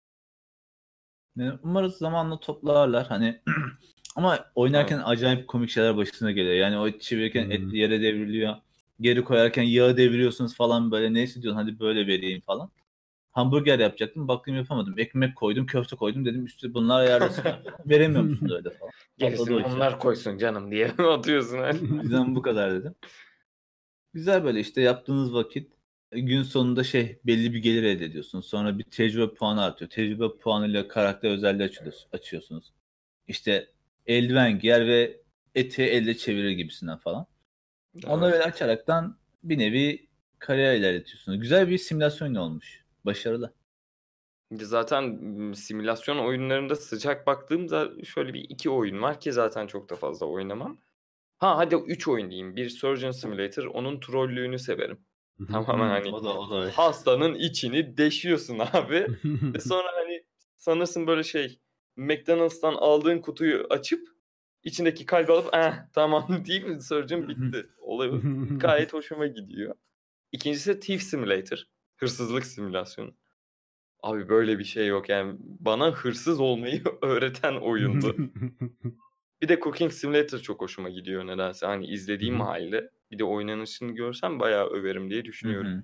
Yani umarız zamanla toplarlar. Hani ama oynarken acayip komik şeyler başına geliyor. Yani o çevirirken et yere devriliyor. Geri koyarken yağı deviriyorsunuz falan böyle. Neyse diyorsun hadi böyle vereyim falan. Hamburger yapacaktım. Baktım yapamadım. Ekmek koydum, köfte koydum. Dedim üstü bunlar ayarlasın. Veremiyor musun öyle falan. Gerisini onlar koysun canım diye atıyorsun. O yüzden bu kadar dedim. Güzel böyle işte yaptığınız vakit gün sonunda belli bir gelir elde ediyorsunuz. Sonra bir tecrübe puanı artıyor. Tecrübe puanıyla karakter özelliği açıyorsunuz. İşte eldiven giyer ve eti elle çevirir gibisinden falan. Onları böyle açaraktan bir nevi kariyer ilerletiyorsunuz. Güzel bir simülasyon olmuş. Başarılı. Zaten simülasyon oyunlarında sıcak baktığımda şöyle bir 2 oyun var ki zaten çok da fazla oynamam. Hadi 3 oyun diyeyim. Bir Surgeon Simulator, onun trollüğünü severim. Tamamen hani O da öyle. hastanın içini deşiyorsun abi. Ve sonra hani sanırsın böyle McDonald's'tan aldığın kutuyu açıp içindeki kalbi alıp tamam deyip Surgeon bitti. Olay gayet hoşuma gidiyor. İkincisi Thief Simulator. Hırsızlık simülasyonu. Abi böyle bir şey yok yani. Bana hırsız olmayı öğreten oyundu. Bir de Cooking Simulator çok hoşuma gidiyor nedense. Hani izlediğim halde bir de oynanışını görsem bayağı överim diye düşünüyorum.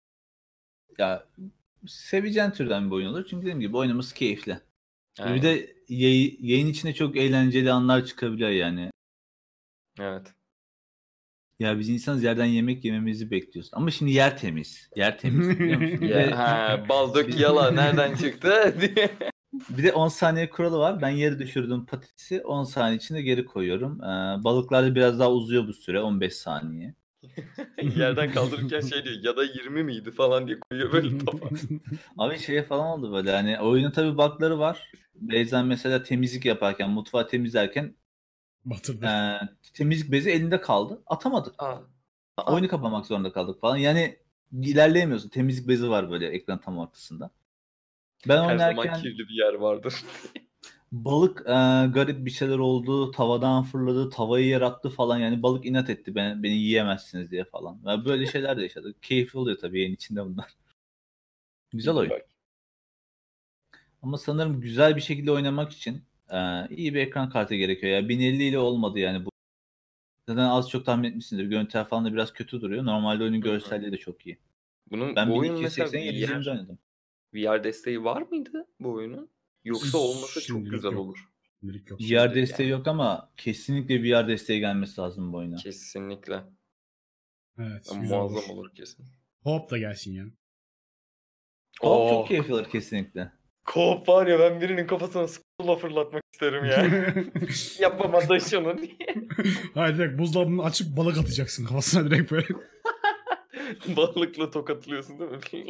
Ya seveceğin türden bir oyun olur. Çünkü dediğim gibi oynaması keyifli. Aynen. Bir de yayın içinde çok eğlenceli anlar çıkabiliyor yani. Evet. Ya biz insanız yerden yemek yememizi bekliyoruz. Ama şimdi yer temiz. Yer temiz biliyor musun? Bal dök yala nereden çıktı? Bir de 10 saniye kuralı var. Ben yere düşürdüğüm patatesi 10 saniye içinde geri koyuyorum. Balıklarda biraz daha uzuyor bu süre. 15 saniye. Yerden kaldırırken diyor ya da 20 miydi falan diye koyuyor böyle tabağa. Abi falan oldu böyle. Hani oyunun tabii bug'ları var. Beyza mesela temizlik yaparken, mutfağı temizlerken batırdı. Temizlik bezi elinde kaldı. Atamadık. Aa. Oyunu kapamak zorunda kaldık falan. Yani ilerleyemiyorsun. Temizlik bezi var böyle ekran tam ortasında. Ben Her oynarken zaman kirli bir yer vardır. balık garip bir şeyler oldu. Tavadan fırladı. Tavayı yarattı falan. Yani balık inat etti. Beni yiyemezsiniz diye falan. Yani böyle şeyler de yaşadık. Keyifli oluyor tabii yayın içinde bunlar. Güzel oyun. Ama sanırım güzel bir şekilde oynamak için iyi bir ekran kartı gerekiyor. Ya 1050 ile olmadı yani bu. Zaten az çok tahmin etmişsindir. Görüntüler falan da biraz kötü duruyor. Normalde oyunun görselliği de çok iyi. Ben Bu oyun mesela 1280 720'de oynadım. VR desteği var mıydı bu oyunun? Yoksa olmasa çok güzel olur. VR desteği yok ama kesinlikle VR desteği gelmesi lazım bu oyuna. Kesinlikle. Evet, muazzam olur kesin. Co-op da gelsin ya. Co-op çok keyifli olur kesinlikle. Co-op var ya, ben birinin kafasına sıkıntıyla fırlatmak isterim ya. Yapamadı şunu diye. Hayır, direkt buzdolabını açıp balık atacaksın kafasına direkt böyle. Balıkla tokatlıyorsun değil mi?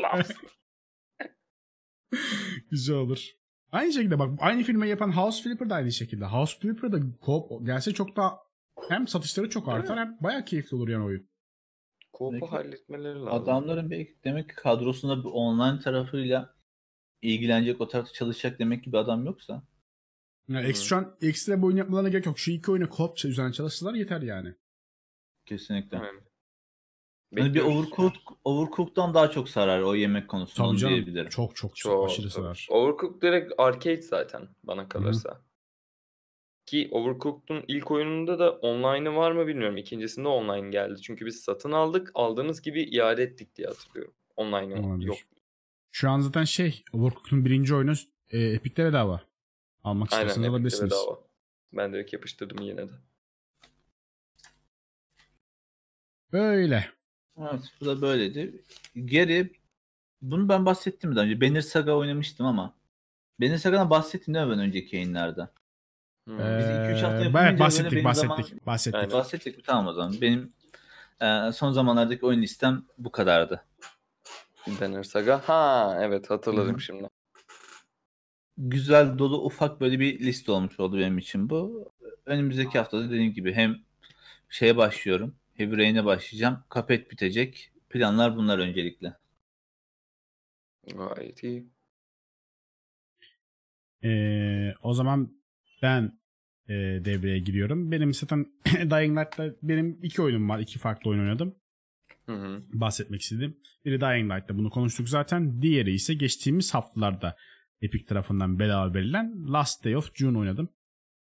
Güzel olur. Aynı şekilde bak, aynı filmi yapan House Flipper da aynı şekilde. House Flipper'da co-op gelse çok daha hem satışları çok artar hem bayağı keyifli olur yani oyun. Co-op'u halletmeleri lazım. Adamların demek ki kadrosunda bir online tarafıyla ilgilenecek, o tarafta çalışacak demek ki bir adam yoksa. Yani ekstra bir oyun yapmalarına gerek yok. Şu iki oyunu co-op üzerine çalışsalar yeter yani. Kesinlikle. Evet. Hani bir Overcooked'dan daha çok sarar o yemek konusunda. Tabii canım. Diyebilirim. Çok aşırı sarar. Overcooked direkt arcade zaten bana kalırsa. Hı. Ki Overcooked'un ilk oyununda da online'ı var mı bilmiyorum. İkincisinde online geldi. Çünkü biz satın aldık. Aldığımız gibi iade ettik diye hatırlıyorum. Online'ı yok. Şu an zaten Overcooked'un birinci oyunu Epic'te bedava. Almak isterseniz alabilirsiniz. Bedava. Ben direkt yapıştırdım yine de. Böyle. Evet, bu da böyleydi. Geri bunu ben bahsettim daha önce. Banner Saga oynamıştım ama Banner Saga'dan bahsettim değil mi ben önceki yayınlarda? Biz 2-3 hafta Evet, yapınca bahsettik, böyle benim zaman bahsettik. Aynen. bahsettik mi? Tamam o zaman. Benim son zamanlardaki oyun listem bu kadardı. Banner Saga. Ha evet, hatırladım Hı-hı. şimdi. Güzel, dolu, ufak böyle bir liste olmuş oldu benim için bu. Önümüzdeki haftada dediğim gibi hem şeye başlıyorum. Heavy Rain'e başlayacağım. Cuphead bitecek. Planlar bunlar öncelikle. Gayet iyi. O zaman ben devreye giriyorum. Benim zaten Dying Light'ta benim 2 oyunum var. 2 farklı oyun oynadım. Hı. Bahsetmek istedim. Biri Dying Light'ta, bunu konuştuk zaten. Diğeri ise geçtiğimiz haftalarda Epic tarafından bedava verilen Last Day of June oynadım.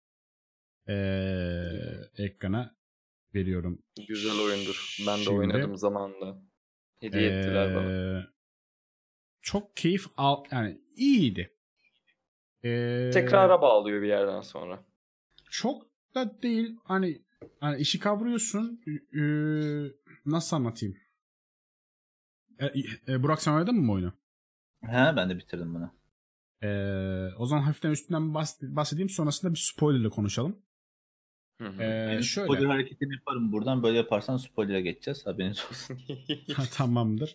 Ekrana veriyorum. Güzel oyundur. Ben de Şimdi, oynadım zamanında. Hediye ettiler bana. Çok keyif yani iyiydi. Tekrara bağlıyor bir yerden sonra. Çok da değil. Hani işi kavruyorsun. Nasıl anlatayım? Burak, sen oynadın mı bu oyunu? He, ben de bitirdim bunu. O zaman hafiften üstünden bahsedeyim. Sonrasında bir spoilerle konuşalım. Yani Şöyle. spoiler hareketini yaparım buradan. Böyle yaparsan spoiler'a geçeceğiz. Haberiniz olsun. Tamamdır.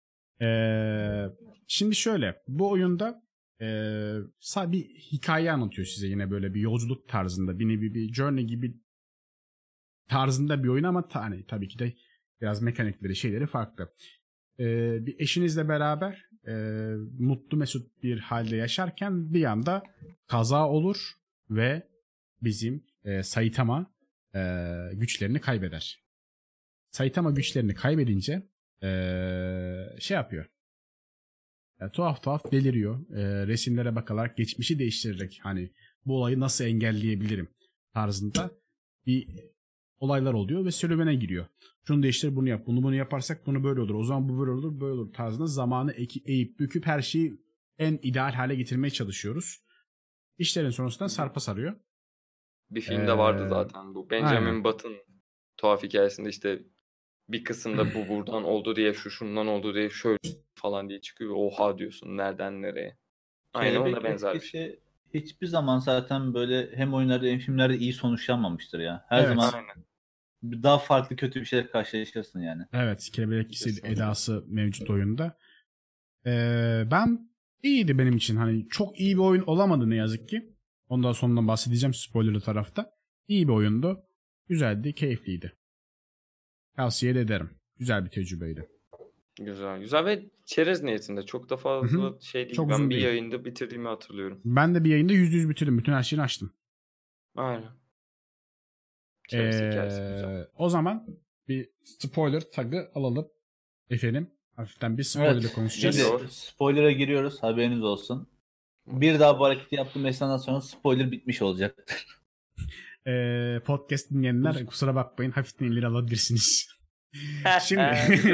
Şimdi şöyle. Bu oyunda bir hikaye anlatıyor size, yine böyle bir yolculuk tarzında. Bir nevi bir journey gibi tarzında bir oyun ama hani tabii ki de biraz mekanikleri, şeyleri farklı. Bir eşinizle beraber mutlu mesut bir halde yaşarken bir anda kaza olur ve bizim Saitama güçlerini kaybeder. Saitama güçlerini kaybedince şey yapıyor. Tuhaf tuhaf deliriyor. Resimlere bakarak geçmişi değiştirerek hani bu olayı nasıl engelleyebilirim tarzında bir olaylar oluyor ve serüvene giriyor. Şunu değiştir, bunu yap, bunu yaparsak bunu böyle olur. O zaman bu böyle olur, böyle olur tarzında zamanı eğip büküp her şeyi en ideal hale getirmeye çalışıyoruz. İşlerin sonrasında sarpa sarıyor. Bir filmde vardı zaten bu. Benjamin Button tuhaf hikayesinde işte bir kısımda bu buradan oldu diye, şu şundan oldu diye, şöyle falan diye çıkıyor. Oha diyorsun, nereden nereye. Aynen ona benzer bir şey. Hiçbir zaman zaten böyle hem oyunlarda hem filmlerde iyi sonuçlanmamıştır ya. Her zaman daha farklı kötü bir şeyler karşılaşırsın yani. Evet, kelebek edası mevcut oyunda. Ben iyiydi benim için. Hani çok iyi bir oyun olamadı ne yazık ki. Ondan sonradan bahsedeceğim spoilerlı tarafta. İyi bir oyundu. Güzeldi, keyifliydi. Tavsiye ederim. Güzel bir tecrübeydi. Güzel. Güzel ve çerez niyetinde. Çok da fazla şey değil. Çok ben uzun bir değil. yayında bitirdiğimi hatırlıyorum. Ben de bir yayında %100 bitirdim. Bütün her şeyini açtım. Aynen. Çerez hikayesi güzel. O zaman bir spoiler tagı alalım. Efendim. Hafiften bir spoiler'ı konuşacağız. Şimdi spoiler'a giriyoruz. Haberiniz olsun. Bir daha bu hareketi yaptığım esnadan sonra spoiler bitmiş olacaktır. Podcast dinleyenler kusura bakmayın. Hafiften ileri alabilirsiniz. Şimdi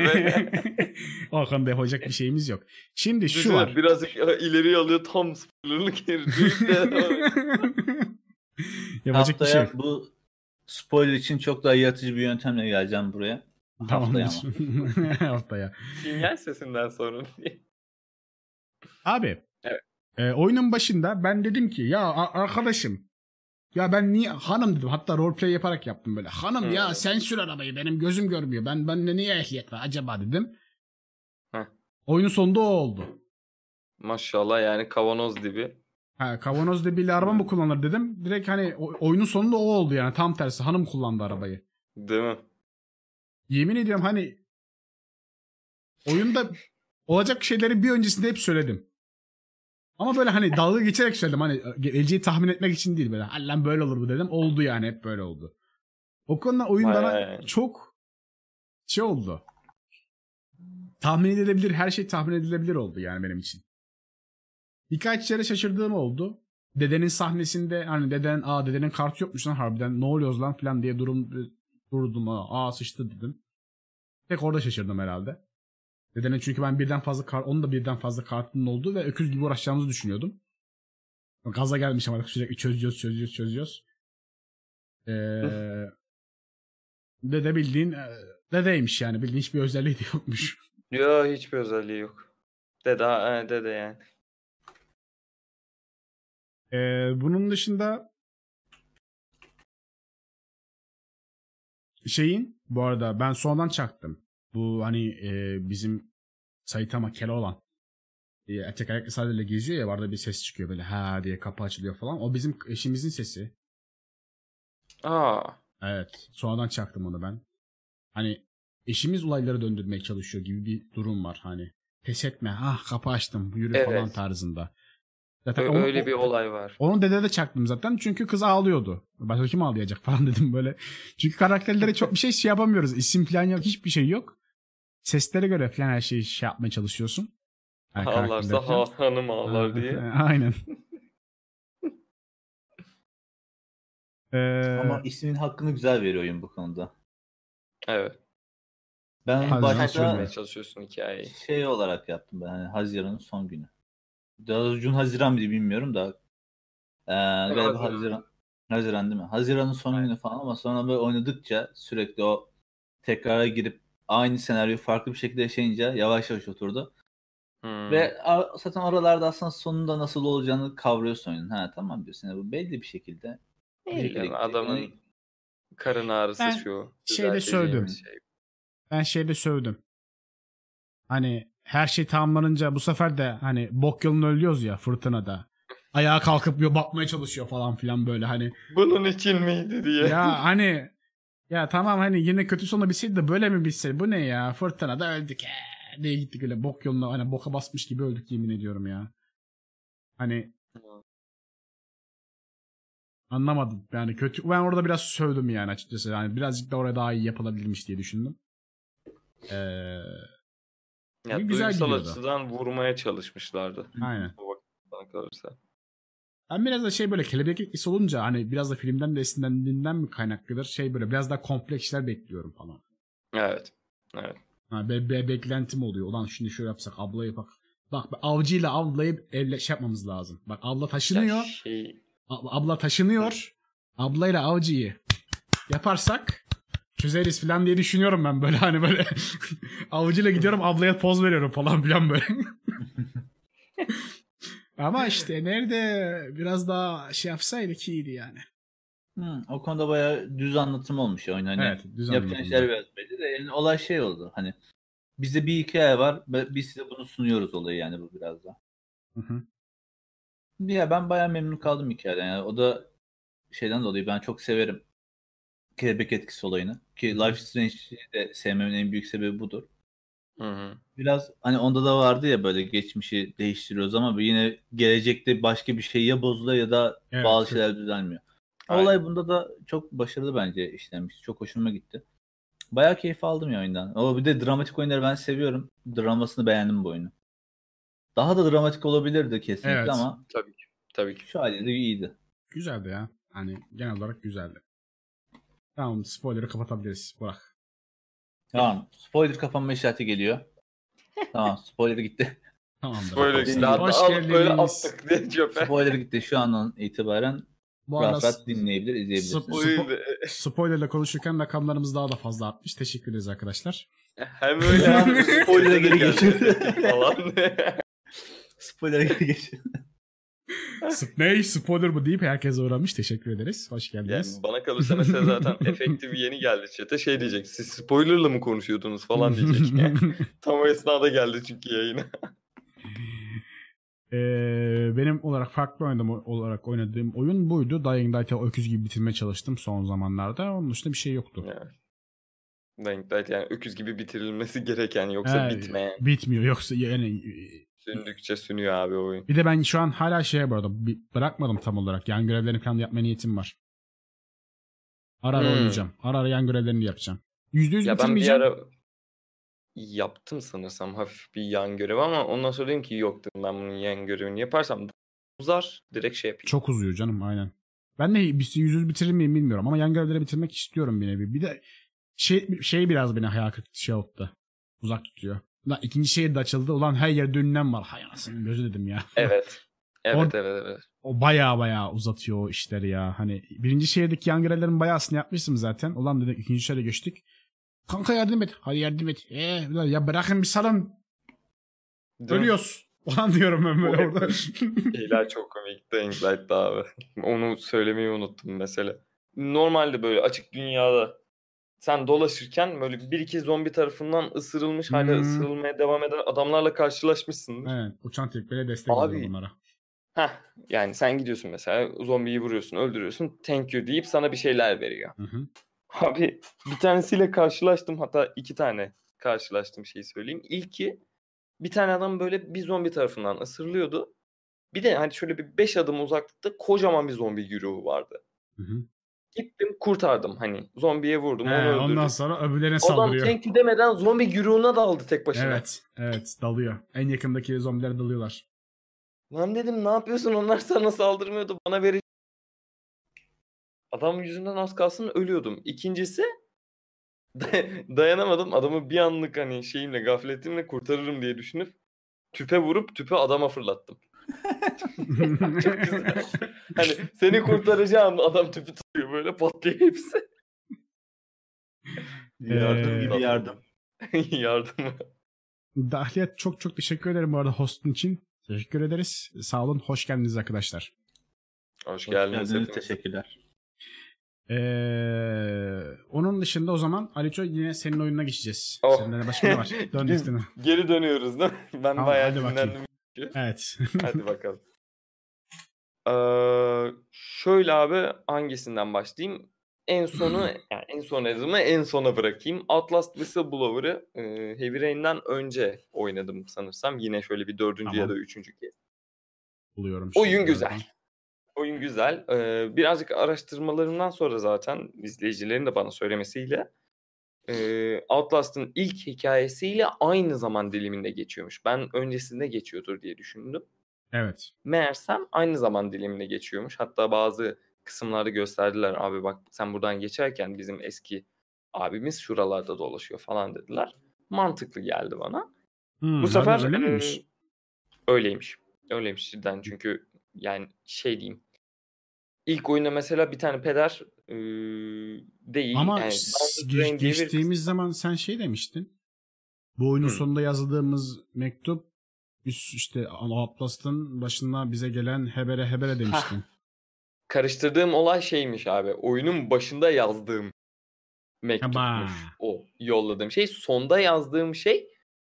o konuda yapacak bir şeyimiz yok. Şimdi şu var. Birazcık ileriye alıyor, tam spoilerlık yeri. Yapacak bir şey yok. Bu spoiler için çok daha yaratıcı bir yöntemle geleceğim buraya. Haftaya ama. Haftaya. Sinyal sesinden sonra. Abi. Evet. Oyunun başında ben dedim ki ya arkadaşım, ya ben niye hanım dedim, hatta roleplay yaparak yaptım böyle. Hanım ya sen sür arabayı, benim gözüm görmüyor. Bende niye ehliyet var acaba dedim. Oyunun sonunda o oldu. Maşallah, yani kavanoz dibi. Kavanoz dibiyle araba mı kullanır dedim. Direkt hani oyunun sonunda o oldu yani, tam tersi hanım kullandı arabayı. Değil mi? Yemin ediyorum hani oyunda olacak şeyleri bir öncesinde hep söyledim. Ama böyle hani dalga geçerek söyledim, hani geleceği tahmin etmek için değil, böyle lan böyle olur bu dedim. Oldu yani, hep böyle oldu. O konuda oyun bana çok şey oldu. Tahmin edilebilir, her şey tahmin edilebilir oldu yani benim için. Birkaç yere şaşırdığım oldu. Dedenin sahnesinde hani dedenin kartı yokmuş lan harbiden, ne oluyoruz lan falan diye durdum. Sıçtı dedim. Tek orada şaşırdım herhalde. Dedenin, çünkü ben onun da birden fazla kartının olduğu ve öküz gibi uğraşacağımızı düşünüyordum. Gaza gelmiş ama sürekli çözüyoruz. Dede bildiğin Dedeymiş yani. Bildiğin hiçbir özelliği de yokmuş. Yo, hiçbir özelliği yok. Dede yani. Bunun dışında bu arada ben sonradan çaktım. Bu hani bizim Saitama Keloğlan tek ayaklı sandalyeyle geziyor ya, arada bir ses çıkıyor böyle ha diye, kapı açılıyor falan. O bizim eşimizin sesi. Evet. Sonradan çaktım onu ben. Hani eşimiz olayları döndürmeye çalışıyor gibi bir durum var. Hani pes etme, kapı açtım, yürü falan tarzında. Zaten öyle bir olay var. Onu dedede çaktım zaten çünkü kız ağlıyordu. Başka kim ağlayacak falan dedim böyle. Çünkü karakterlere çok bir şey yapamıyoruz. İsim falan yok, hiçbir şey yok. Seslere göre falan her şeyi yapmaya çalışıyorsun. Yani Ağlarsa hanım ağlar diye. Aynen. Ama ismin hakkını güzel veriyor oyun bu konuda. Evet. Ben başta çalışıyorsun hikayeyi. Şey olarak yaptım ben, hani Haziran'ın son günü. Daha Haziran bile bilmiyorum da galiba Haziran değil mi? Haziran'ın son günü falan, ama sonra böyle oynadıkça sürekli o tekrara girip aynı senaryoyu farklı bir şekilde yaşayınca yavaş yavaş oturdu. Ve zaten oralarda aslında sonunda nasıl olacağını kavruyorsun oyunun. Ha tamam diyorsun. Yani bu belli bir şekilde. Adamın karın ağrısı Ben şeyde sövdüm. Hani her şey tamamlanınca bu sefer de hani bok yolunu ölüyoruz ya fırtınada. Ayağa kalkıp bakmaya çalışıyor falan filan böyle hani. Bunun için miydi diye. Ya hani ya tamam hani yine kötü sonu bilseydi de böyle mi bilseydi, bu ne ya, fırtınada öldük diye gittik öyle bok yoluna, hani boka basmış gibi öldük yemin ediyorum ya. Hani anlamadım yani, kötü, ben orada biraz sövdüm yani açıkçası, yani birazcık da oraya daha iyi yapılabilirmiş diye düşündüm. Ya duygusal açıdan vurmaya çalışmışlardı. Aynen. Bana kalırsa. Ben biraz da böyle kelebek etkisi olunca hani biraz da filmden de esinlendiğinden mi kaynaklıdır, böyle biraz daha kompleks işler bekliyorum falan. Evet. Beklentim oluyor. Ulan şimdi şöyle yapsak, ablayı bak avcıyla ablayı yapmamız lazım. Bak abla taşınıyor. Abla taşınıyor. Ablayla avcıyı yaparsak çözeriz falan diye düşünüyorum ben böyle, hani böyle avcıyla gidiyorum, ablaya poz veriyorum falan filan böyle. Ama işte nerede biraz daha yapsaydık iyiydi yani. O konuda bayağı düz anlatım olmuş ya oyun. Hani evet, düz yapacağın şeyler biraz belli de, yani olay şey oldu. Hani bizde bir hikaye var ve biz size bunu sunuyoruz olayı, yani bu biraz da. Ya ben bayağı memnun kaldım hikayeden. Yani o da şeyden dolayı ben çok severim kelebek etkisi olayını. Ki Life is Strange'i de sevmemin en büyük sebebi budur. Biraz hani onda da vardı ya, böyle geçmişi değiştiriyoruz ama yine gelecekte başka bir şey ya bozuluyor ya da bazı şeyler düzelmiyor. Olay bunda da çok başarılı bence işlenmiş. Çok hoşuma gitti. Bayağı keyif aldım ya oyundan. Ama bir de dramatik oyunları ben seviyorum. Dramasını beğendim bu oyunu. Daha da dramatik olabilirdi kesinlikle ama tabii ki. Şu haliyle iyiydi. Güzeldi ya. Hani genel olarak güzeldi. Tamam, spoiler'ı kapatabiliriz. Burak. Tamam. Spoiler kapanma işareti geliyor. Tamam, spoiler gitti. Tamamdır. Spoiler gitti. Hoş geldiniz. Böyle attık diye çöpe. Spoiler gitti. Şu andan itibaren rahat dinleyebilir, izleyebilirsiniz. Spoiler'la konuşurken rakamlarımız daha da fazla artmış. Teşekkür ederiz arkadaşlar. Hem öyle spoiler'a geri geçiyor falan. Spoiler'a geri geçiyor. Spoiler bu deyip herkese uğramış. Teşekkür ederiz. Hoş geldiniz. Yani bana kalırsa mesela zaten efektif yeni geldi chat'e, diyecek. Siz spoiler'la mı konuşuyordunuz falan diyecek. Tam o esnada geldi çünkü yayına. Benim farklı olarak oynadığım oyun buydu. Dying Light'ı öküz gibi bitirmeye çalıştım son zamanlarda. Onun dışında bir şey yoktu. Evet. Dying Light yani öküz gibi bitirilmesi gereken, yoksa bitmeyen. Bitmiyor yoksa yani. Sündükçe sünüyor abi oyun. Bir de ben şu an hala bu arada bırakmadım tam olarak. Yan görevlerini falan yapma niyetim var. Ara oynayacağım. Ara yan görevlerini yapacağım. %100 ya bitirmeyeceğim. Ben bir ara yaptım sanırsam hafif bir yan görev ama ondan sonra dedim ki yok dedim, ben bunun yan görevini yaparsam uzar, direkt yapayım. Çok uzuyor canım, aynen. Ben de %100 bitirir miyim bilmiyorum ama yan görevleri bitirmek istiyorum bir nevi. Bir de şey biraz beni hayal kırıklığı oldu. Uzak tutuyor. Lan ikinci şehir de açıldı. Ulan her yerde ünlem var. Hay anasının gözü dedim ya. Evet. Evet. O bayağı uzatıyor o işleri ya. Hani birinci şehirdeki yan görevlerin bayağısını yapmıştım zaten. Ulan dedim ikinci şehre geçtik. Kanka yardım et. Hadi yardım et. Ya bırakın bir salın. Değil mi? Ölüyoruz. Falan diyorum ben böyle orada. Şeyler çok komikti Anxiety'de abi. Onu söylemeyi unuttum mesela. Normalde böyle açık dünyada sen dolaşırken böyle bir iki zombi tarafından ısırılmış hala ısırılmaya devam eden adamlarla karşılaşmışsındır. Evet, uçan tekmeyle destek oluyorum Abi onlara. yani sen gidiyorsun mesela zombiyi vuruyorsun öldürüyorsun thank you deyip sana bir şeyler veriyor. Hı. Abi bir tanesiyle karşılaştım hatta 2 tane karşılaştım şeyi söyleyeyim. İlki bir tane adam böyle bir zombi tarafından ısırılıyordu. Bir de hani şöyle bir 5 adım uzaklıkta kocaman bir zombi güruhu vardı. Hı. Gittim kurtardım hani zombiye vurdum onu Ondan öldürdüm. sonra öbürlerine Adam saldırıyor. thank you demeden zombi güruhuna daldı tek başına. Evet dalıyor. En yakındaki zombiler dalıyorlar. Lan dedim ne yapıyorsun onlar sana saldırmıyordu bana verecek. Adam yüzünden az kalsın ölüyordum. İkincisi dayanamadım adamı bir anlık hani şeyimle gafletimle kurtarırım diye düşünüp tüpe vurup tüpe adama fırlattım. Çok güzel. Hani seni kurtaracağım adam tüpü tutuyor böyle patlıyor hepsi. Yardım gibi yardım. Yardımı. Dahiliyet çok teşekkür ederim bu arada hostun için. Teşekkür ederiz. Sağ olun. Hoş geldiniz arkadaşlar. Hoş Hoş geldiniz. geldiniz. Hepiniz. Teşekkürler. Onun dışında o zaman Aliço yine senin oyununa geçeceğiz. Oh. Sende de başka ne var? Dön Biz üstüne. geri dönüyoruz değil mi? Ben Tamam, bayağı hadi bakayım. dinlendim. Evet. Hadi bakalım. Şöyle abi hangisinden başlayayım? En sonu yani en son adımı en sona bırakayım. Outlast Whistleblower'ı Heavy Rain'den önce oynadım sanırsam. Yine şöyle bir 4. Tamam. ya da 3. kez. Buluyorum. Oyun şimdi güzel. birazdan. Oyun güzel. Birazcık araştırmalarımdan sonra zaten izleyicilerin de bana söylemesiyle Outlast'ın ilk hikayesiyle aynı zaman diliminde geçiyormuş. Ben öncesinde geçiyordur diye düşündüm. Evet. Meğersem aynı zaman diliminde geçiyormuş. Hatta bazı kısımlarda gösterdiler. Abi bak sen buradan geçerken bizim eski abimiz şuralarda dolaşıyor falan dediler. Mantıklı geldi bana. Bu sefer öyle miymiş? öyleymiş. Öyleymiş cidden çünkü yani şey diyeyim. İlk oyunda mesela bir tane peder değil. Ama Yani Bounded Rain diye bir geçtiğimiz zaman sen şey demiştin. Bu oyunun sonunda yazdığımız mektup işte Outlast'ın başına bize gelen hebere demiştin. karıştırdığım olay şeymiş abi. Oyunun başında yazdığım mektupmuş. O yolladığım şey. Sonda yazdığım şey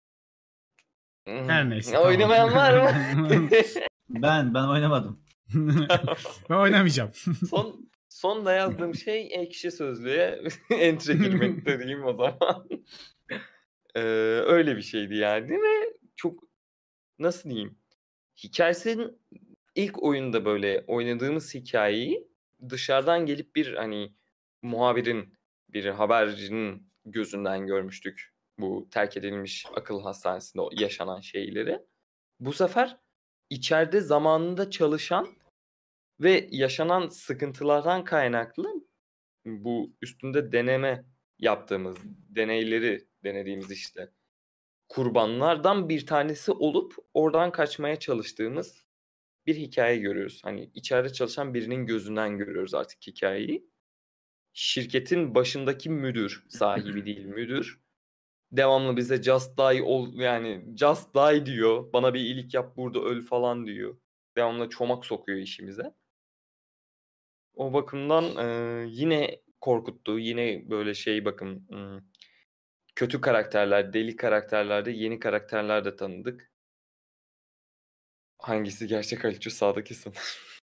Her neyse. Oynamayan var mı? Ben oynamadım. Ben oynamayacağım. Sonda yazdığım şey Ekşi Sözlüğe entry girmekte diyeyim o zaman. Öyle bir şeydi yani ve çok nasıl diyeyim? Hikayesinin ilk oyunda böyle oynadığımız hikayeyi dışarıdan gelip bir hani muhabirin, bir habercinin gözünden görmüştük. Bu terk edilmiş akıl hastanesinde yaşanan şeyleri. Bu sefer içeride zamanında çalışan ve yaşanan sıkıntılardan kaynaklı bu üstünde deneme yaptığımız, deneyleri denediğimiz işte kurbanlardan bir tanesi olup oradan kaçmaya çalıştığımız bir hikaye görüyoruz. Hani içeride çalışan birinin gözünden görüyoruz artık hikayeyi. Şirketin başındaki müdür, sahibi değil müdür. Devamlı bize just die ol yani just die diyor. Bana bir iyilik yap burada öl falan diyor. Devamlı çomak sokuyor işimize. O bakımdan yine korkuttu. Yine böyle şey bakın kötü karakterler, deli karakterlerde yeni karakterler de tanıdık. Hangisi gerçek Aliço sağdaki sanırım.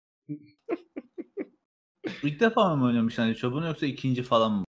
İlk defa mı oynamış hani Çobun yoksa ikinci falan mı?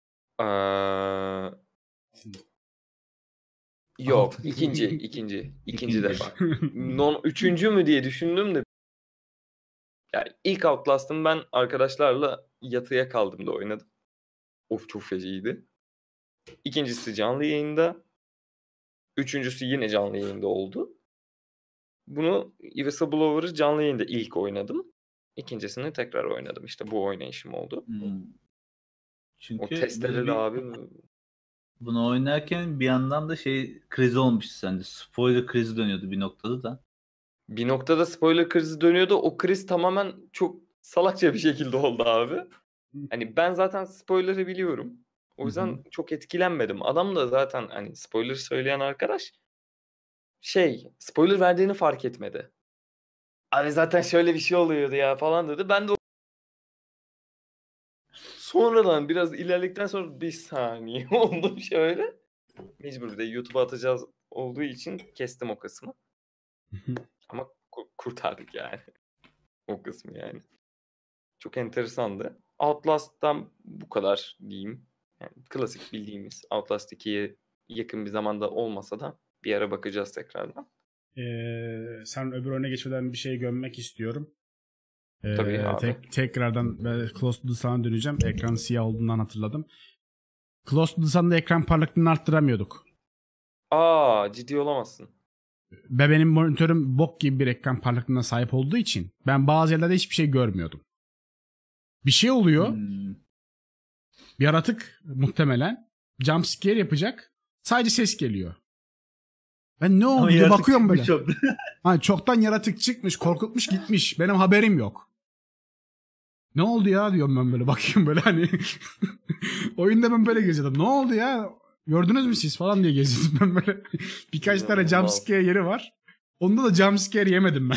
Yok ikinci defa. Üçüncü mü diye düşündüm de. Yani ilk Outlast'ın ben arkadaşlarla yatıya kaldığımda oynadım. Of çok feciydi. İkincisi canlı yayında. Üçüncüsü yine canlı yayında oldu. Bunu Whistleblower'ı canlı yayında ilk oynadım. İkincisini tekrar oynadım. İşte bu oynayışım oldu. Çünkü O testleri de abi. Bunu oynarken bir yandan da şey krizi olmuştu sende. Spoiler krizi dönüyordu bir noktada da. Bir noktada spoiler krizi dönüyordu. O kriz tamamen çok salakça bir şekilde oldu abi. Hani ben zaten spoiler'ı biliyorum. O yüzden çok etkilenmedim. Adam da zaten hani spoiler söyleyen arkadaş spoiler verdiğini fark etmedi. Abi zaten şöyle bir şey oluyordu ya falan dedi. Ben de sonradan biraz ilerledikten sonra bir saniye oldum şöyle. Mecbur bir de YouTube'a atacağız olduğu için kestim o kısmı. Ama kurtardık yani. O kısmı yani. Çok enteresandı. Outlast'tan bu kadar diyeyim. Yani klasik bildiğimiz Outlast 2'ye yakın bir zamanda olmasa da bir ara bakacağız tekrardan. Sen öbür oyuna geçmeden bir şey gömmek istiyorum. Tabii abi. Tekrardan Close to the Sun'a döneceğim. Ekran siyah olduğundan hatırladım. Close to the Sun'da ekran parlaklığını arttıramıyorduk. Ciddi olamazsın. Ve benim monitörüm bok gibi bir ekran parlaklığına sahip olduğu için ben bazı yerlerde hiçbir şey görmüyordum. Bir şey oluyor. Bir yaratık muhtemelen jump scare yapacak. Sadece ses geliyor. Ben ne oldu diye bakıyorum böyle. Çoktan yaratık çıkmış, korkutmuş gitmiş. Benim haberim yok. Ne oldu ya diyorum ben böyle, bakıyorum böyle hani. Oyunda ben böyle geziyordum. Ne oldu ya? Gördünüz mü siz falan diye geziyordum ben böyle. Birkaç tane jump scare yeri var. Onda da jump scare yemedim ben.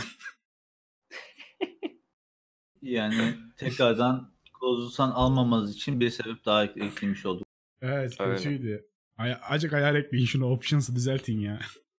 Yani tekrardan Close'dan almamanız için bir sebep daha eklemiş olduk. Evet, kötüydü. Acık ayar ekleyin şunu, options'ı düzeltin ya.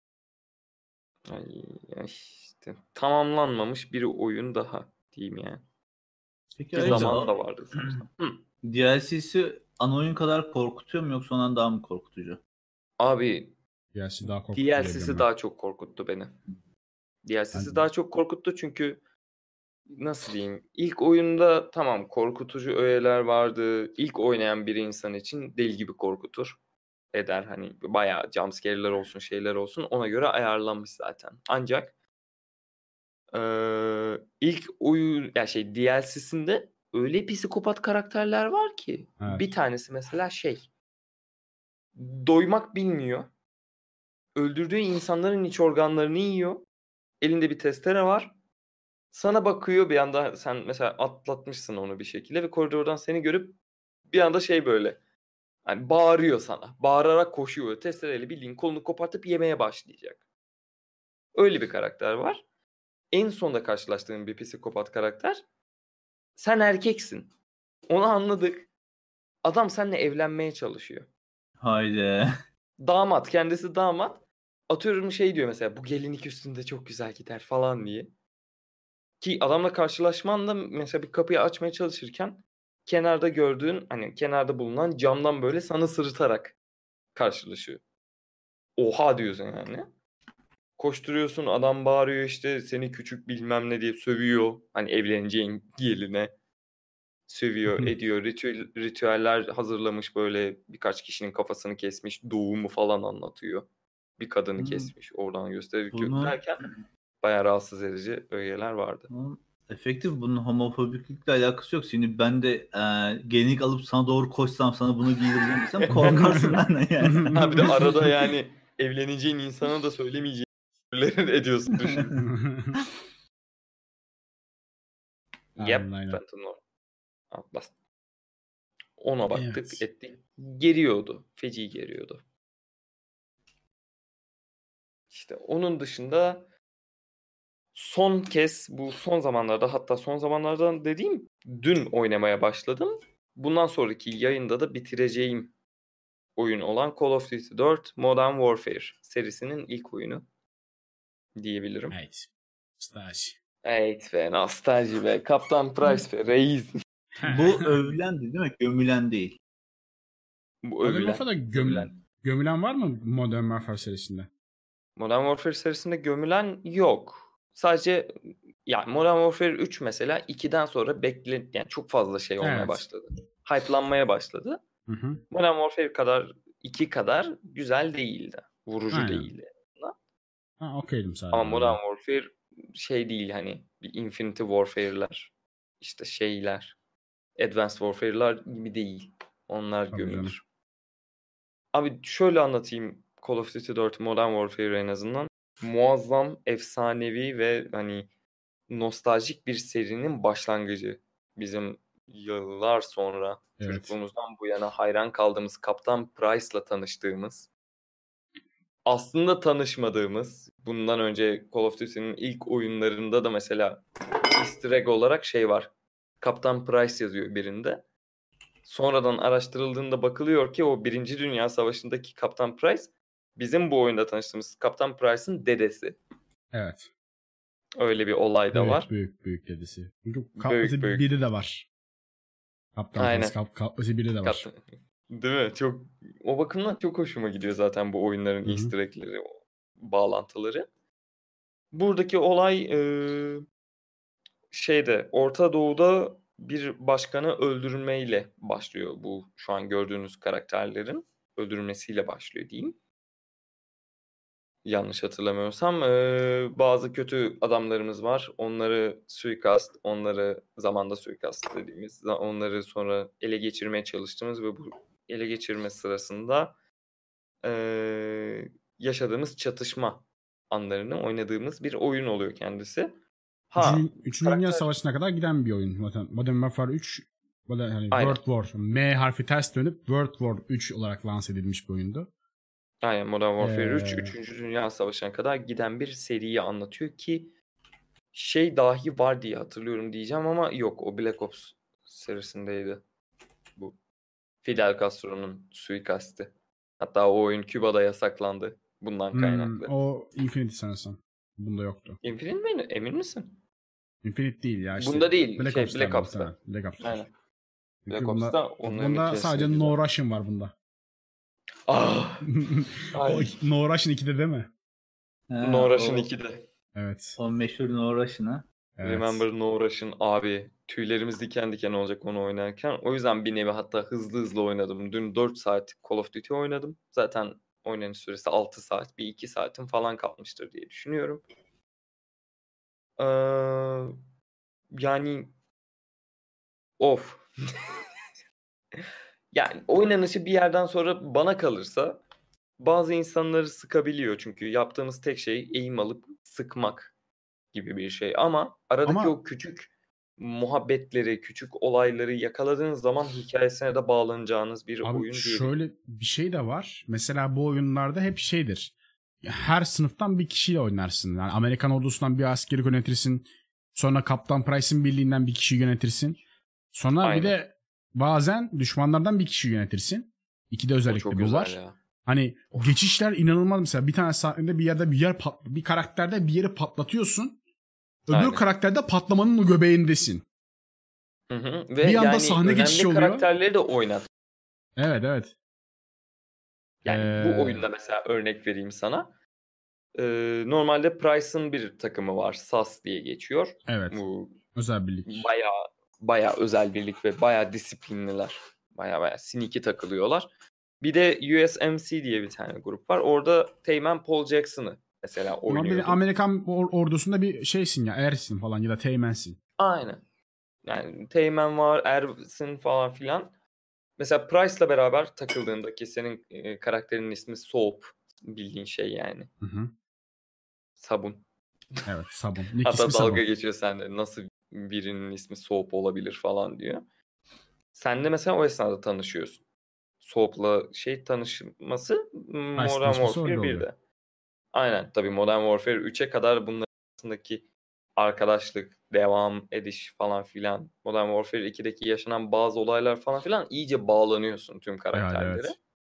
İşte tamamlanmamış bir oyun daha diyeyim yani. Peki bir zaman da vardı sanırsam. DLC'si ana oyun kadar korkutuyor mu yoksa ondan daha mı korkutucu? Abi DLC'si daha çok korkuttu beni. DLC'si daha çok korkuttu çünkü nasıl diyeyim? İlk oyunda tamam korkutucu öğeler vardı. İlk oynayan bir insan için deli gibi korkutur. Eder hani bayağı jumpscare'ler olsun şeyler olsun ona göre ayarlanmış zaten. Ancak ilk oyun DLC'sinde öyle psikopat karakterler var ki. Evet. Bir tanesi mesela doymak bilmiyor. Öldürdüğü insanların iç organlarını yiyor. Elinde bir testere var. Sana bakıyor bir anda, sen mesela atlatmışsın onu bir şekilde ve koridordan seni görüp bir anda böyle hani bağırıyor sana. Bağırarak koşuyor. Testereyle bildiğin kolunu kopartıp yemeye başlayacak. Öyle bir karakter var. En sonda karşılaştığın bir psikopat karakter. Sen erkeksin. Onu anladık. Adam seninle evlenmeye çalışıyor. Haydi. Damat. Kendisi damat. Atıyorum diyor mesela, bu gelinlik üstünde çok güzel gider falan diye. Ki adamla karşılaşman da mesela bir kapıyı açmaya çalışırken kenarda gördüğün, hani kenarda bulunan camdan böyle sana sırıtarak karşılaşıyor. Oha diyorsun yani. Koşturuyorsun, adam bağırıyor işte seni küçük bilmem ne diye sövüyor. Hani evleneceğin geline sövüyor, ediyor. Ritüeller hazırlamış, böyle birkaç kişinin kafasını kesmiş, doğumu falan anlatıyor. Bir kadını kesmiş, oradan gösteriyor derken bayağı rahatsız edici öğeler vardı. Efektif, bunun homofobiklikle alakası yok. Şimdi ben de gelinlik alıp sana doğru koşsam, sana bunu giydireceğim desem korkarsın benden yani. Ha bir de arada yani evleneceğin insana da söylemeyeceğin şeyler ediyorsun, düşün. Phantom Outlast. Ona baktık, ettik. Geriyordu. Feci geriyordu. İşte onun dışında son kez bu son zamanlarda, hatta son zamanlardan dediğim dün oynamaya başladım. Bundan sonraki yayında da bitireceğim oyun olan Call of Duty 4 Modern Warfare serisinin ilk oyunu diyebilirim. Evet. Nostalji. Evet be, nostalji be. Kaptan Price be, reis. Bu övülen değil mi? Gömülen değil. Bu övülen. Modern Warfare'da gömülen var mı Modern Warfare serisinde? Modern Warfare serisinde gömülen yok. Sadece yani Modern Warfare 3 mesela 2'den sonra yani çok fazla şey olmaya başladı. Hype'lanmaya başladı. Modern Warfare 2 kadar güzel değildi. Vurucu değildi. Okeydim sadece. Ama Modern Warfare değil hani bir Infinity Warfare'lar, işte Advanced Warfare'lar gibi değil. Onlar gömülür. Abi şöyle anlatayım Call of Duty 4 Modern Warfare en azından. Muazzam, efsanevi ve hani nostaljik bir serinin başlangıcı bizim yıllar sonra Evet. çocukluğumuzdan bu yana hayran kaldığımız Kaptan Price'la tanıştığımız, aslında tanışmadığımız, bundan önce Call of Duty'nin ilk oyunlarında da mesela Easter egg olarak şey var. Kaptan Price yazıyor birinde. Sonradan araştırıldığında bakılıyor ki o Birinci Dünya Savaşı'ndaki Kaptan Price bizim bu oyunda tanıştığımız Kaptan Price'ın dedesi. Evet. Öyle bir olay da var. Büyük dedesi. Çünkü Büyük, Kaplısı büyük. biri de var. Kaptan Aynen. Price Kaplısı biri de var. Değil mi? Çok, o bakımdan çok hoşuma gidiyor zaten bu oyunların Hı hı. Easter egg'leri, bağlantıları. Buradaki olay şeyde Orta Doğu'da bir başkanı öldürmeyle başlıyor. Bu şu an gördüğünüz karakterlerin öldürülmesiyle başlıyor diyeyim. Yanlış hatırlamıyorsam bazı kötü adamlarımız var. Onları suikast, onları zamanda suikast dediğimiz, onları sonra ele geçirmeye çalıştığımız ve bu ele geçirme sırasında yaşadığımız çatışma anlarını oynadığımız bir oyun oluyor kendisi. Üçüncü Dünya Savaşı'na kadar giden bir oyun. Modern Warfare 3 hani World War, M harfi ters dönüp World War 3 olarak lanse edilmiş bir oyundu. Aynen, Modern Warfare 3 3. Dünya Savaşı'na kadar giden bir seriyi anlatıyor ki şey dahi var diye hatırlıyorum diyeceğim ama yok, o Black Ops serisindeydi. Bu Fidel Castro'nun suikasti. Hatta o oyun Küba'da yasaklandı bundan kaynaklı. O Infinity sanırsam. Bunda yoktu. Infinite mi? Emin misin? Infinite değil ya işte. Bunda değil. Black Ops'ta. Black Ops'ta. Black Ops'ta. Aynen. Çünkü Black Ops'ta onların bunda sadece No Russian var bunda. No Russian 2'de değil mi? No Russian 2'de. Evet. O meşhur No Russian'a. Evet. Remember No Russian abi. Tüylerimiz diken diken olacak onu oynarken. O yüzden bir nevi hatta hızlı oynadım. Dün 4 saat Call of Duty oynadım. Zaten oynanış süresi 6 saat. Bir 2 saatim falan kalmıştır diye düşünüyorum. Yani of. Yani oynanışı bir yerden sonra bana kalırsa bazı insanları sıkabiliyor. Çünkü yaptığımız tek şey aim alıp sıkmak gibi bir şey. Ama aradaki o küçük muhabbetleri, küçük olayları yakaladığınız zaman hikayesine de bağlanacağınız bir oyun diyebilirim. Şöyle bir şey de var. Mesela bu oyunlarda hep şeydir. Her sınıftan bir kişiyle oynarsın. Yani Amerikan ordusundan bir askeri yönetirsin. Sonra Kaptan Price'ın birliğinden bir kişi yönetirsin. Sonra Aynen. bir de bazen düşmanlardan bir kişi yönetirsin. İkide özellikle bu var. Ya. Hani geçişler inanılmaz. Mesela bir tane sahnede bir karakterde bir yeri patlatıyorsun. Öbür karakterde patlamanın o göbeğindesin. Ve bir anda sahne geçişi oluyor. Karakterleri de oynat. Evet. Yani bu oyunda mesela örnek vereyim sana. Normalde Price'ın bir takımı var. SAS diye geçiyor. Evet. Bu özel birlik. Bayağı özel birlik ve bayağı disiplinliler. Bayağı sneaky takılıyorlar. Bir de USMC diye bir tane grup var. Orada Teğmen Paul Jackson'ı mesela oynuyordu. Amerikan ordusunda bir şeysin ya, ersin falan ya da teğmensin. Aynen. Yani teğmen var, ersin falan filan. Mesela Price'la beraber takıldığında ki senin karakterinin ismi Soap, bildiğin şey yani. Hı. Sabun. Evet, sabun. Hatta dalga geçiyor sende. Nasıl birinin ismi Soap olabilir falan diyor. Sen de mesela o esnada tanışıyorsun. Soap'la tanışması Modern Warfare 1'de. Aynen. Tabii Modern Warfare 3'e kadar bunların arasındaki arkadaşlık, devam ediş falan filan. Modern Warfare 2'deki yaşanan bazı olaylar falan filan iyice bağlanıyorsun tüm karakterlere.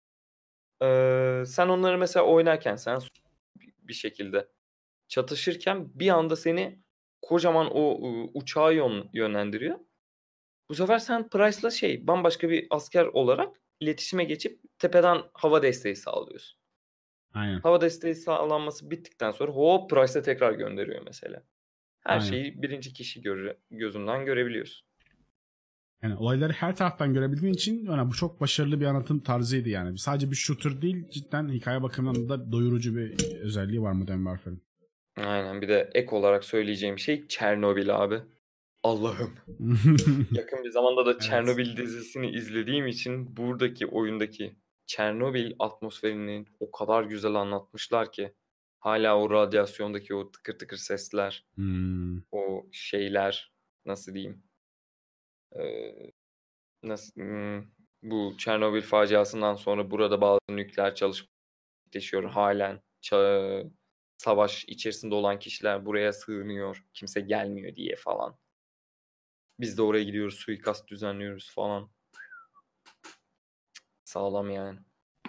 Evet. Sen onları mesela oynarken sen bir şekilde çatışırken bir anda seni kocaman o uçağa yönlendiriyor. Bu sefer sen Price'la bambaşka bir asker olarak iletişime geçip tepeden hava desteği sağlıyorsun. Aynen. Hava desteği sağlanması bittikten sonra hop Price'la tekrar gönderiyor mesela. Her şeyi birinci kişi gözünden görebiliyorsun. Yani olayları her taraftan görebildiğin için bu çok başarılı bir anlatım tarzıydı yani. Sadece bir shooter değil, cidden hikaye bakımından da doyurucu bir özelliği var Modern Warfare'ın. Aynen, bir de ek olarak söyleyeceğim şey Çernobil abi. Allah'ım. Yakın bir zamanda da Çernobil dizisini izlediğim için buradaki oyundaki Çernobil atmosferini o kadar güzel anlatmışlar ki. Hala o radyasyondaki o tıkır tıkır sesler, o şeyler, nasıl diyeyim, nasıl bu Çernobil faciasından sonra burada bazı nükleer çalışmalar gerçekleşiyor halen. Savaş içerisinde olan kişiler buraya sığınıyor. Kimse gelmiyor diye falan. Biz de oraya gidiyoruz, suikast düzenliyoruz falan. Sağlam yani.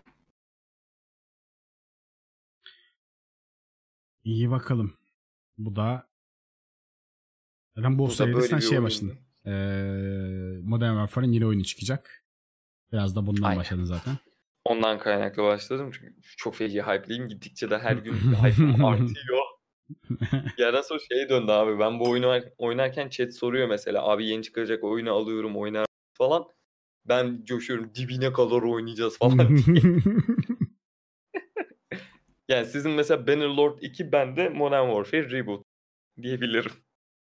İyi bakalım. Bu da zaten bu Bu da seride böyle sen bir şeye oyundu. başladın. Modern Warfare'ın yeni oyunu çıkacak. Biraz da bundan Aynen. başladın zaten. Ondan kaynaklı başladım çünkü çok feci hype'lıyım. Gittikçe de her gün hype'ım artıyor. Bir yerden sonra şeye döndü abi. Ben bu oyunu oynarken chat soruyor mesela. Abi yeni çıkacak oyunu alıyorum oynar falan. Ben coşuyorum dibine kadar oynayacağız falan diye. Yani sizin mesela Bannerlord 2 bende Modern Warfare Reboot diyebilirim.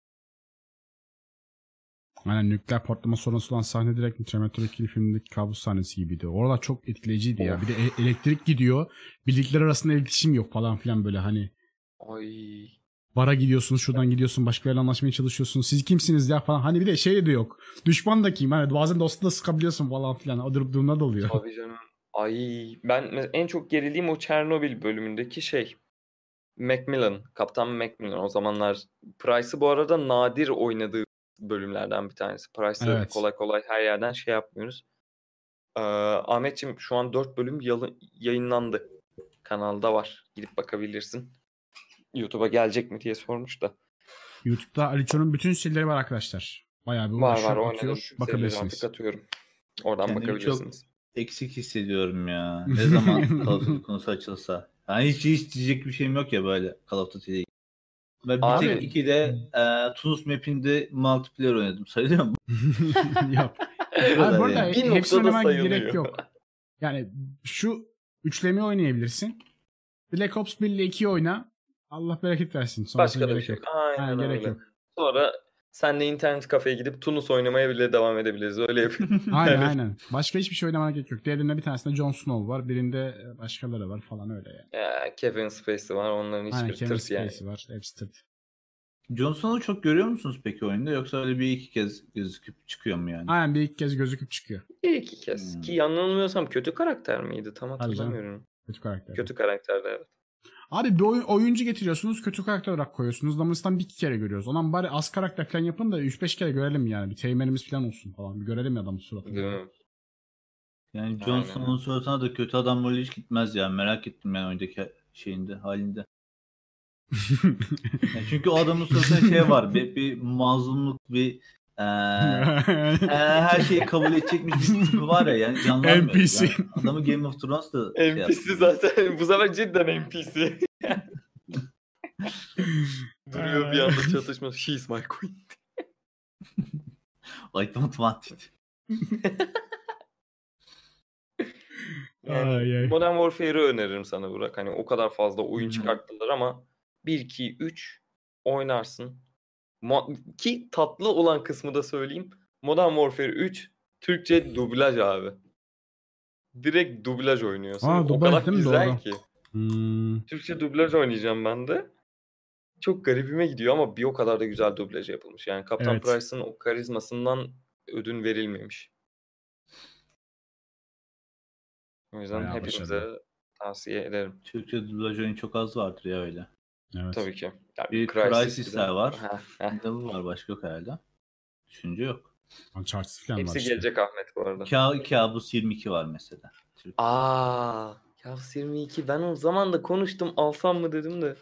Aynen, nükleer patlama sonrası olan sahne direkt Terminator 2 filmindeki kabus sahnesi gibiydi. Orada çok etkileyiciydi ya. Bir de elektrik gidiyor. Birlikler arasında iletişim yok falan filan böyle hani. Ay. Bara gidiyorsun, şuradan gidiyorsun, başka yerle anlaşmaya çalışıyorsun. Siz kimsiniz ya falan. Hani bir de şey de yok. Düşman da kim? Hani bazen dostu da sıkabiliyorsun falan filan. O durumda da oluyor. Tabii canım. Ay ben en çok gerildiğim o Çernobil bölümündeki şey. Macmillan, Kaptan Macmillan. O zamanlar Price'ı bu arada nadir oynadığı bölümlerden bir tanesi. Price'ı Evet. kolay kolay her yerden şey yapmıyoruz. Ahmetciğim şu an 4 bölüm yayınlandı. Kanalda var. Gidip bakabilirsin. YouTube'a gelecek mi diye sormuş da. YouTube'da Aliço'nun bütün serileri var arkadaşlar. Bayağı bir Var uğraşıyor, oynadığım atıyor. tüm serileri Bakabilirsiniz. artık atıyorum. Oradan Kendimi bakabilirsiniz. çok eksik hissediyorum ya. Ne zaman Call of Duty konusu açılsa. Yani hiç diyecek bir şeyim yok ya böyle Call of Duty'de. Ben bir Abi- tek 2'de Tunus map'inde multiplayer oynadım. Sayılıyor mu? Yok. Bu Abi kadar bu arada yani. Bir hepsini noktada oynamaya sayılıyor. gerek yok. Yani şu üçlemeyi oynayabilirsin. Black Ops 1 ile 2'yi oyna. Allah bereket versin. Sonrasına Başka da bir gerek şey yok. yok. Aynen gerek öyle. yok. Sonra senle internet kafeye gidip Tunus oynamaya bile devam edebiliriz. Öyle yapayım. Aynen Yani, aynen. Başka hiçbir şey oynamana gerek yok. Diğerinde bir tanesinde Jon Snow var. Birinde başkaları var falan öyle yani. Kevin Spacey var. Onların Aynen, hiçbiri Kevin tırt yani. Spacey var. Hepsi tırt. Jon Snow'u çok görüyor musunuz peki oyunda yoksa öyle bir iki kez gözüküp çıkıyor mu yani? Aynen, bir ilk kez gözüküp çıkıyor. Bir iki kez. Ki yanılmıyorsam kötü karakter miydi? Tam Tabii canım. hatırlamıyorum. Kötü karakter. Kötü karakterdi evet. Abi bir oyuncu getiriyorsunuz, kötü karakter olarak koyuyorsunuz. Damas'tan bir iki kere görüyoruz. Ondan bari az karakter falan yapın da 3-5 kere görelim yani. Bir teğmenimiz falan olsun falan. Bir görelim ya adamın suratını. Değil mi? Yani Jon Aynen. Snow'un suratına da kötü adam rolü hiç gitmez ya. Merak ettim yani oyundaki şeyinde, halinde. Yani çünkü o adamın suratında şey var. Bir mazlumluk, bir her şeyi kabul edecekmiş bir tipi var ya yani canlanmıyor. NPC. Yani adamı Game of Thrones'ta şey NPC yaptı. zaten bu sefer cidden NPC. Duruyor bir anda çatışma. She's my queen. I don't want it. Yani Ay, ay. Modern Warfare'ı öneririm sana Burak. Hani o kadar fazla oyun Hı hı. çıkarttılar ama 1, 2, 3 oynarsın. Ki tatlı olan kısmı da söyleyeyim. Modern Warfare 3 Türkçe dublaj abi. Direkt dublaj oynuyorsun. Aa, O dublaj kadar değil mi? güzel Doğru. ki. Hmm. Türkçe dublaj oynayacağım ben de. Çok garibime gidiyor ama bir o kadar da güzel dublaj yapılmış. Yani Kaptan Evet. Price'ın o karizmasından ödün verilmemiş. O yüzden Bayağı hepinize başarılı. tavsiye ederim. Türkçe dublaj oyun çok az vardır ya öyle. Evet. Tabii ki. Yani Bir Crysis Crysis'ler bir de. var. Heh. Bir de bu var. Başka yok herhalde. Düşünce yok. Uncharted falan var Hepsi işte. gelecek Ahmet bu arada. Kabus 22 var mesela. Kabus 22 ben o zaman da konuştum alsam mı dedim de.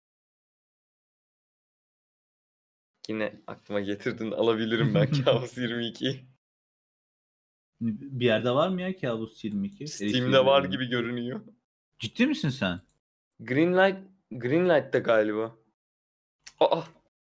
Yine aklıma getirdin alabilirim ben Kabus 22'yi. Bir yerde var mı ya Kabus 22? Steam'de var gibi görünüyor. Ciddi misin sen? Greenlight'te galiba. Aa.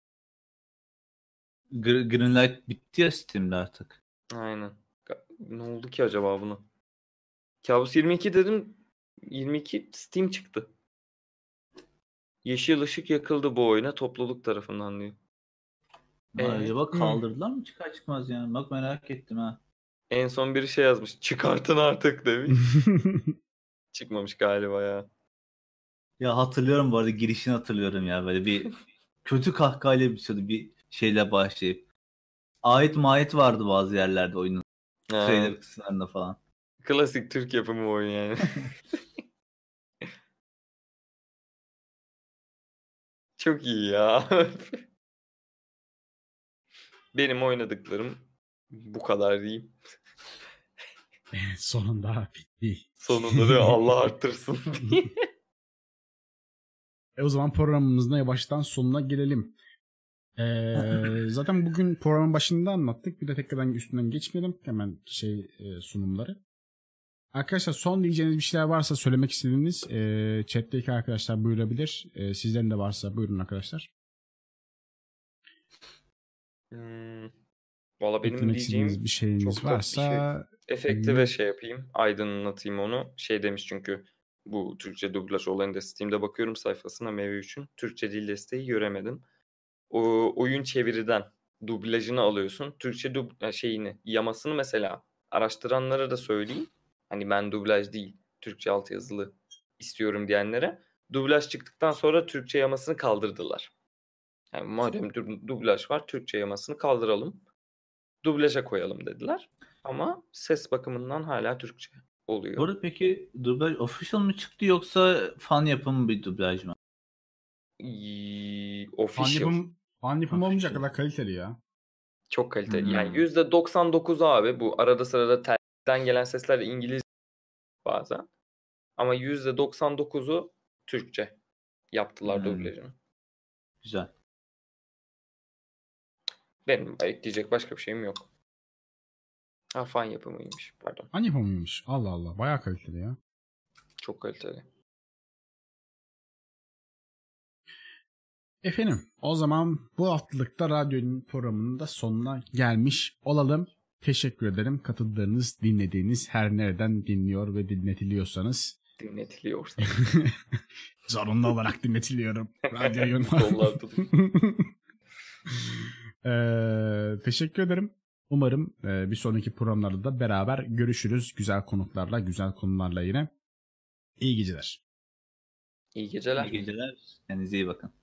Greenlight bitti ya Steam'de artık. Aynen. Ne oldu ki acaba buna? Kabus 22 dedim. 22 Steam çıktı. Yeşil ışık yakıldı bu oyuna topluluk tarafından diyor. Acaba kaldırdılar mı çıkar çıkmaz yani? Bak merak ettim ha. En son biri şey yazmış. Çıkartın artık demiş. Çıkmamış galiba ya. Ya hatırlıyorum bu arada girişini hatırlıyorum ya. Böyle bir kötü kahkahayla bitiyordu bir şeyle başlayıp. ait mahiyet vardı bazı yerlerde oyunun. Ha, Trailer kısımlarında falan. klasik Türk yapımı oyun yani. Çok iyi ya. Benim oynadıklarım bu kadar diyeyim. Sonunda bitti. Sonunda da Allah arttırsın diye. O zaman programımızın yavaştan sonuna gelelim. Zaten bugün programın başında anlattık. Bir de tekrardan üstünden geçmeyelim. Hemen sunumları. Arkadaşlar son diyeceğiniz bir şeyler varsa söylemek istediğiniz chat'teki arkadaşlar buyurabilir. Sizlerin de varsa buyurun arkadaşlar. Valla benim Eklemek diyeceğim istediğiniz bir şeyiniz çok da bir varsa efekti ve şey yapayım. Aydınlatayım onu. Şey demiş çünkü bu Türkçe dublaj olayında Steam'de bakıyorum sayfasına MV3'ün. Türkçe dil desteği göremedim. O oyun çeviriden dublajını alıyorsun. Türkçe şeyini, yamasını mesela araştıranlara da söyleyeyim. Hani ben dublaj değil, Türkçe altyazılı istiyorum diyenlere. Dublaj çıktıktan sonra Türkçe yamasını kaldırdılar. Yani madem dublaj var, Türkçe yamasını kaldıralım. Dublaja koyalım dediler. Ama ses bakımından hala Türkçe oluyor. Bu arada peki dublaj official mı çıktı yoksa fan yapımı bir dublaj mı? Official. Fan yapımı olmayacak kadar kaliteli ya. Çok kaliteli. Yani %99 abi bu arada sırada telden gelen sesler İngiliz bazen. Ama %99'u Türkçe yaptılar dublajını. Güzel. Benim ekleyecek başka bir şeyim yok. Ha, fan yapımıymış, pardon. Fan yapımıymış. Allah Allah. Bayağı kaliteli ya. Çok kaliteli. Efendim o zaman bu haftalıkta radyonun programının da sonuna gelmiş olalım. Teşekkür ederim katıldığınız, dinlediğiniz, her nereden dinliyor ve dinletiliyorsanız. Dinletiliyorsa. Zorunlu olarak dinletiliyorum. Radyonun. Teşekkür ederim. Umarım bir sonraki programlarda da beraber görüşürüz. Güzel konuklarla, güzel konularla yine. İyi geceler. İyi geceler. İyi geceler. Kendinize iyi bakın.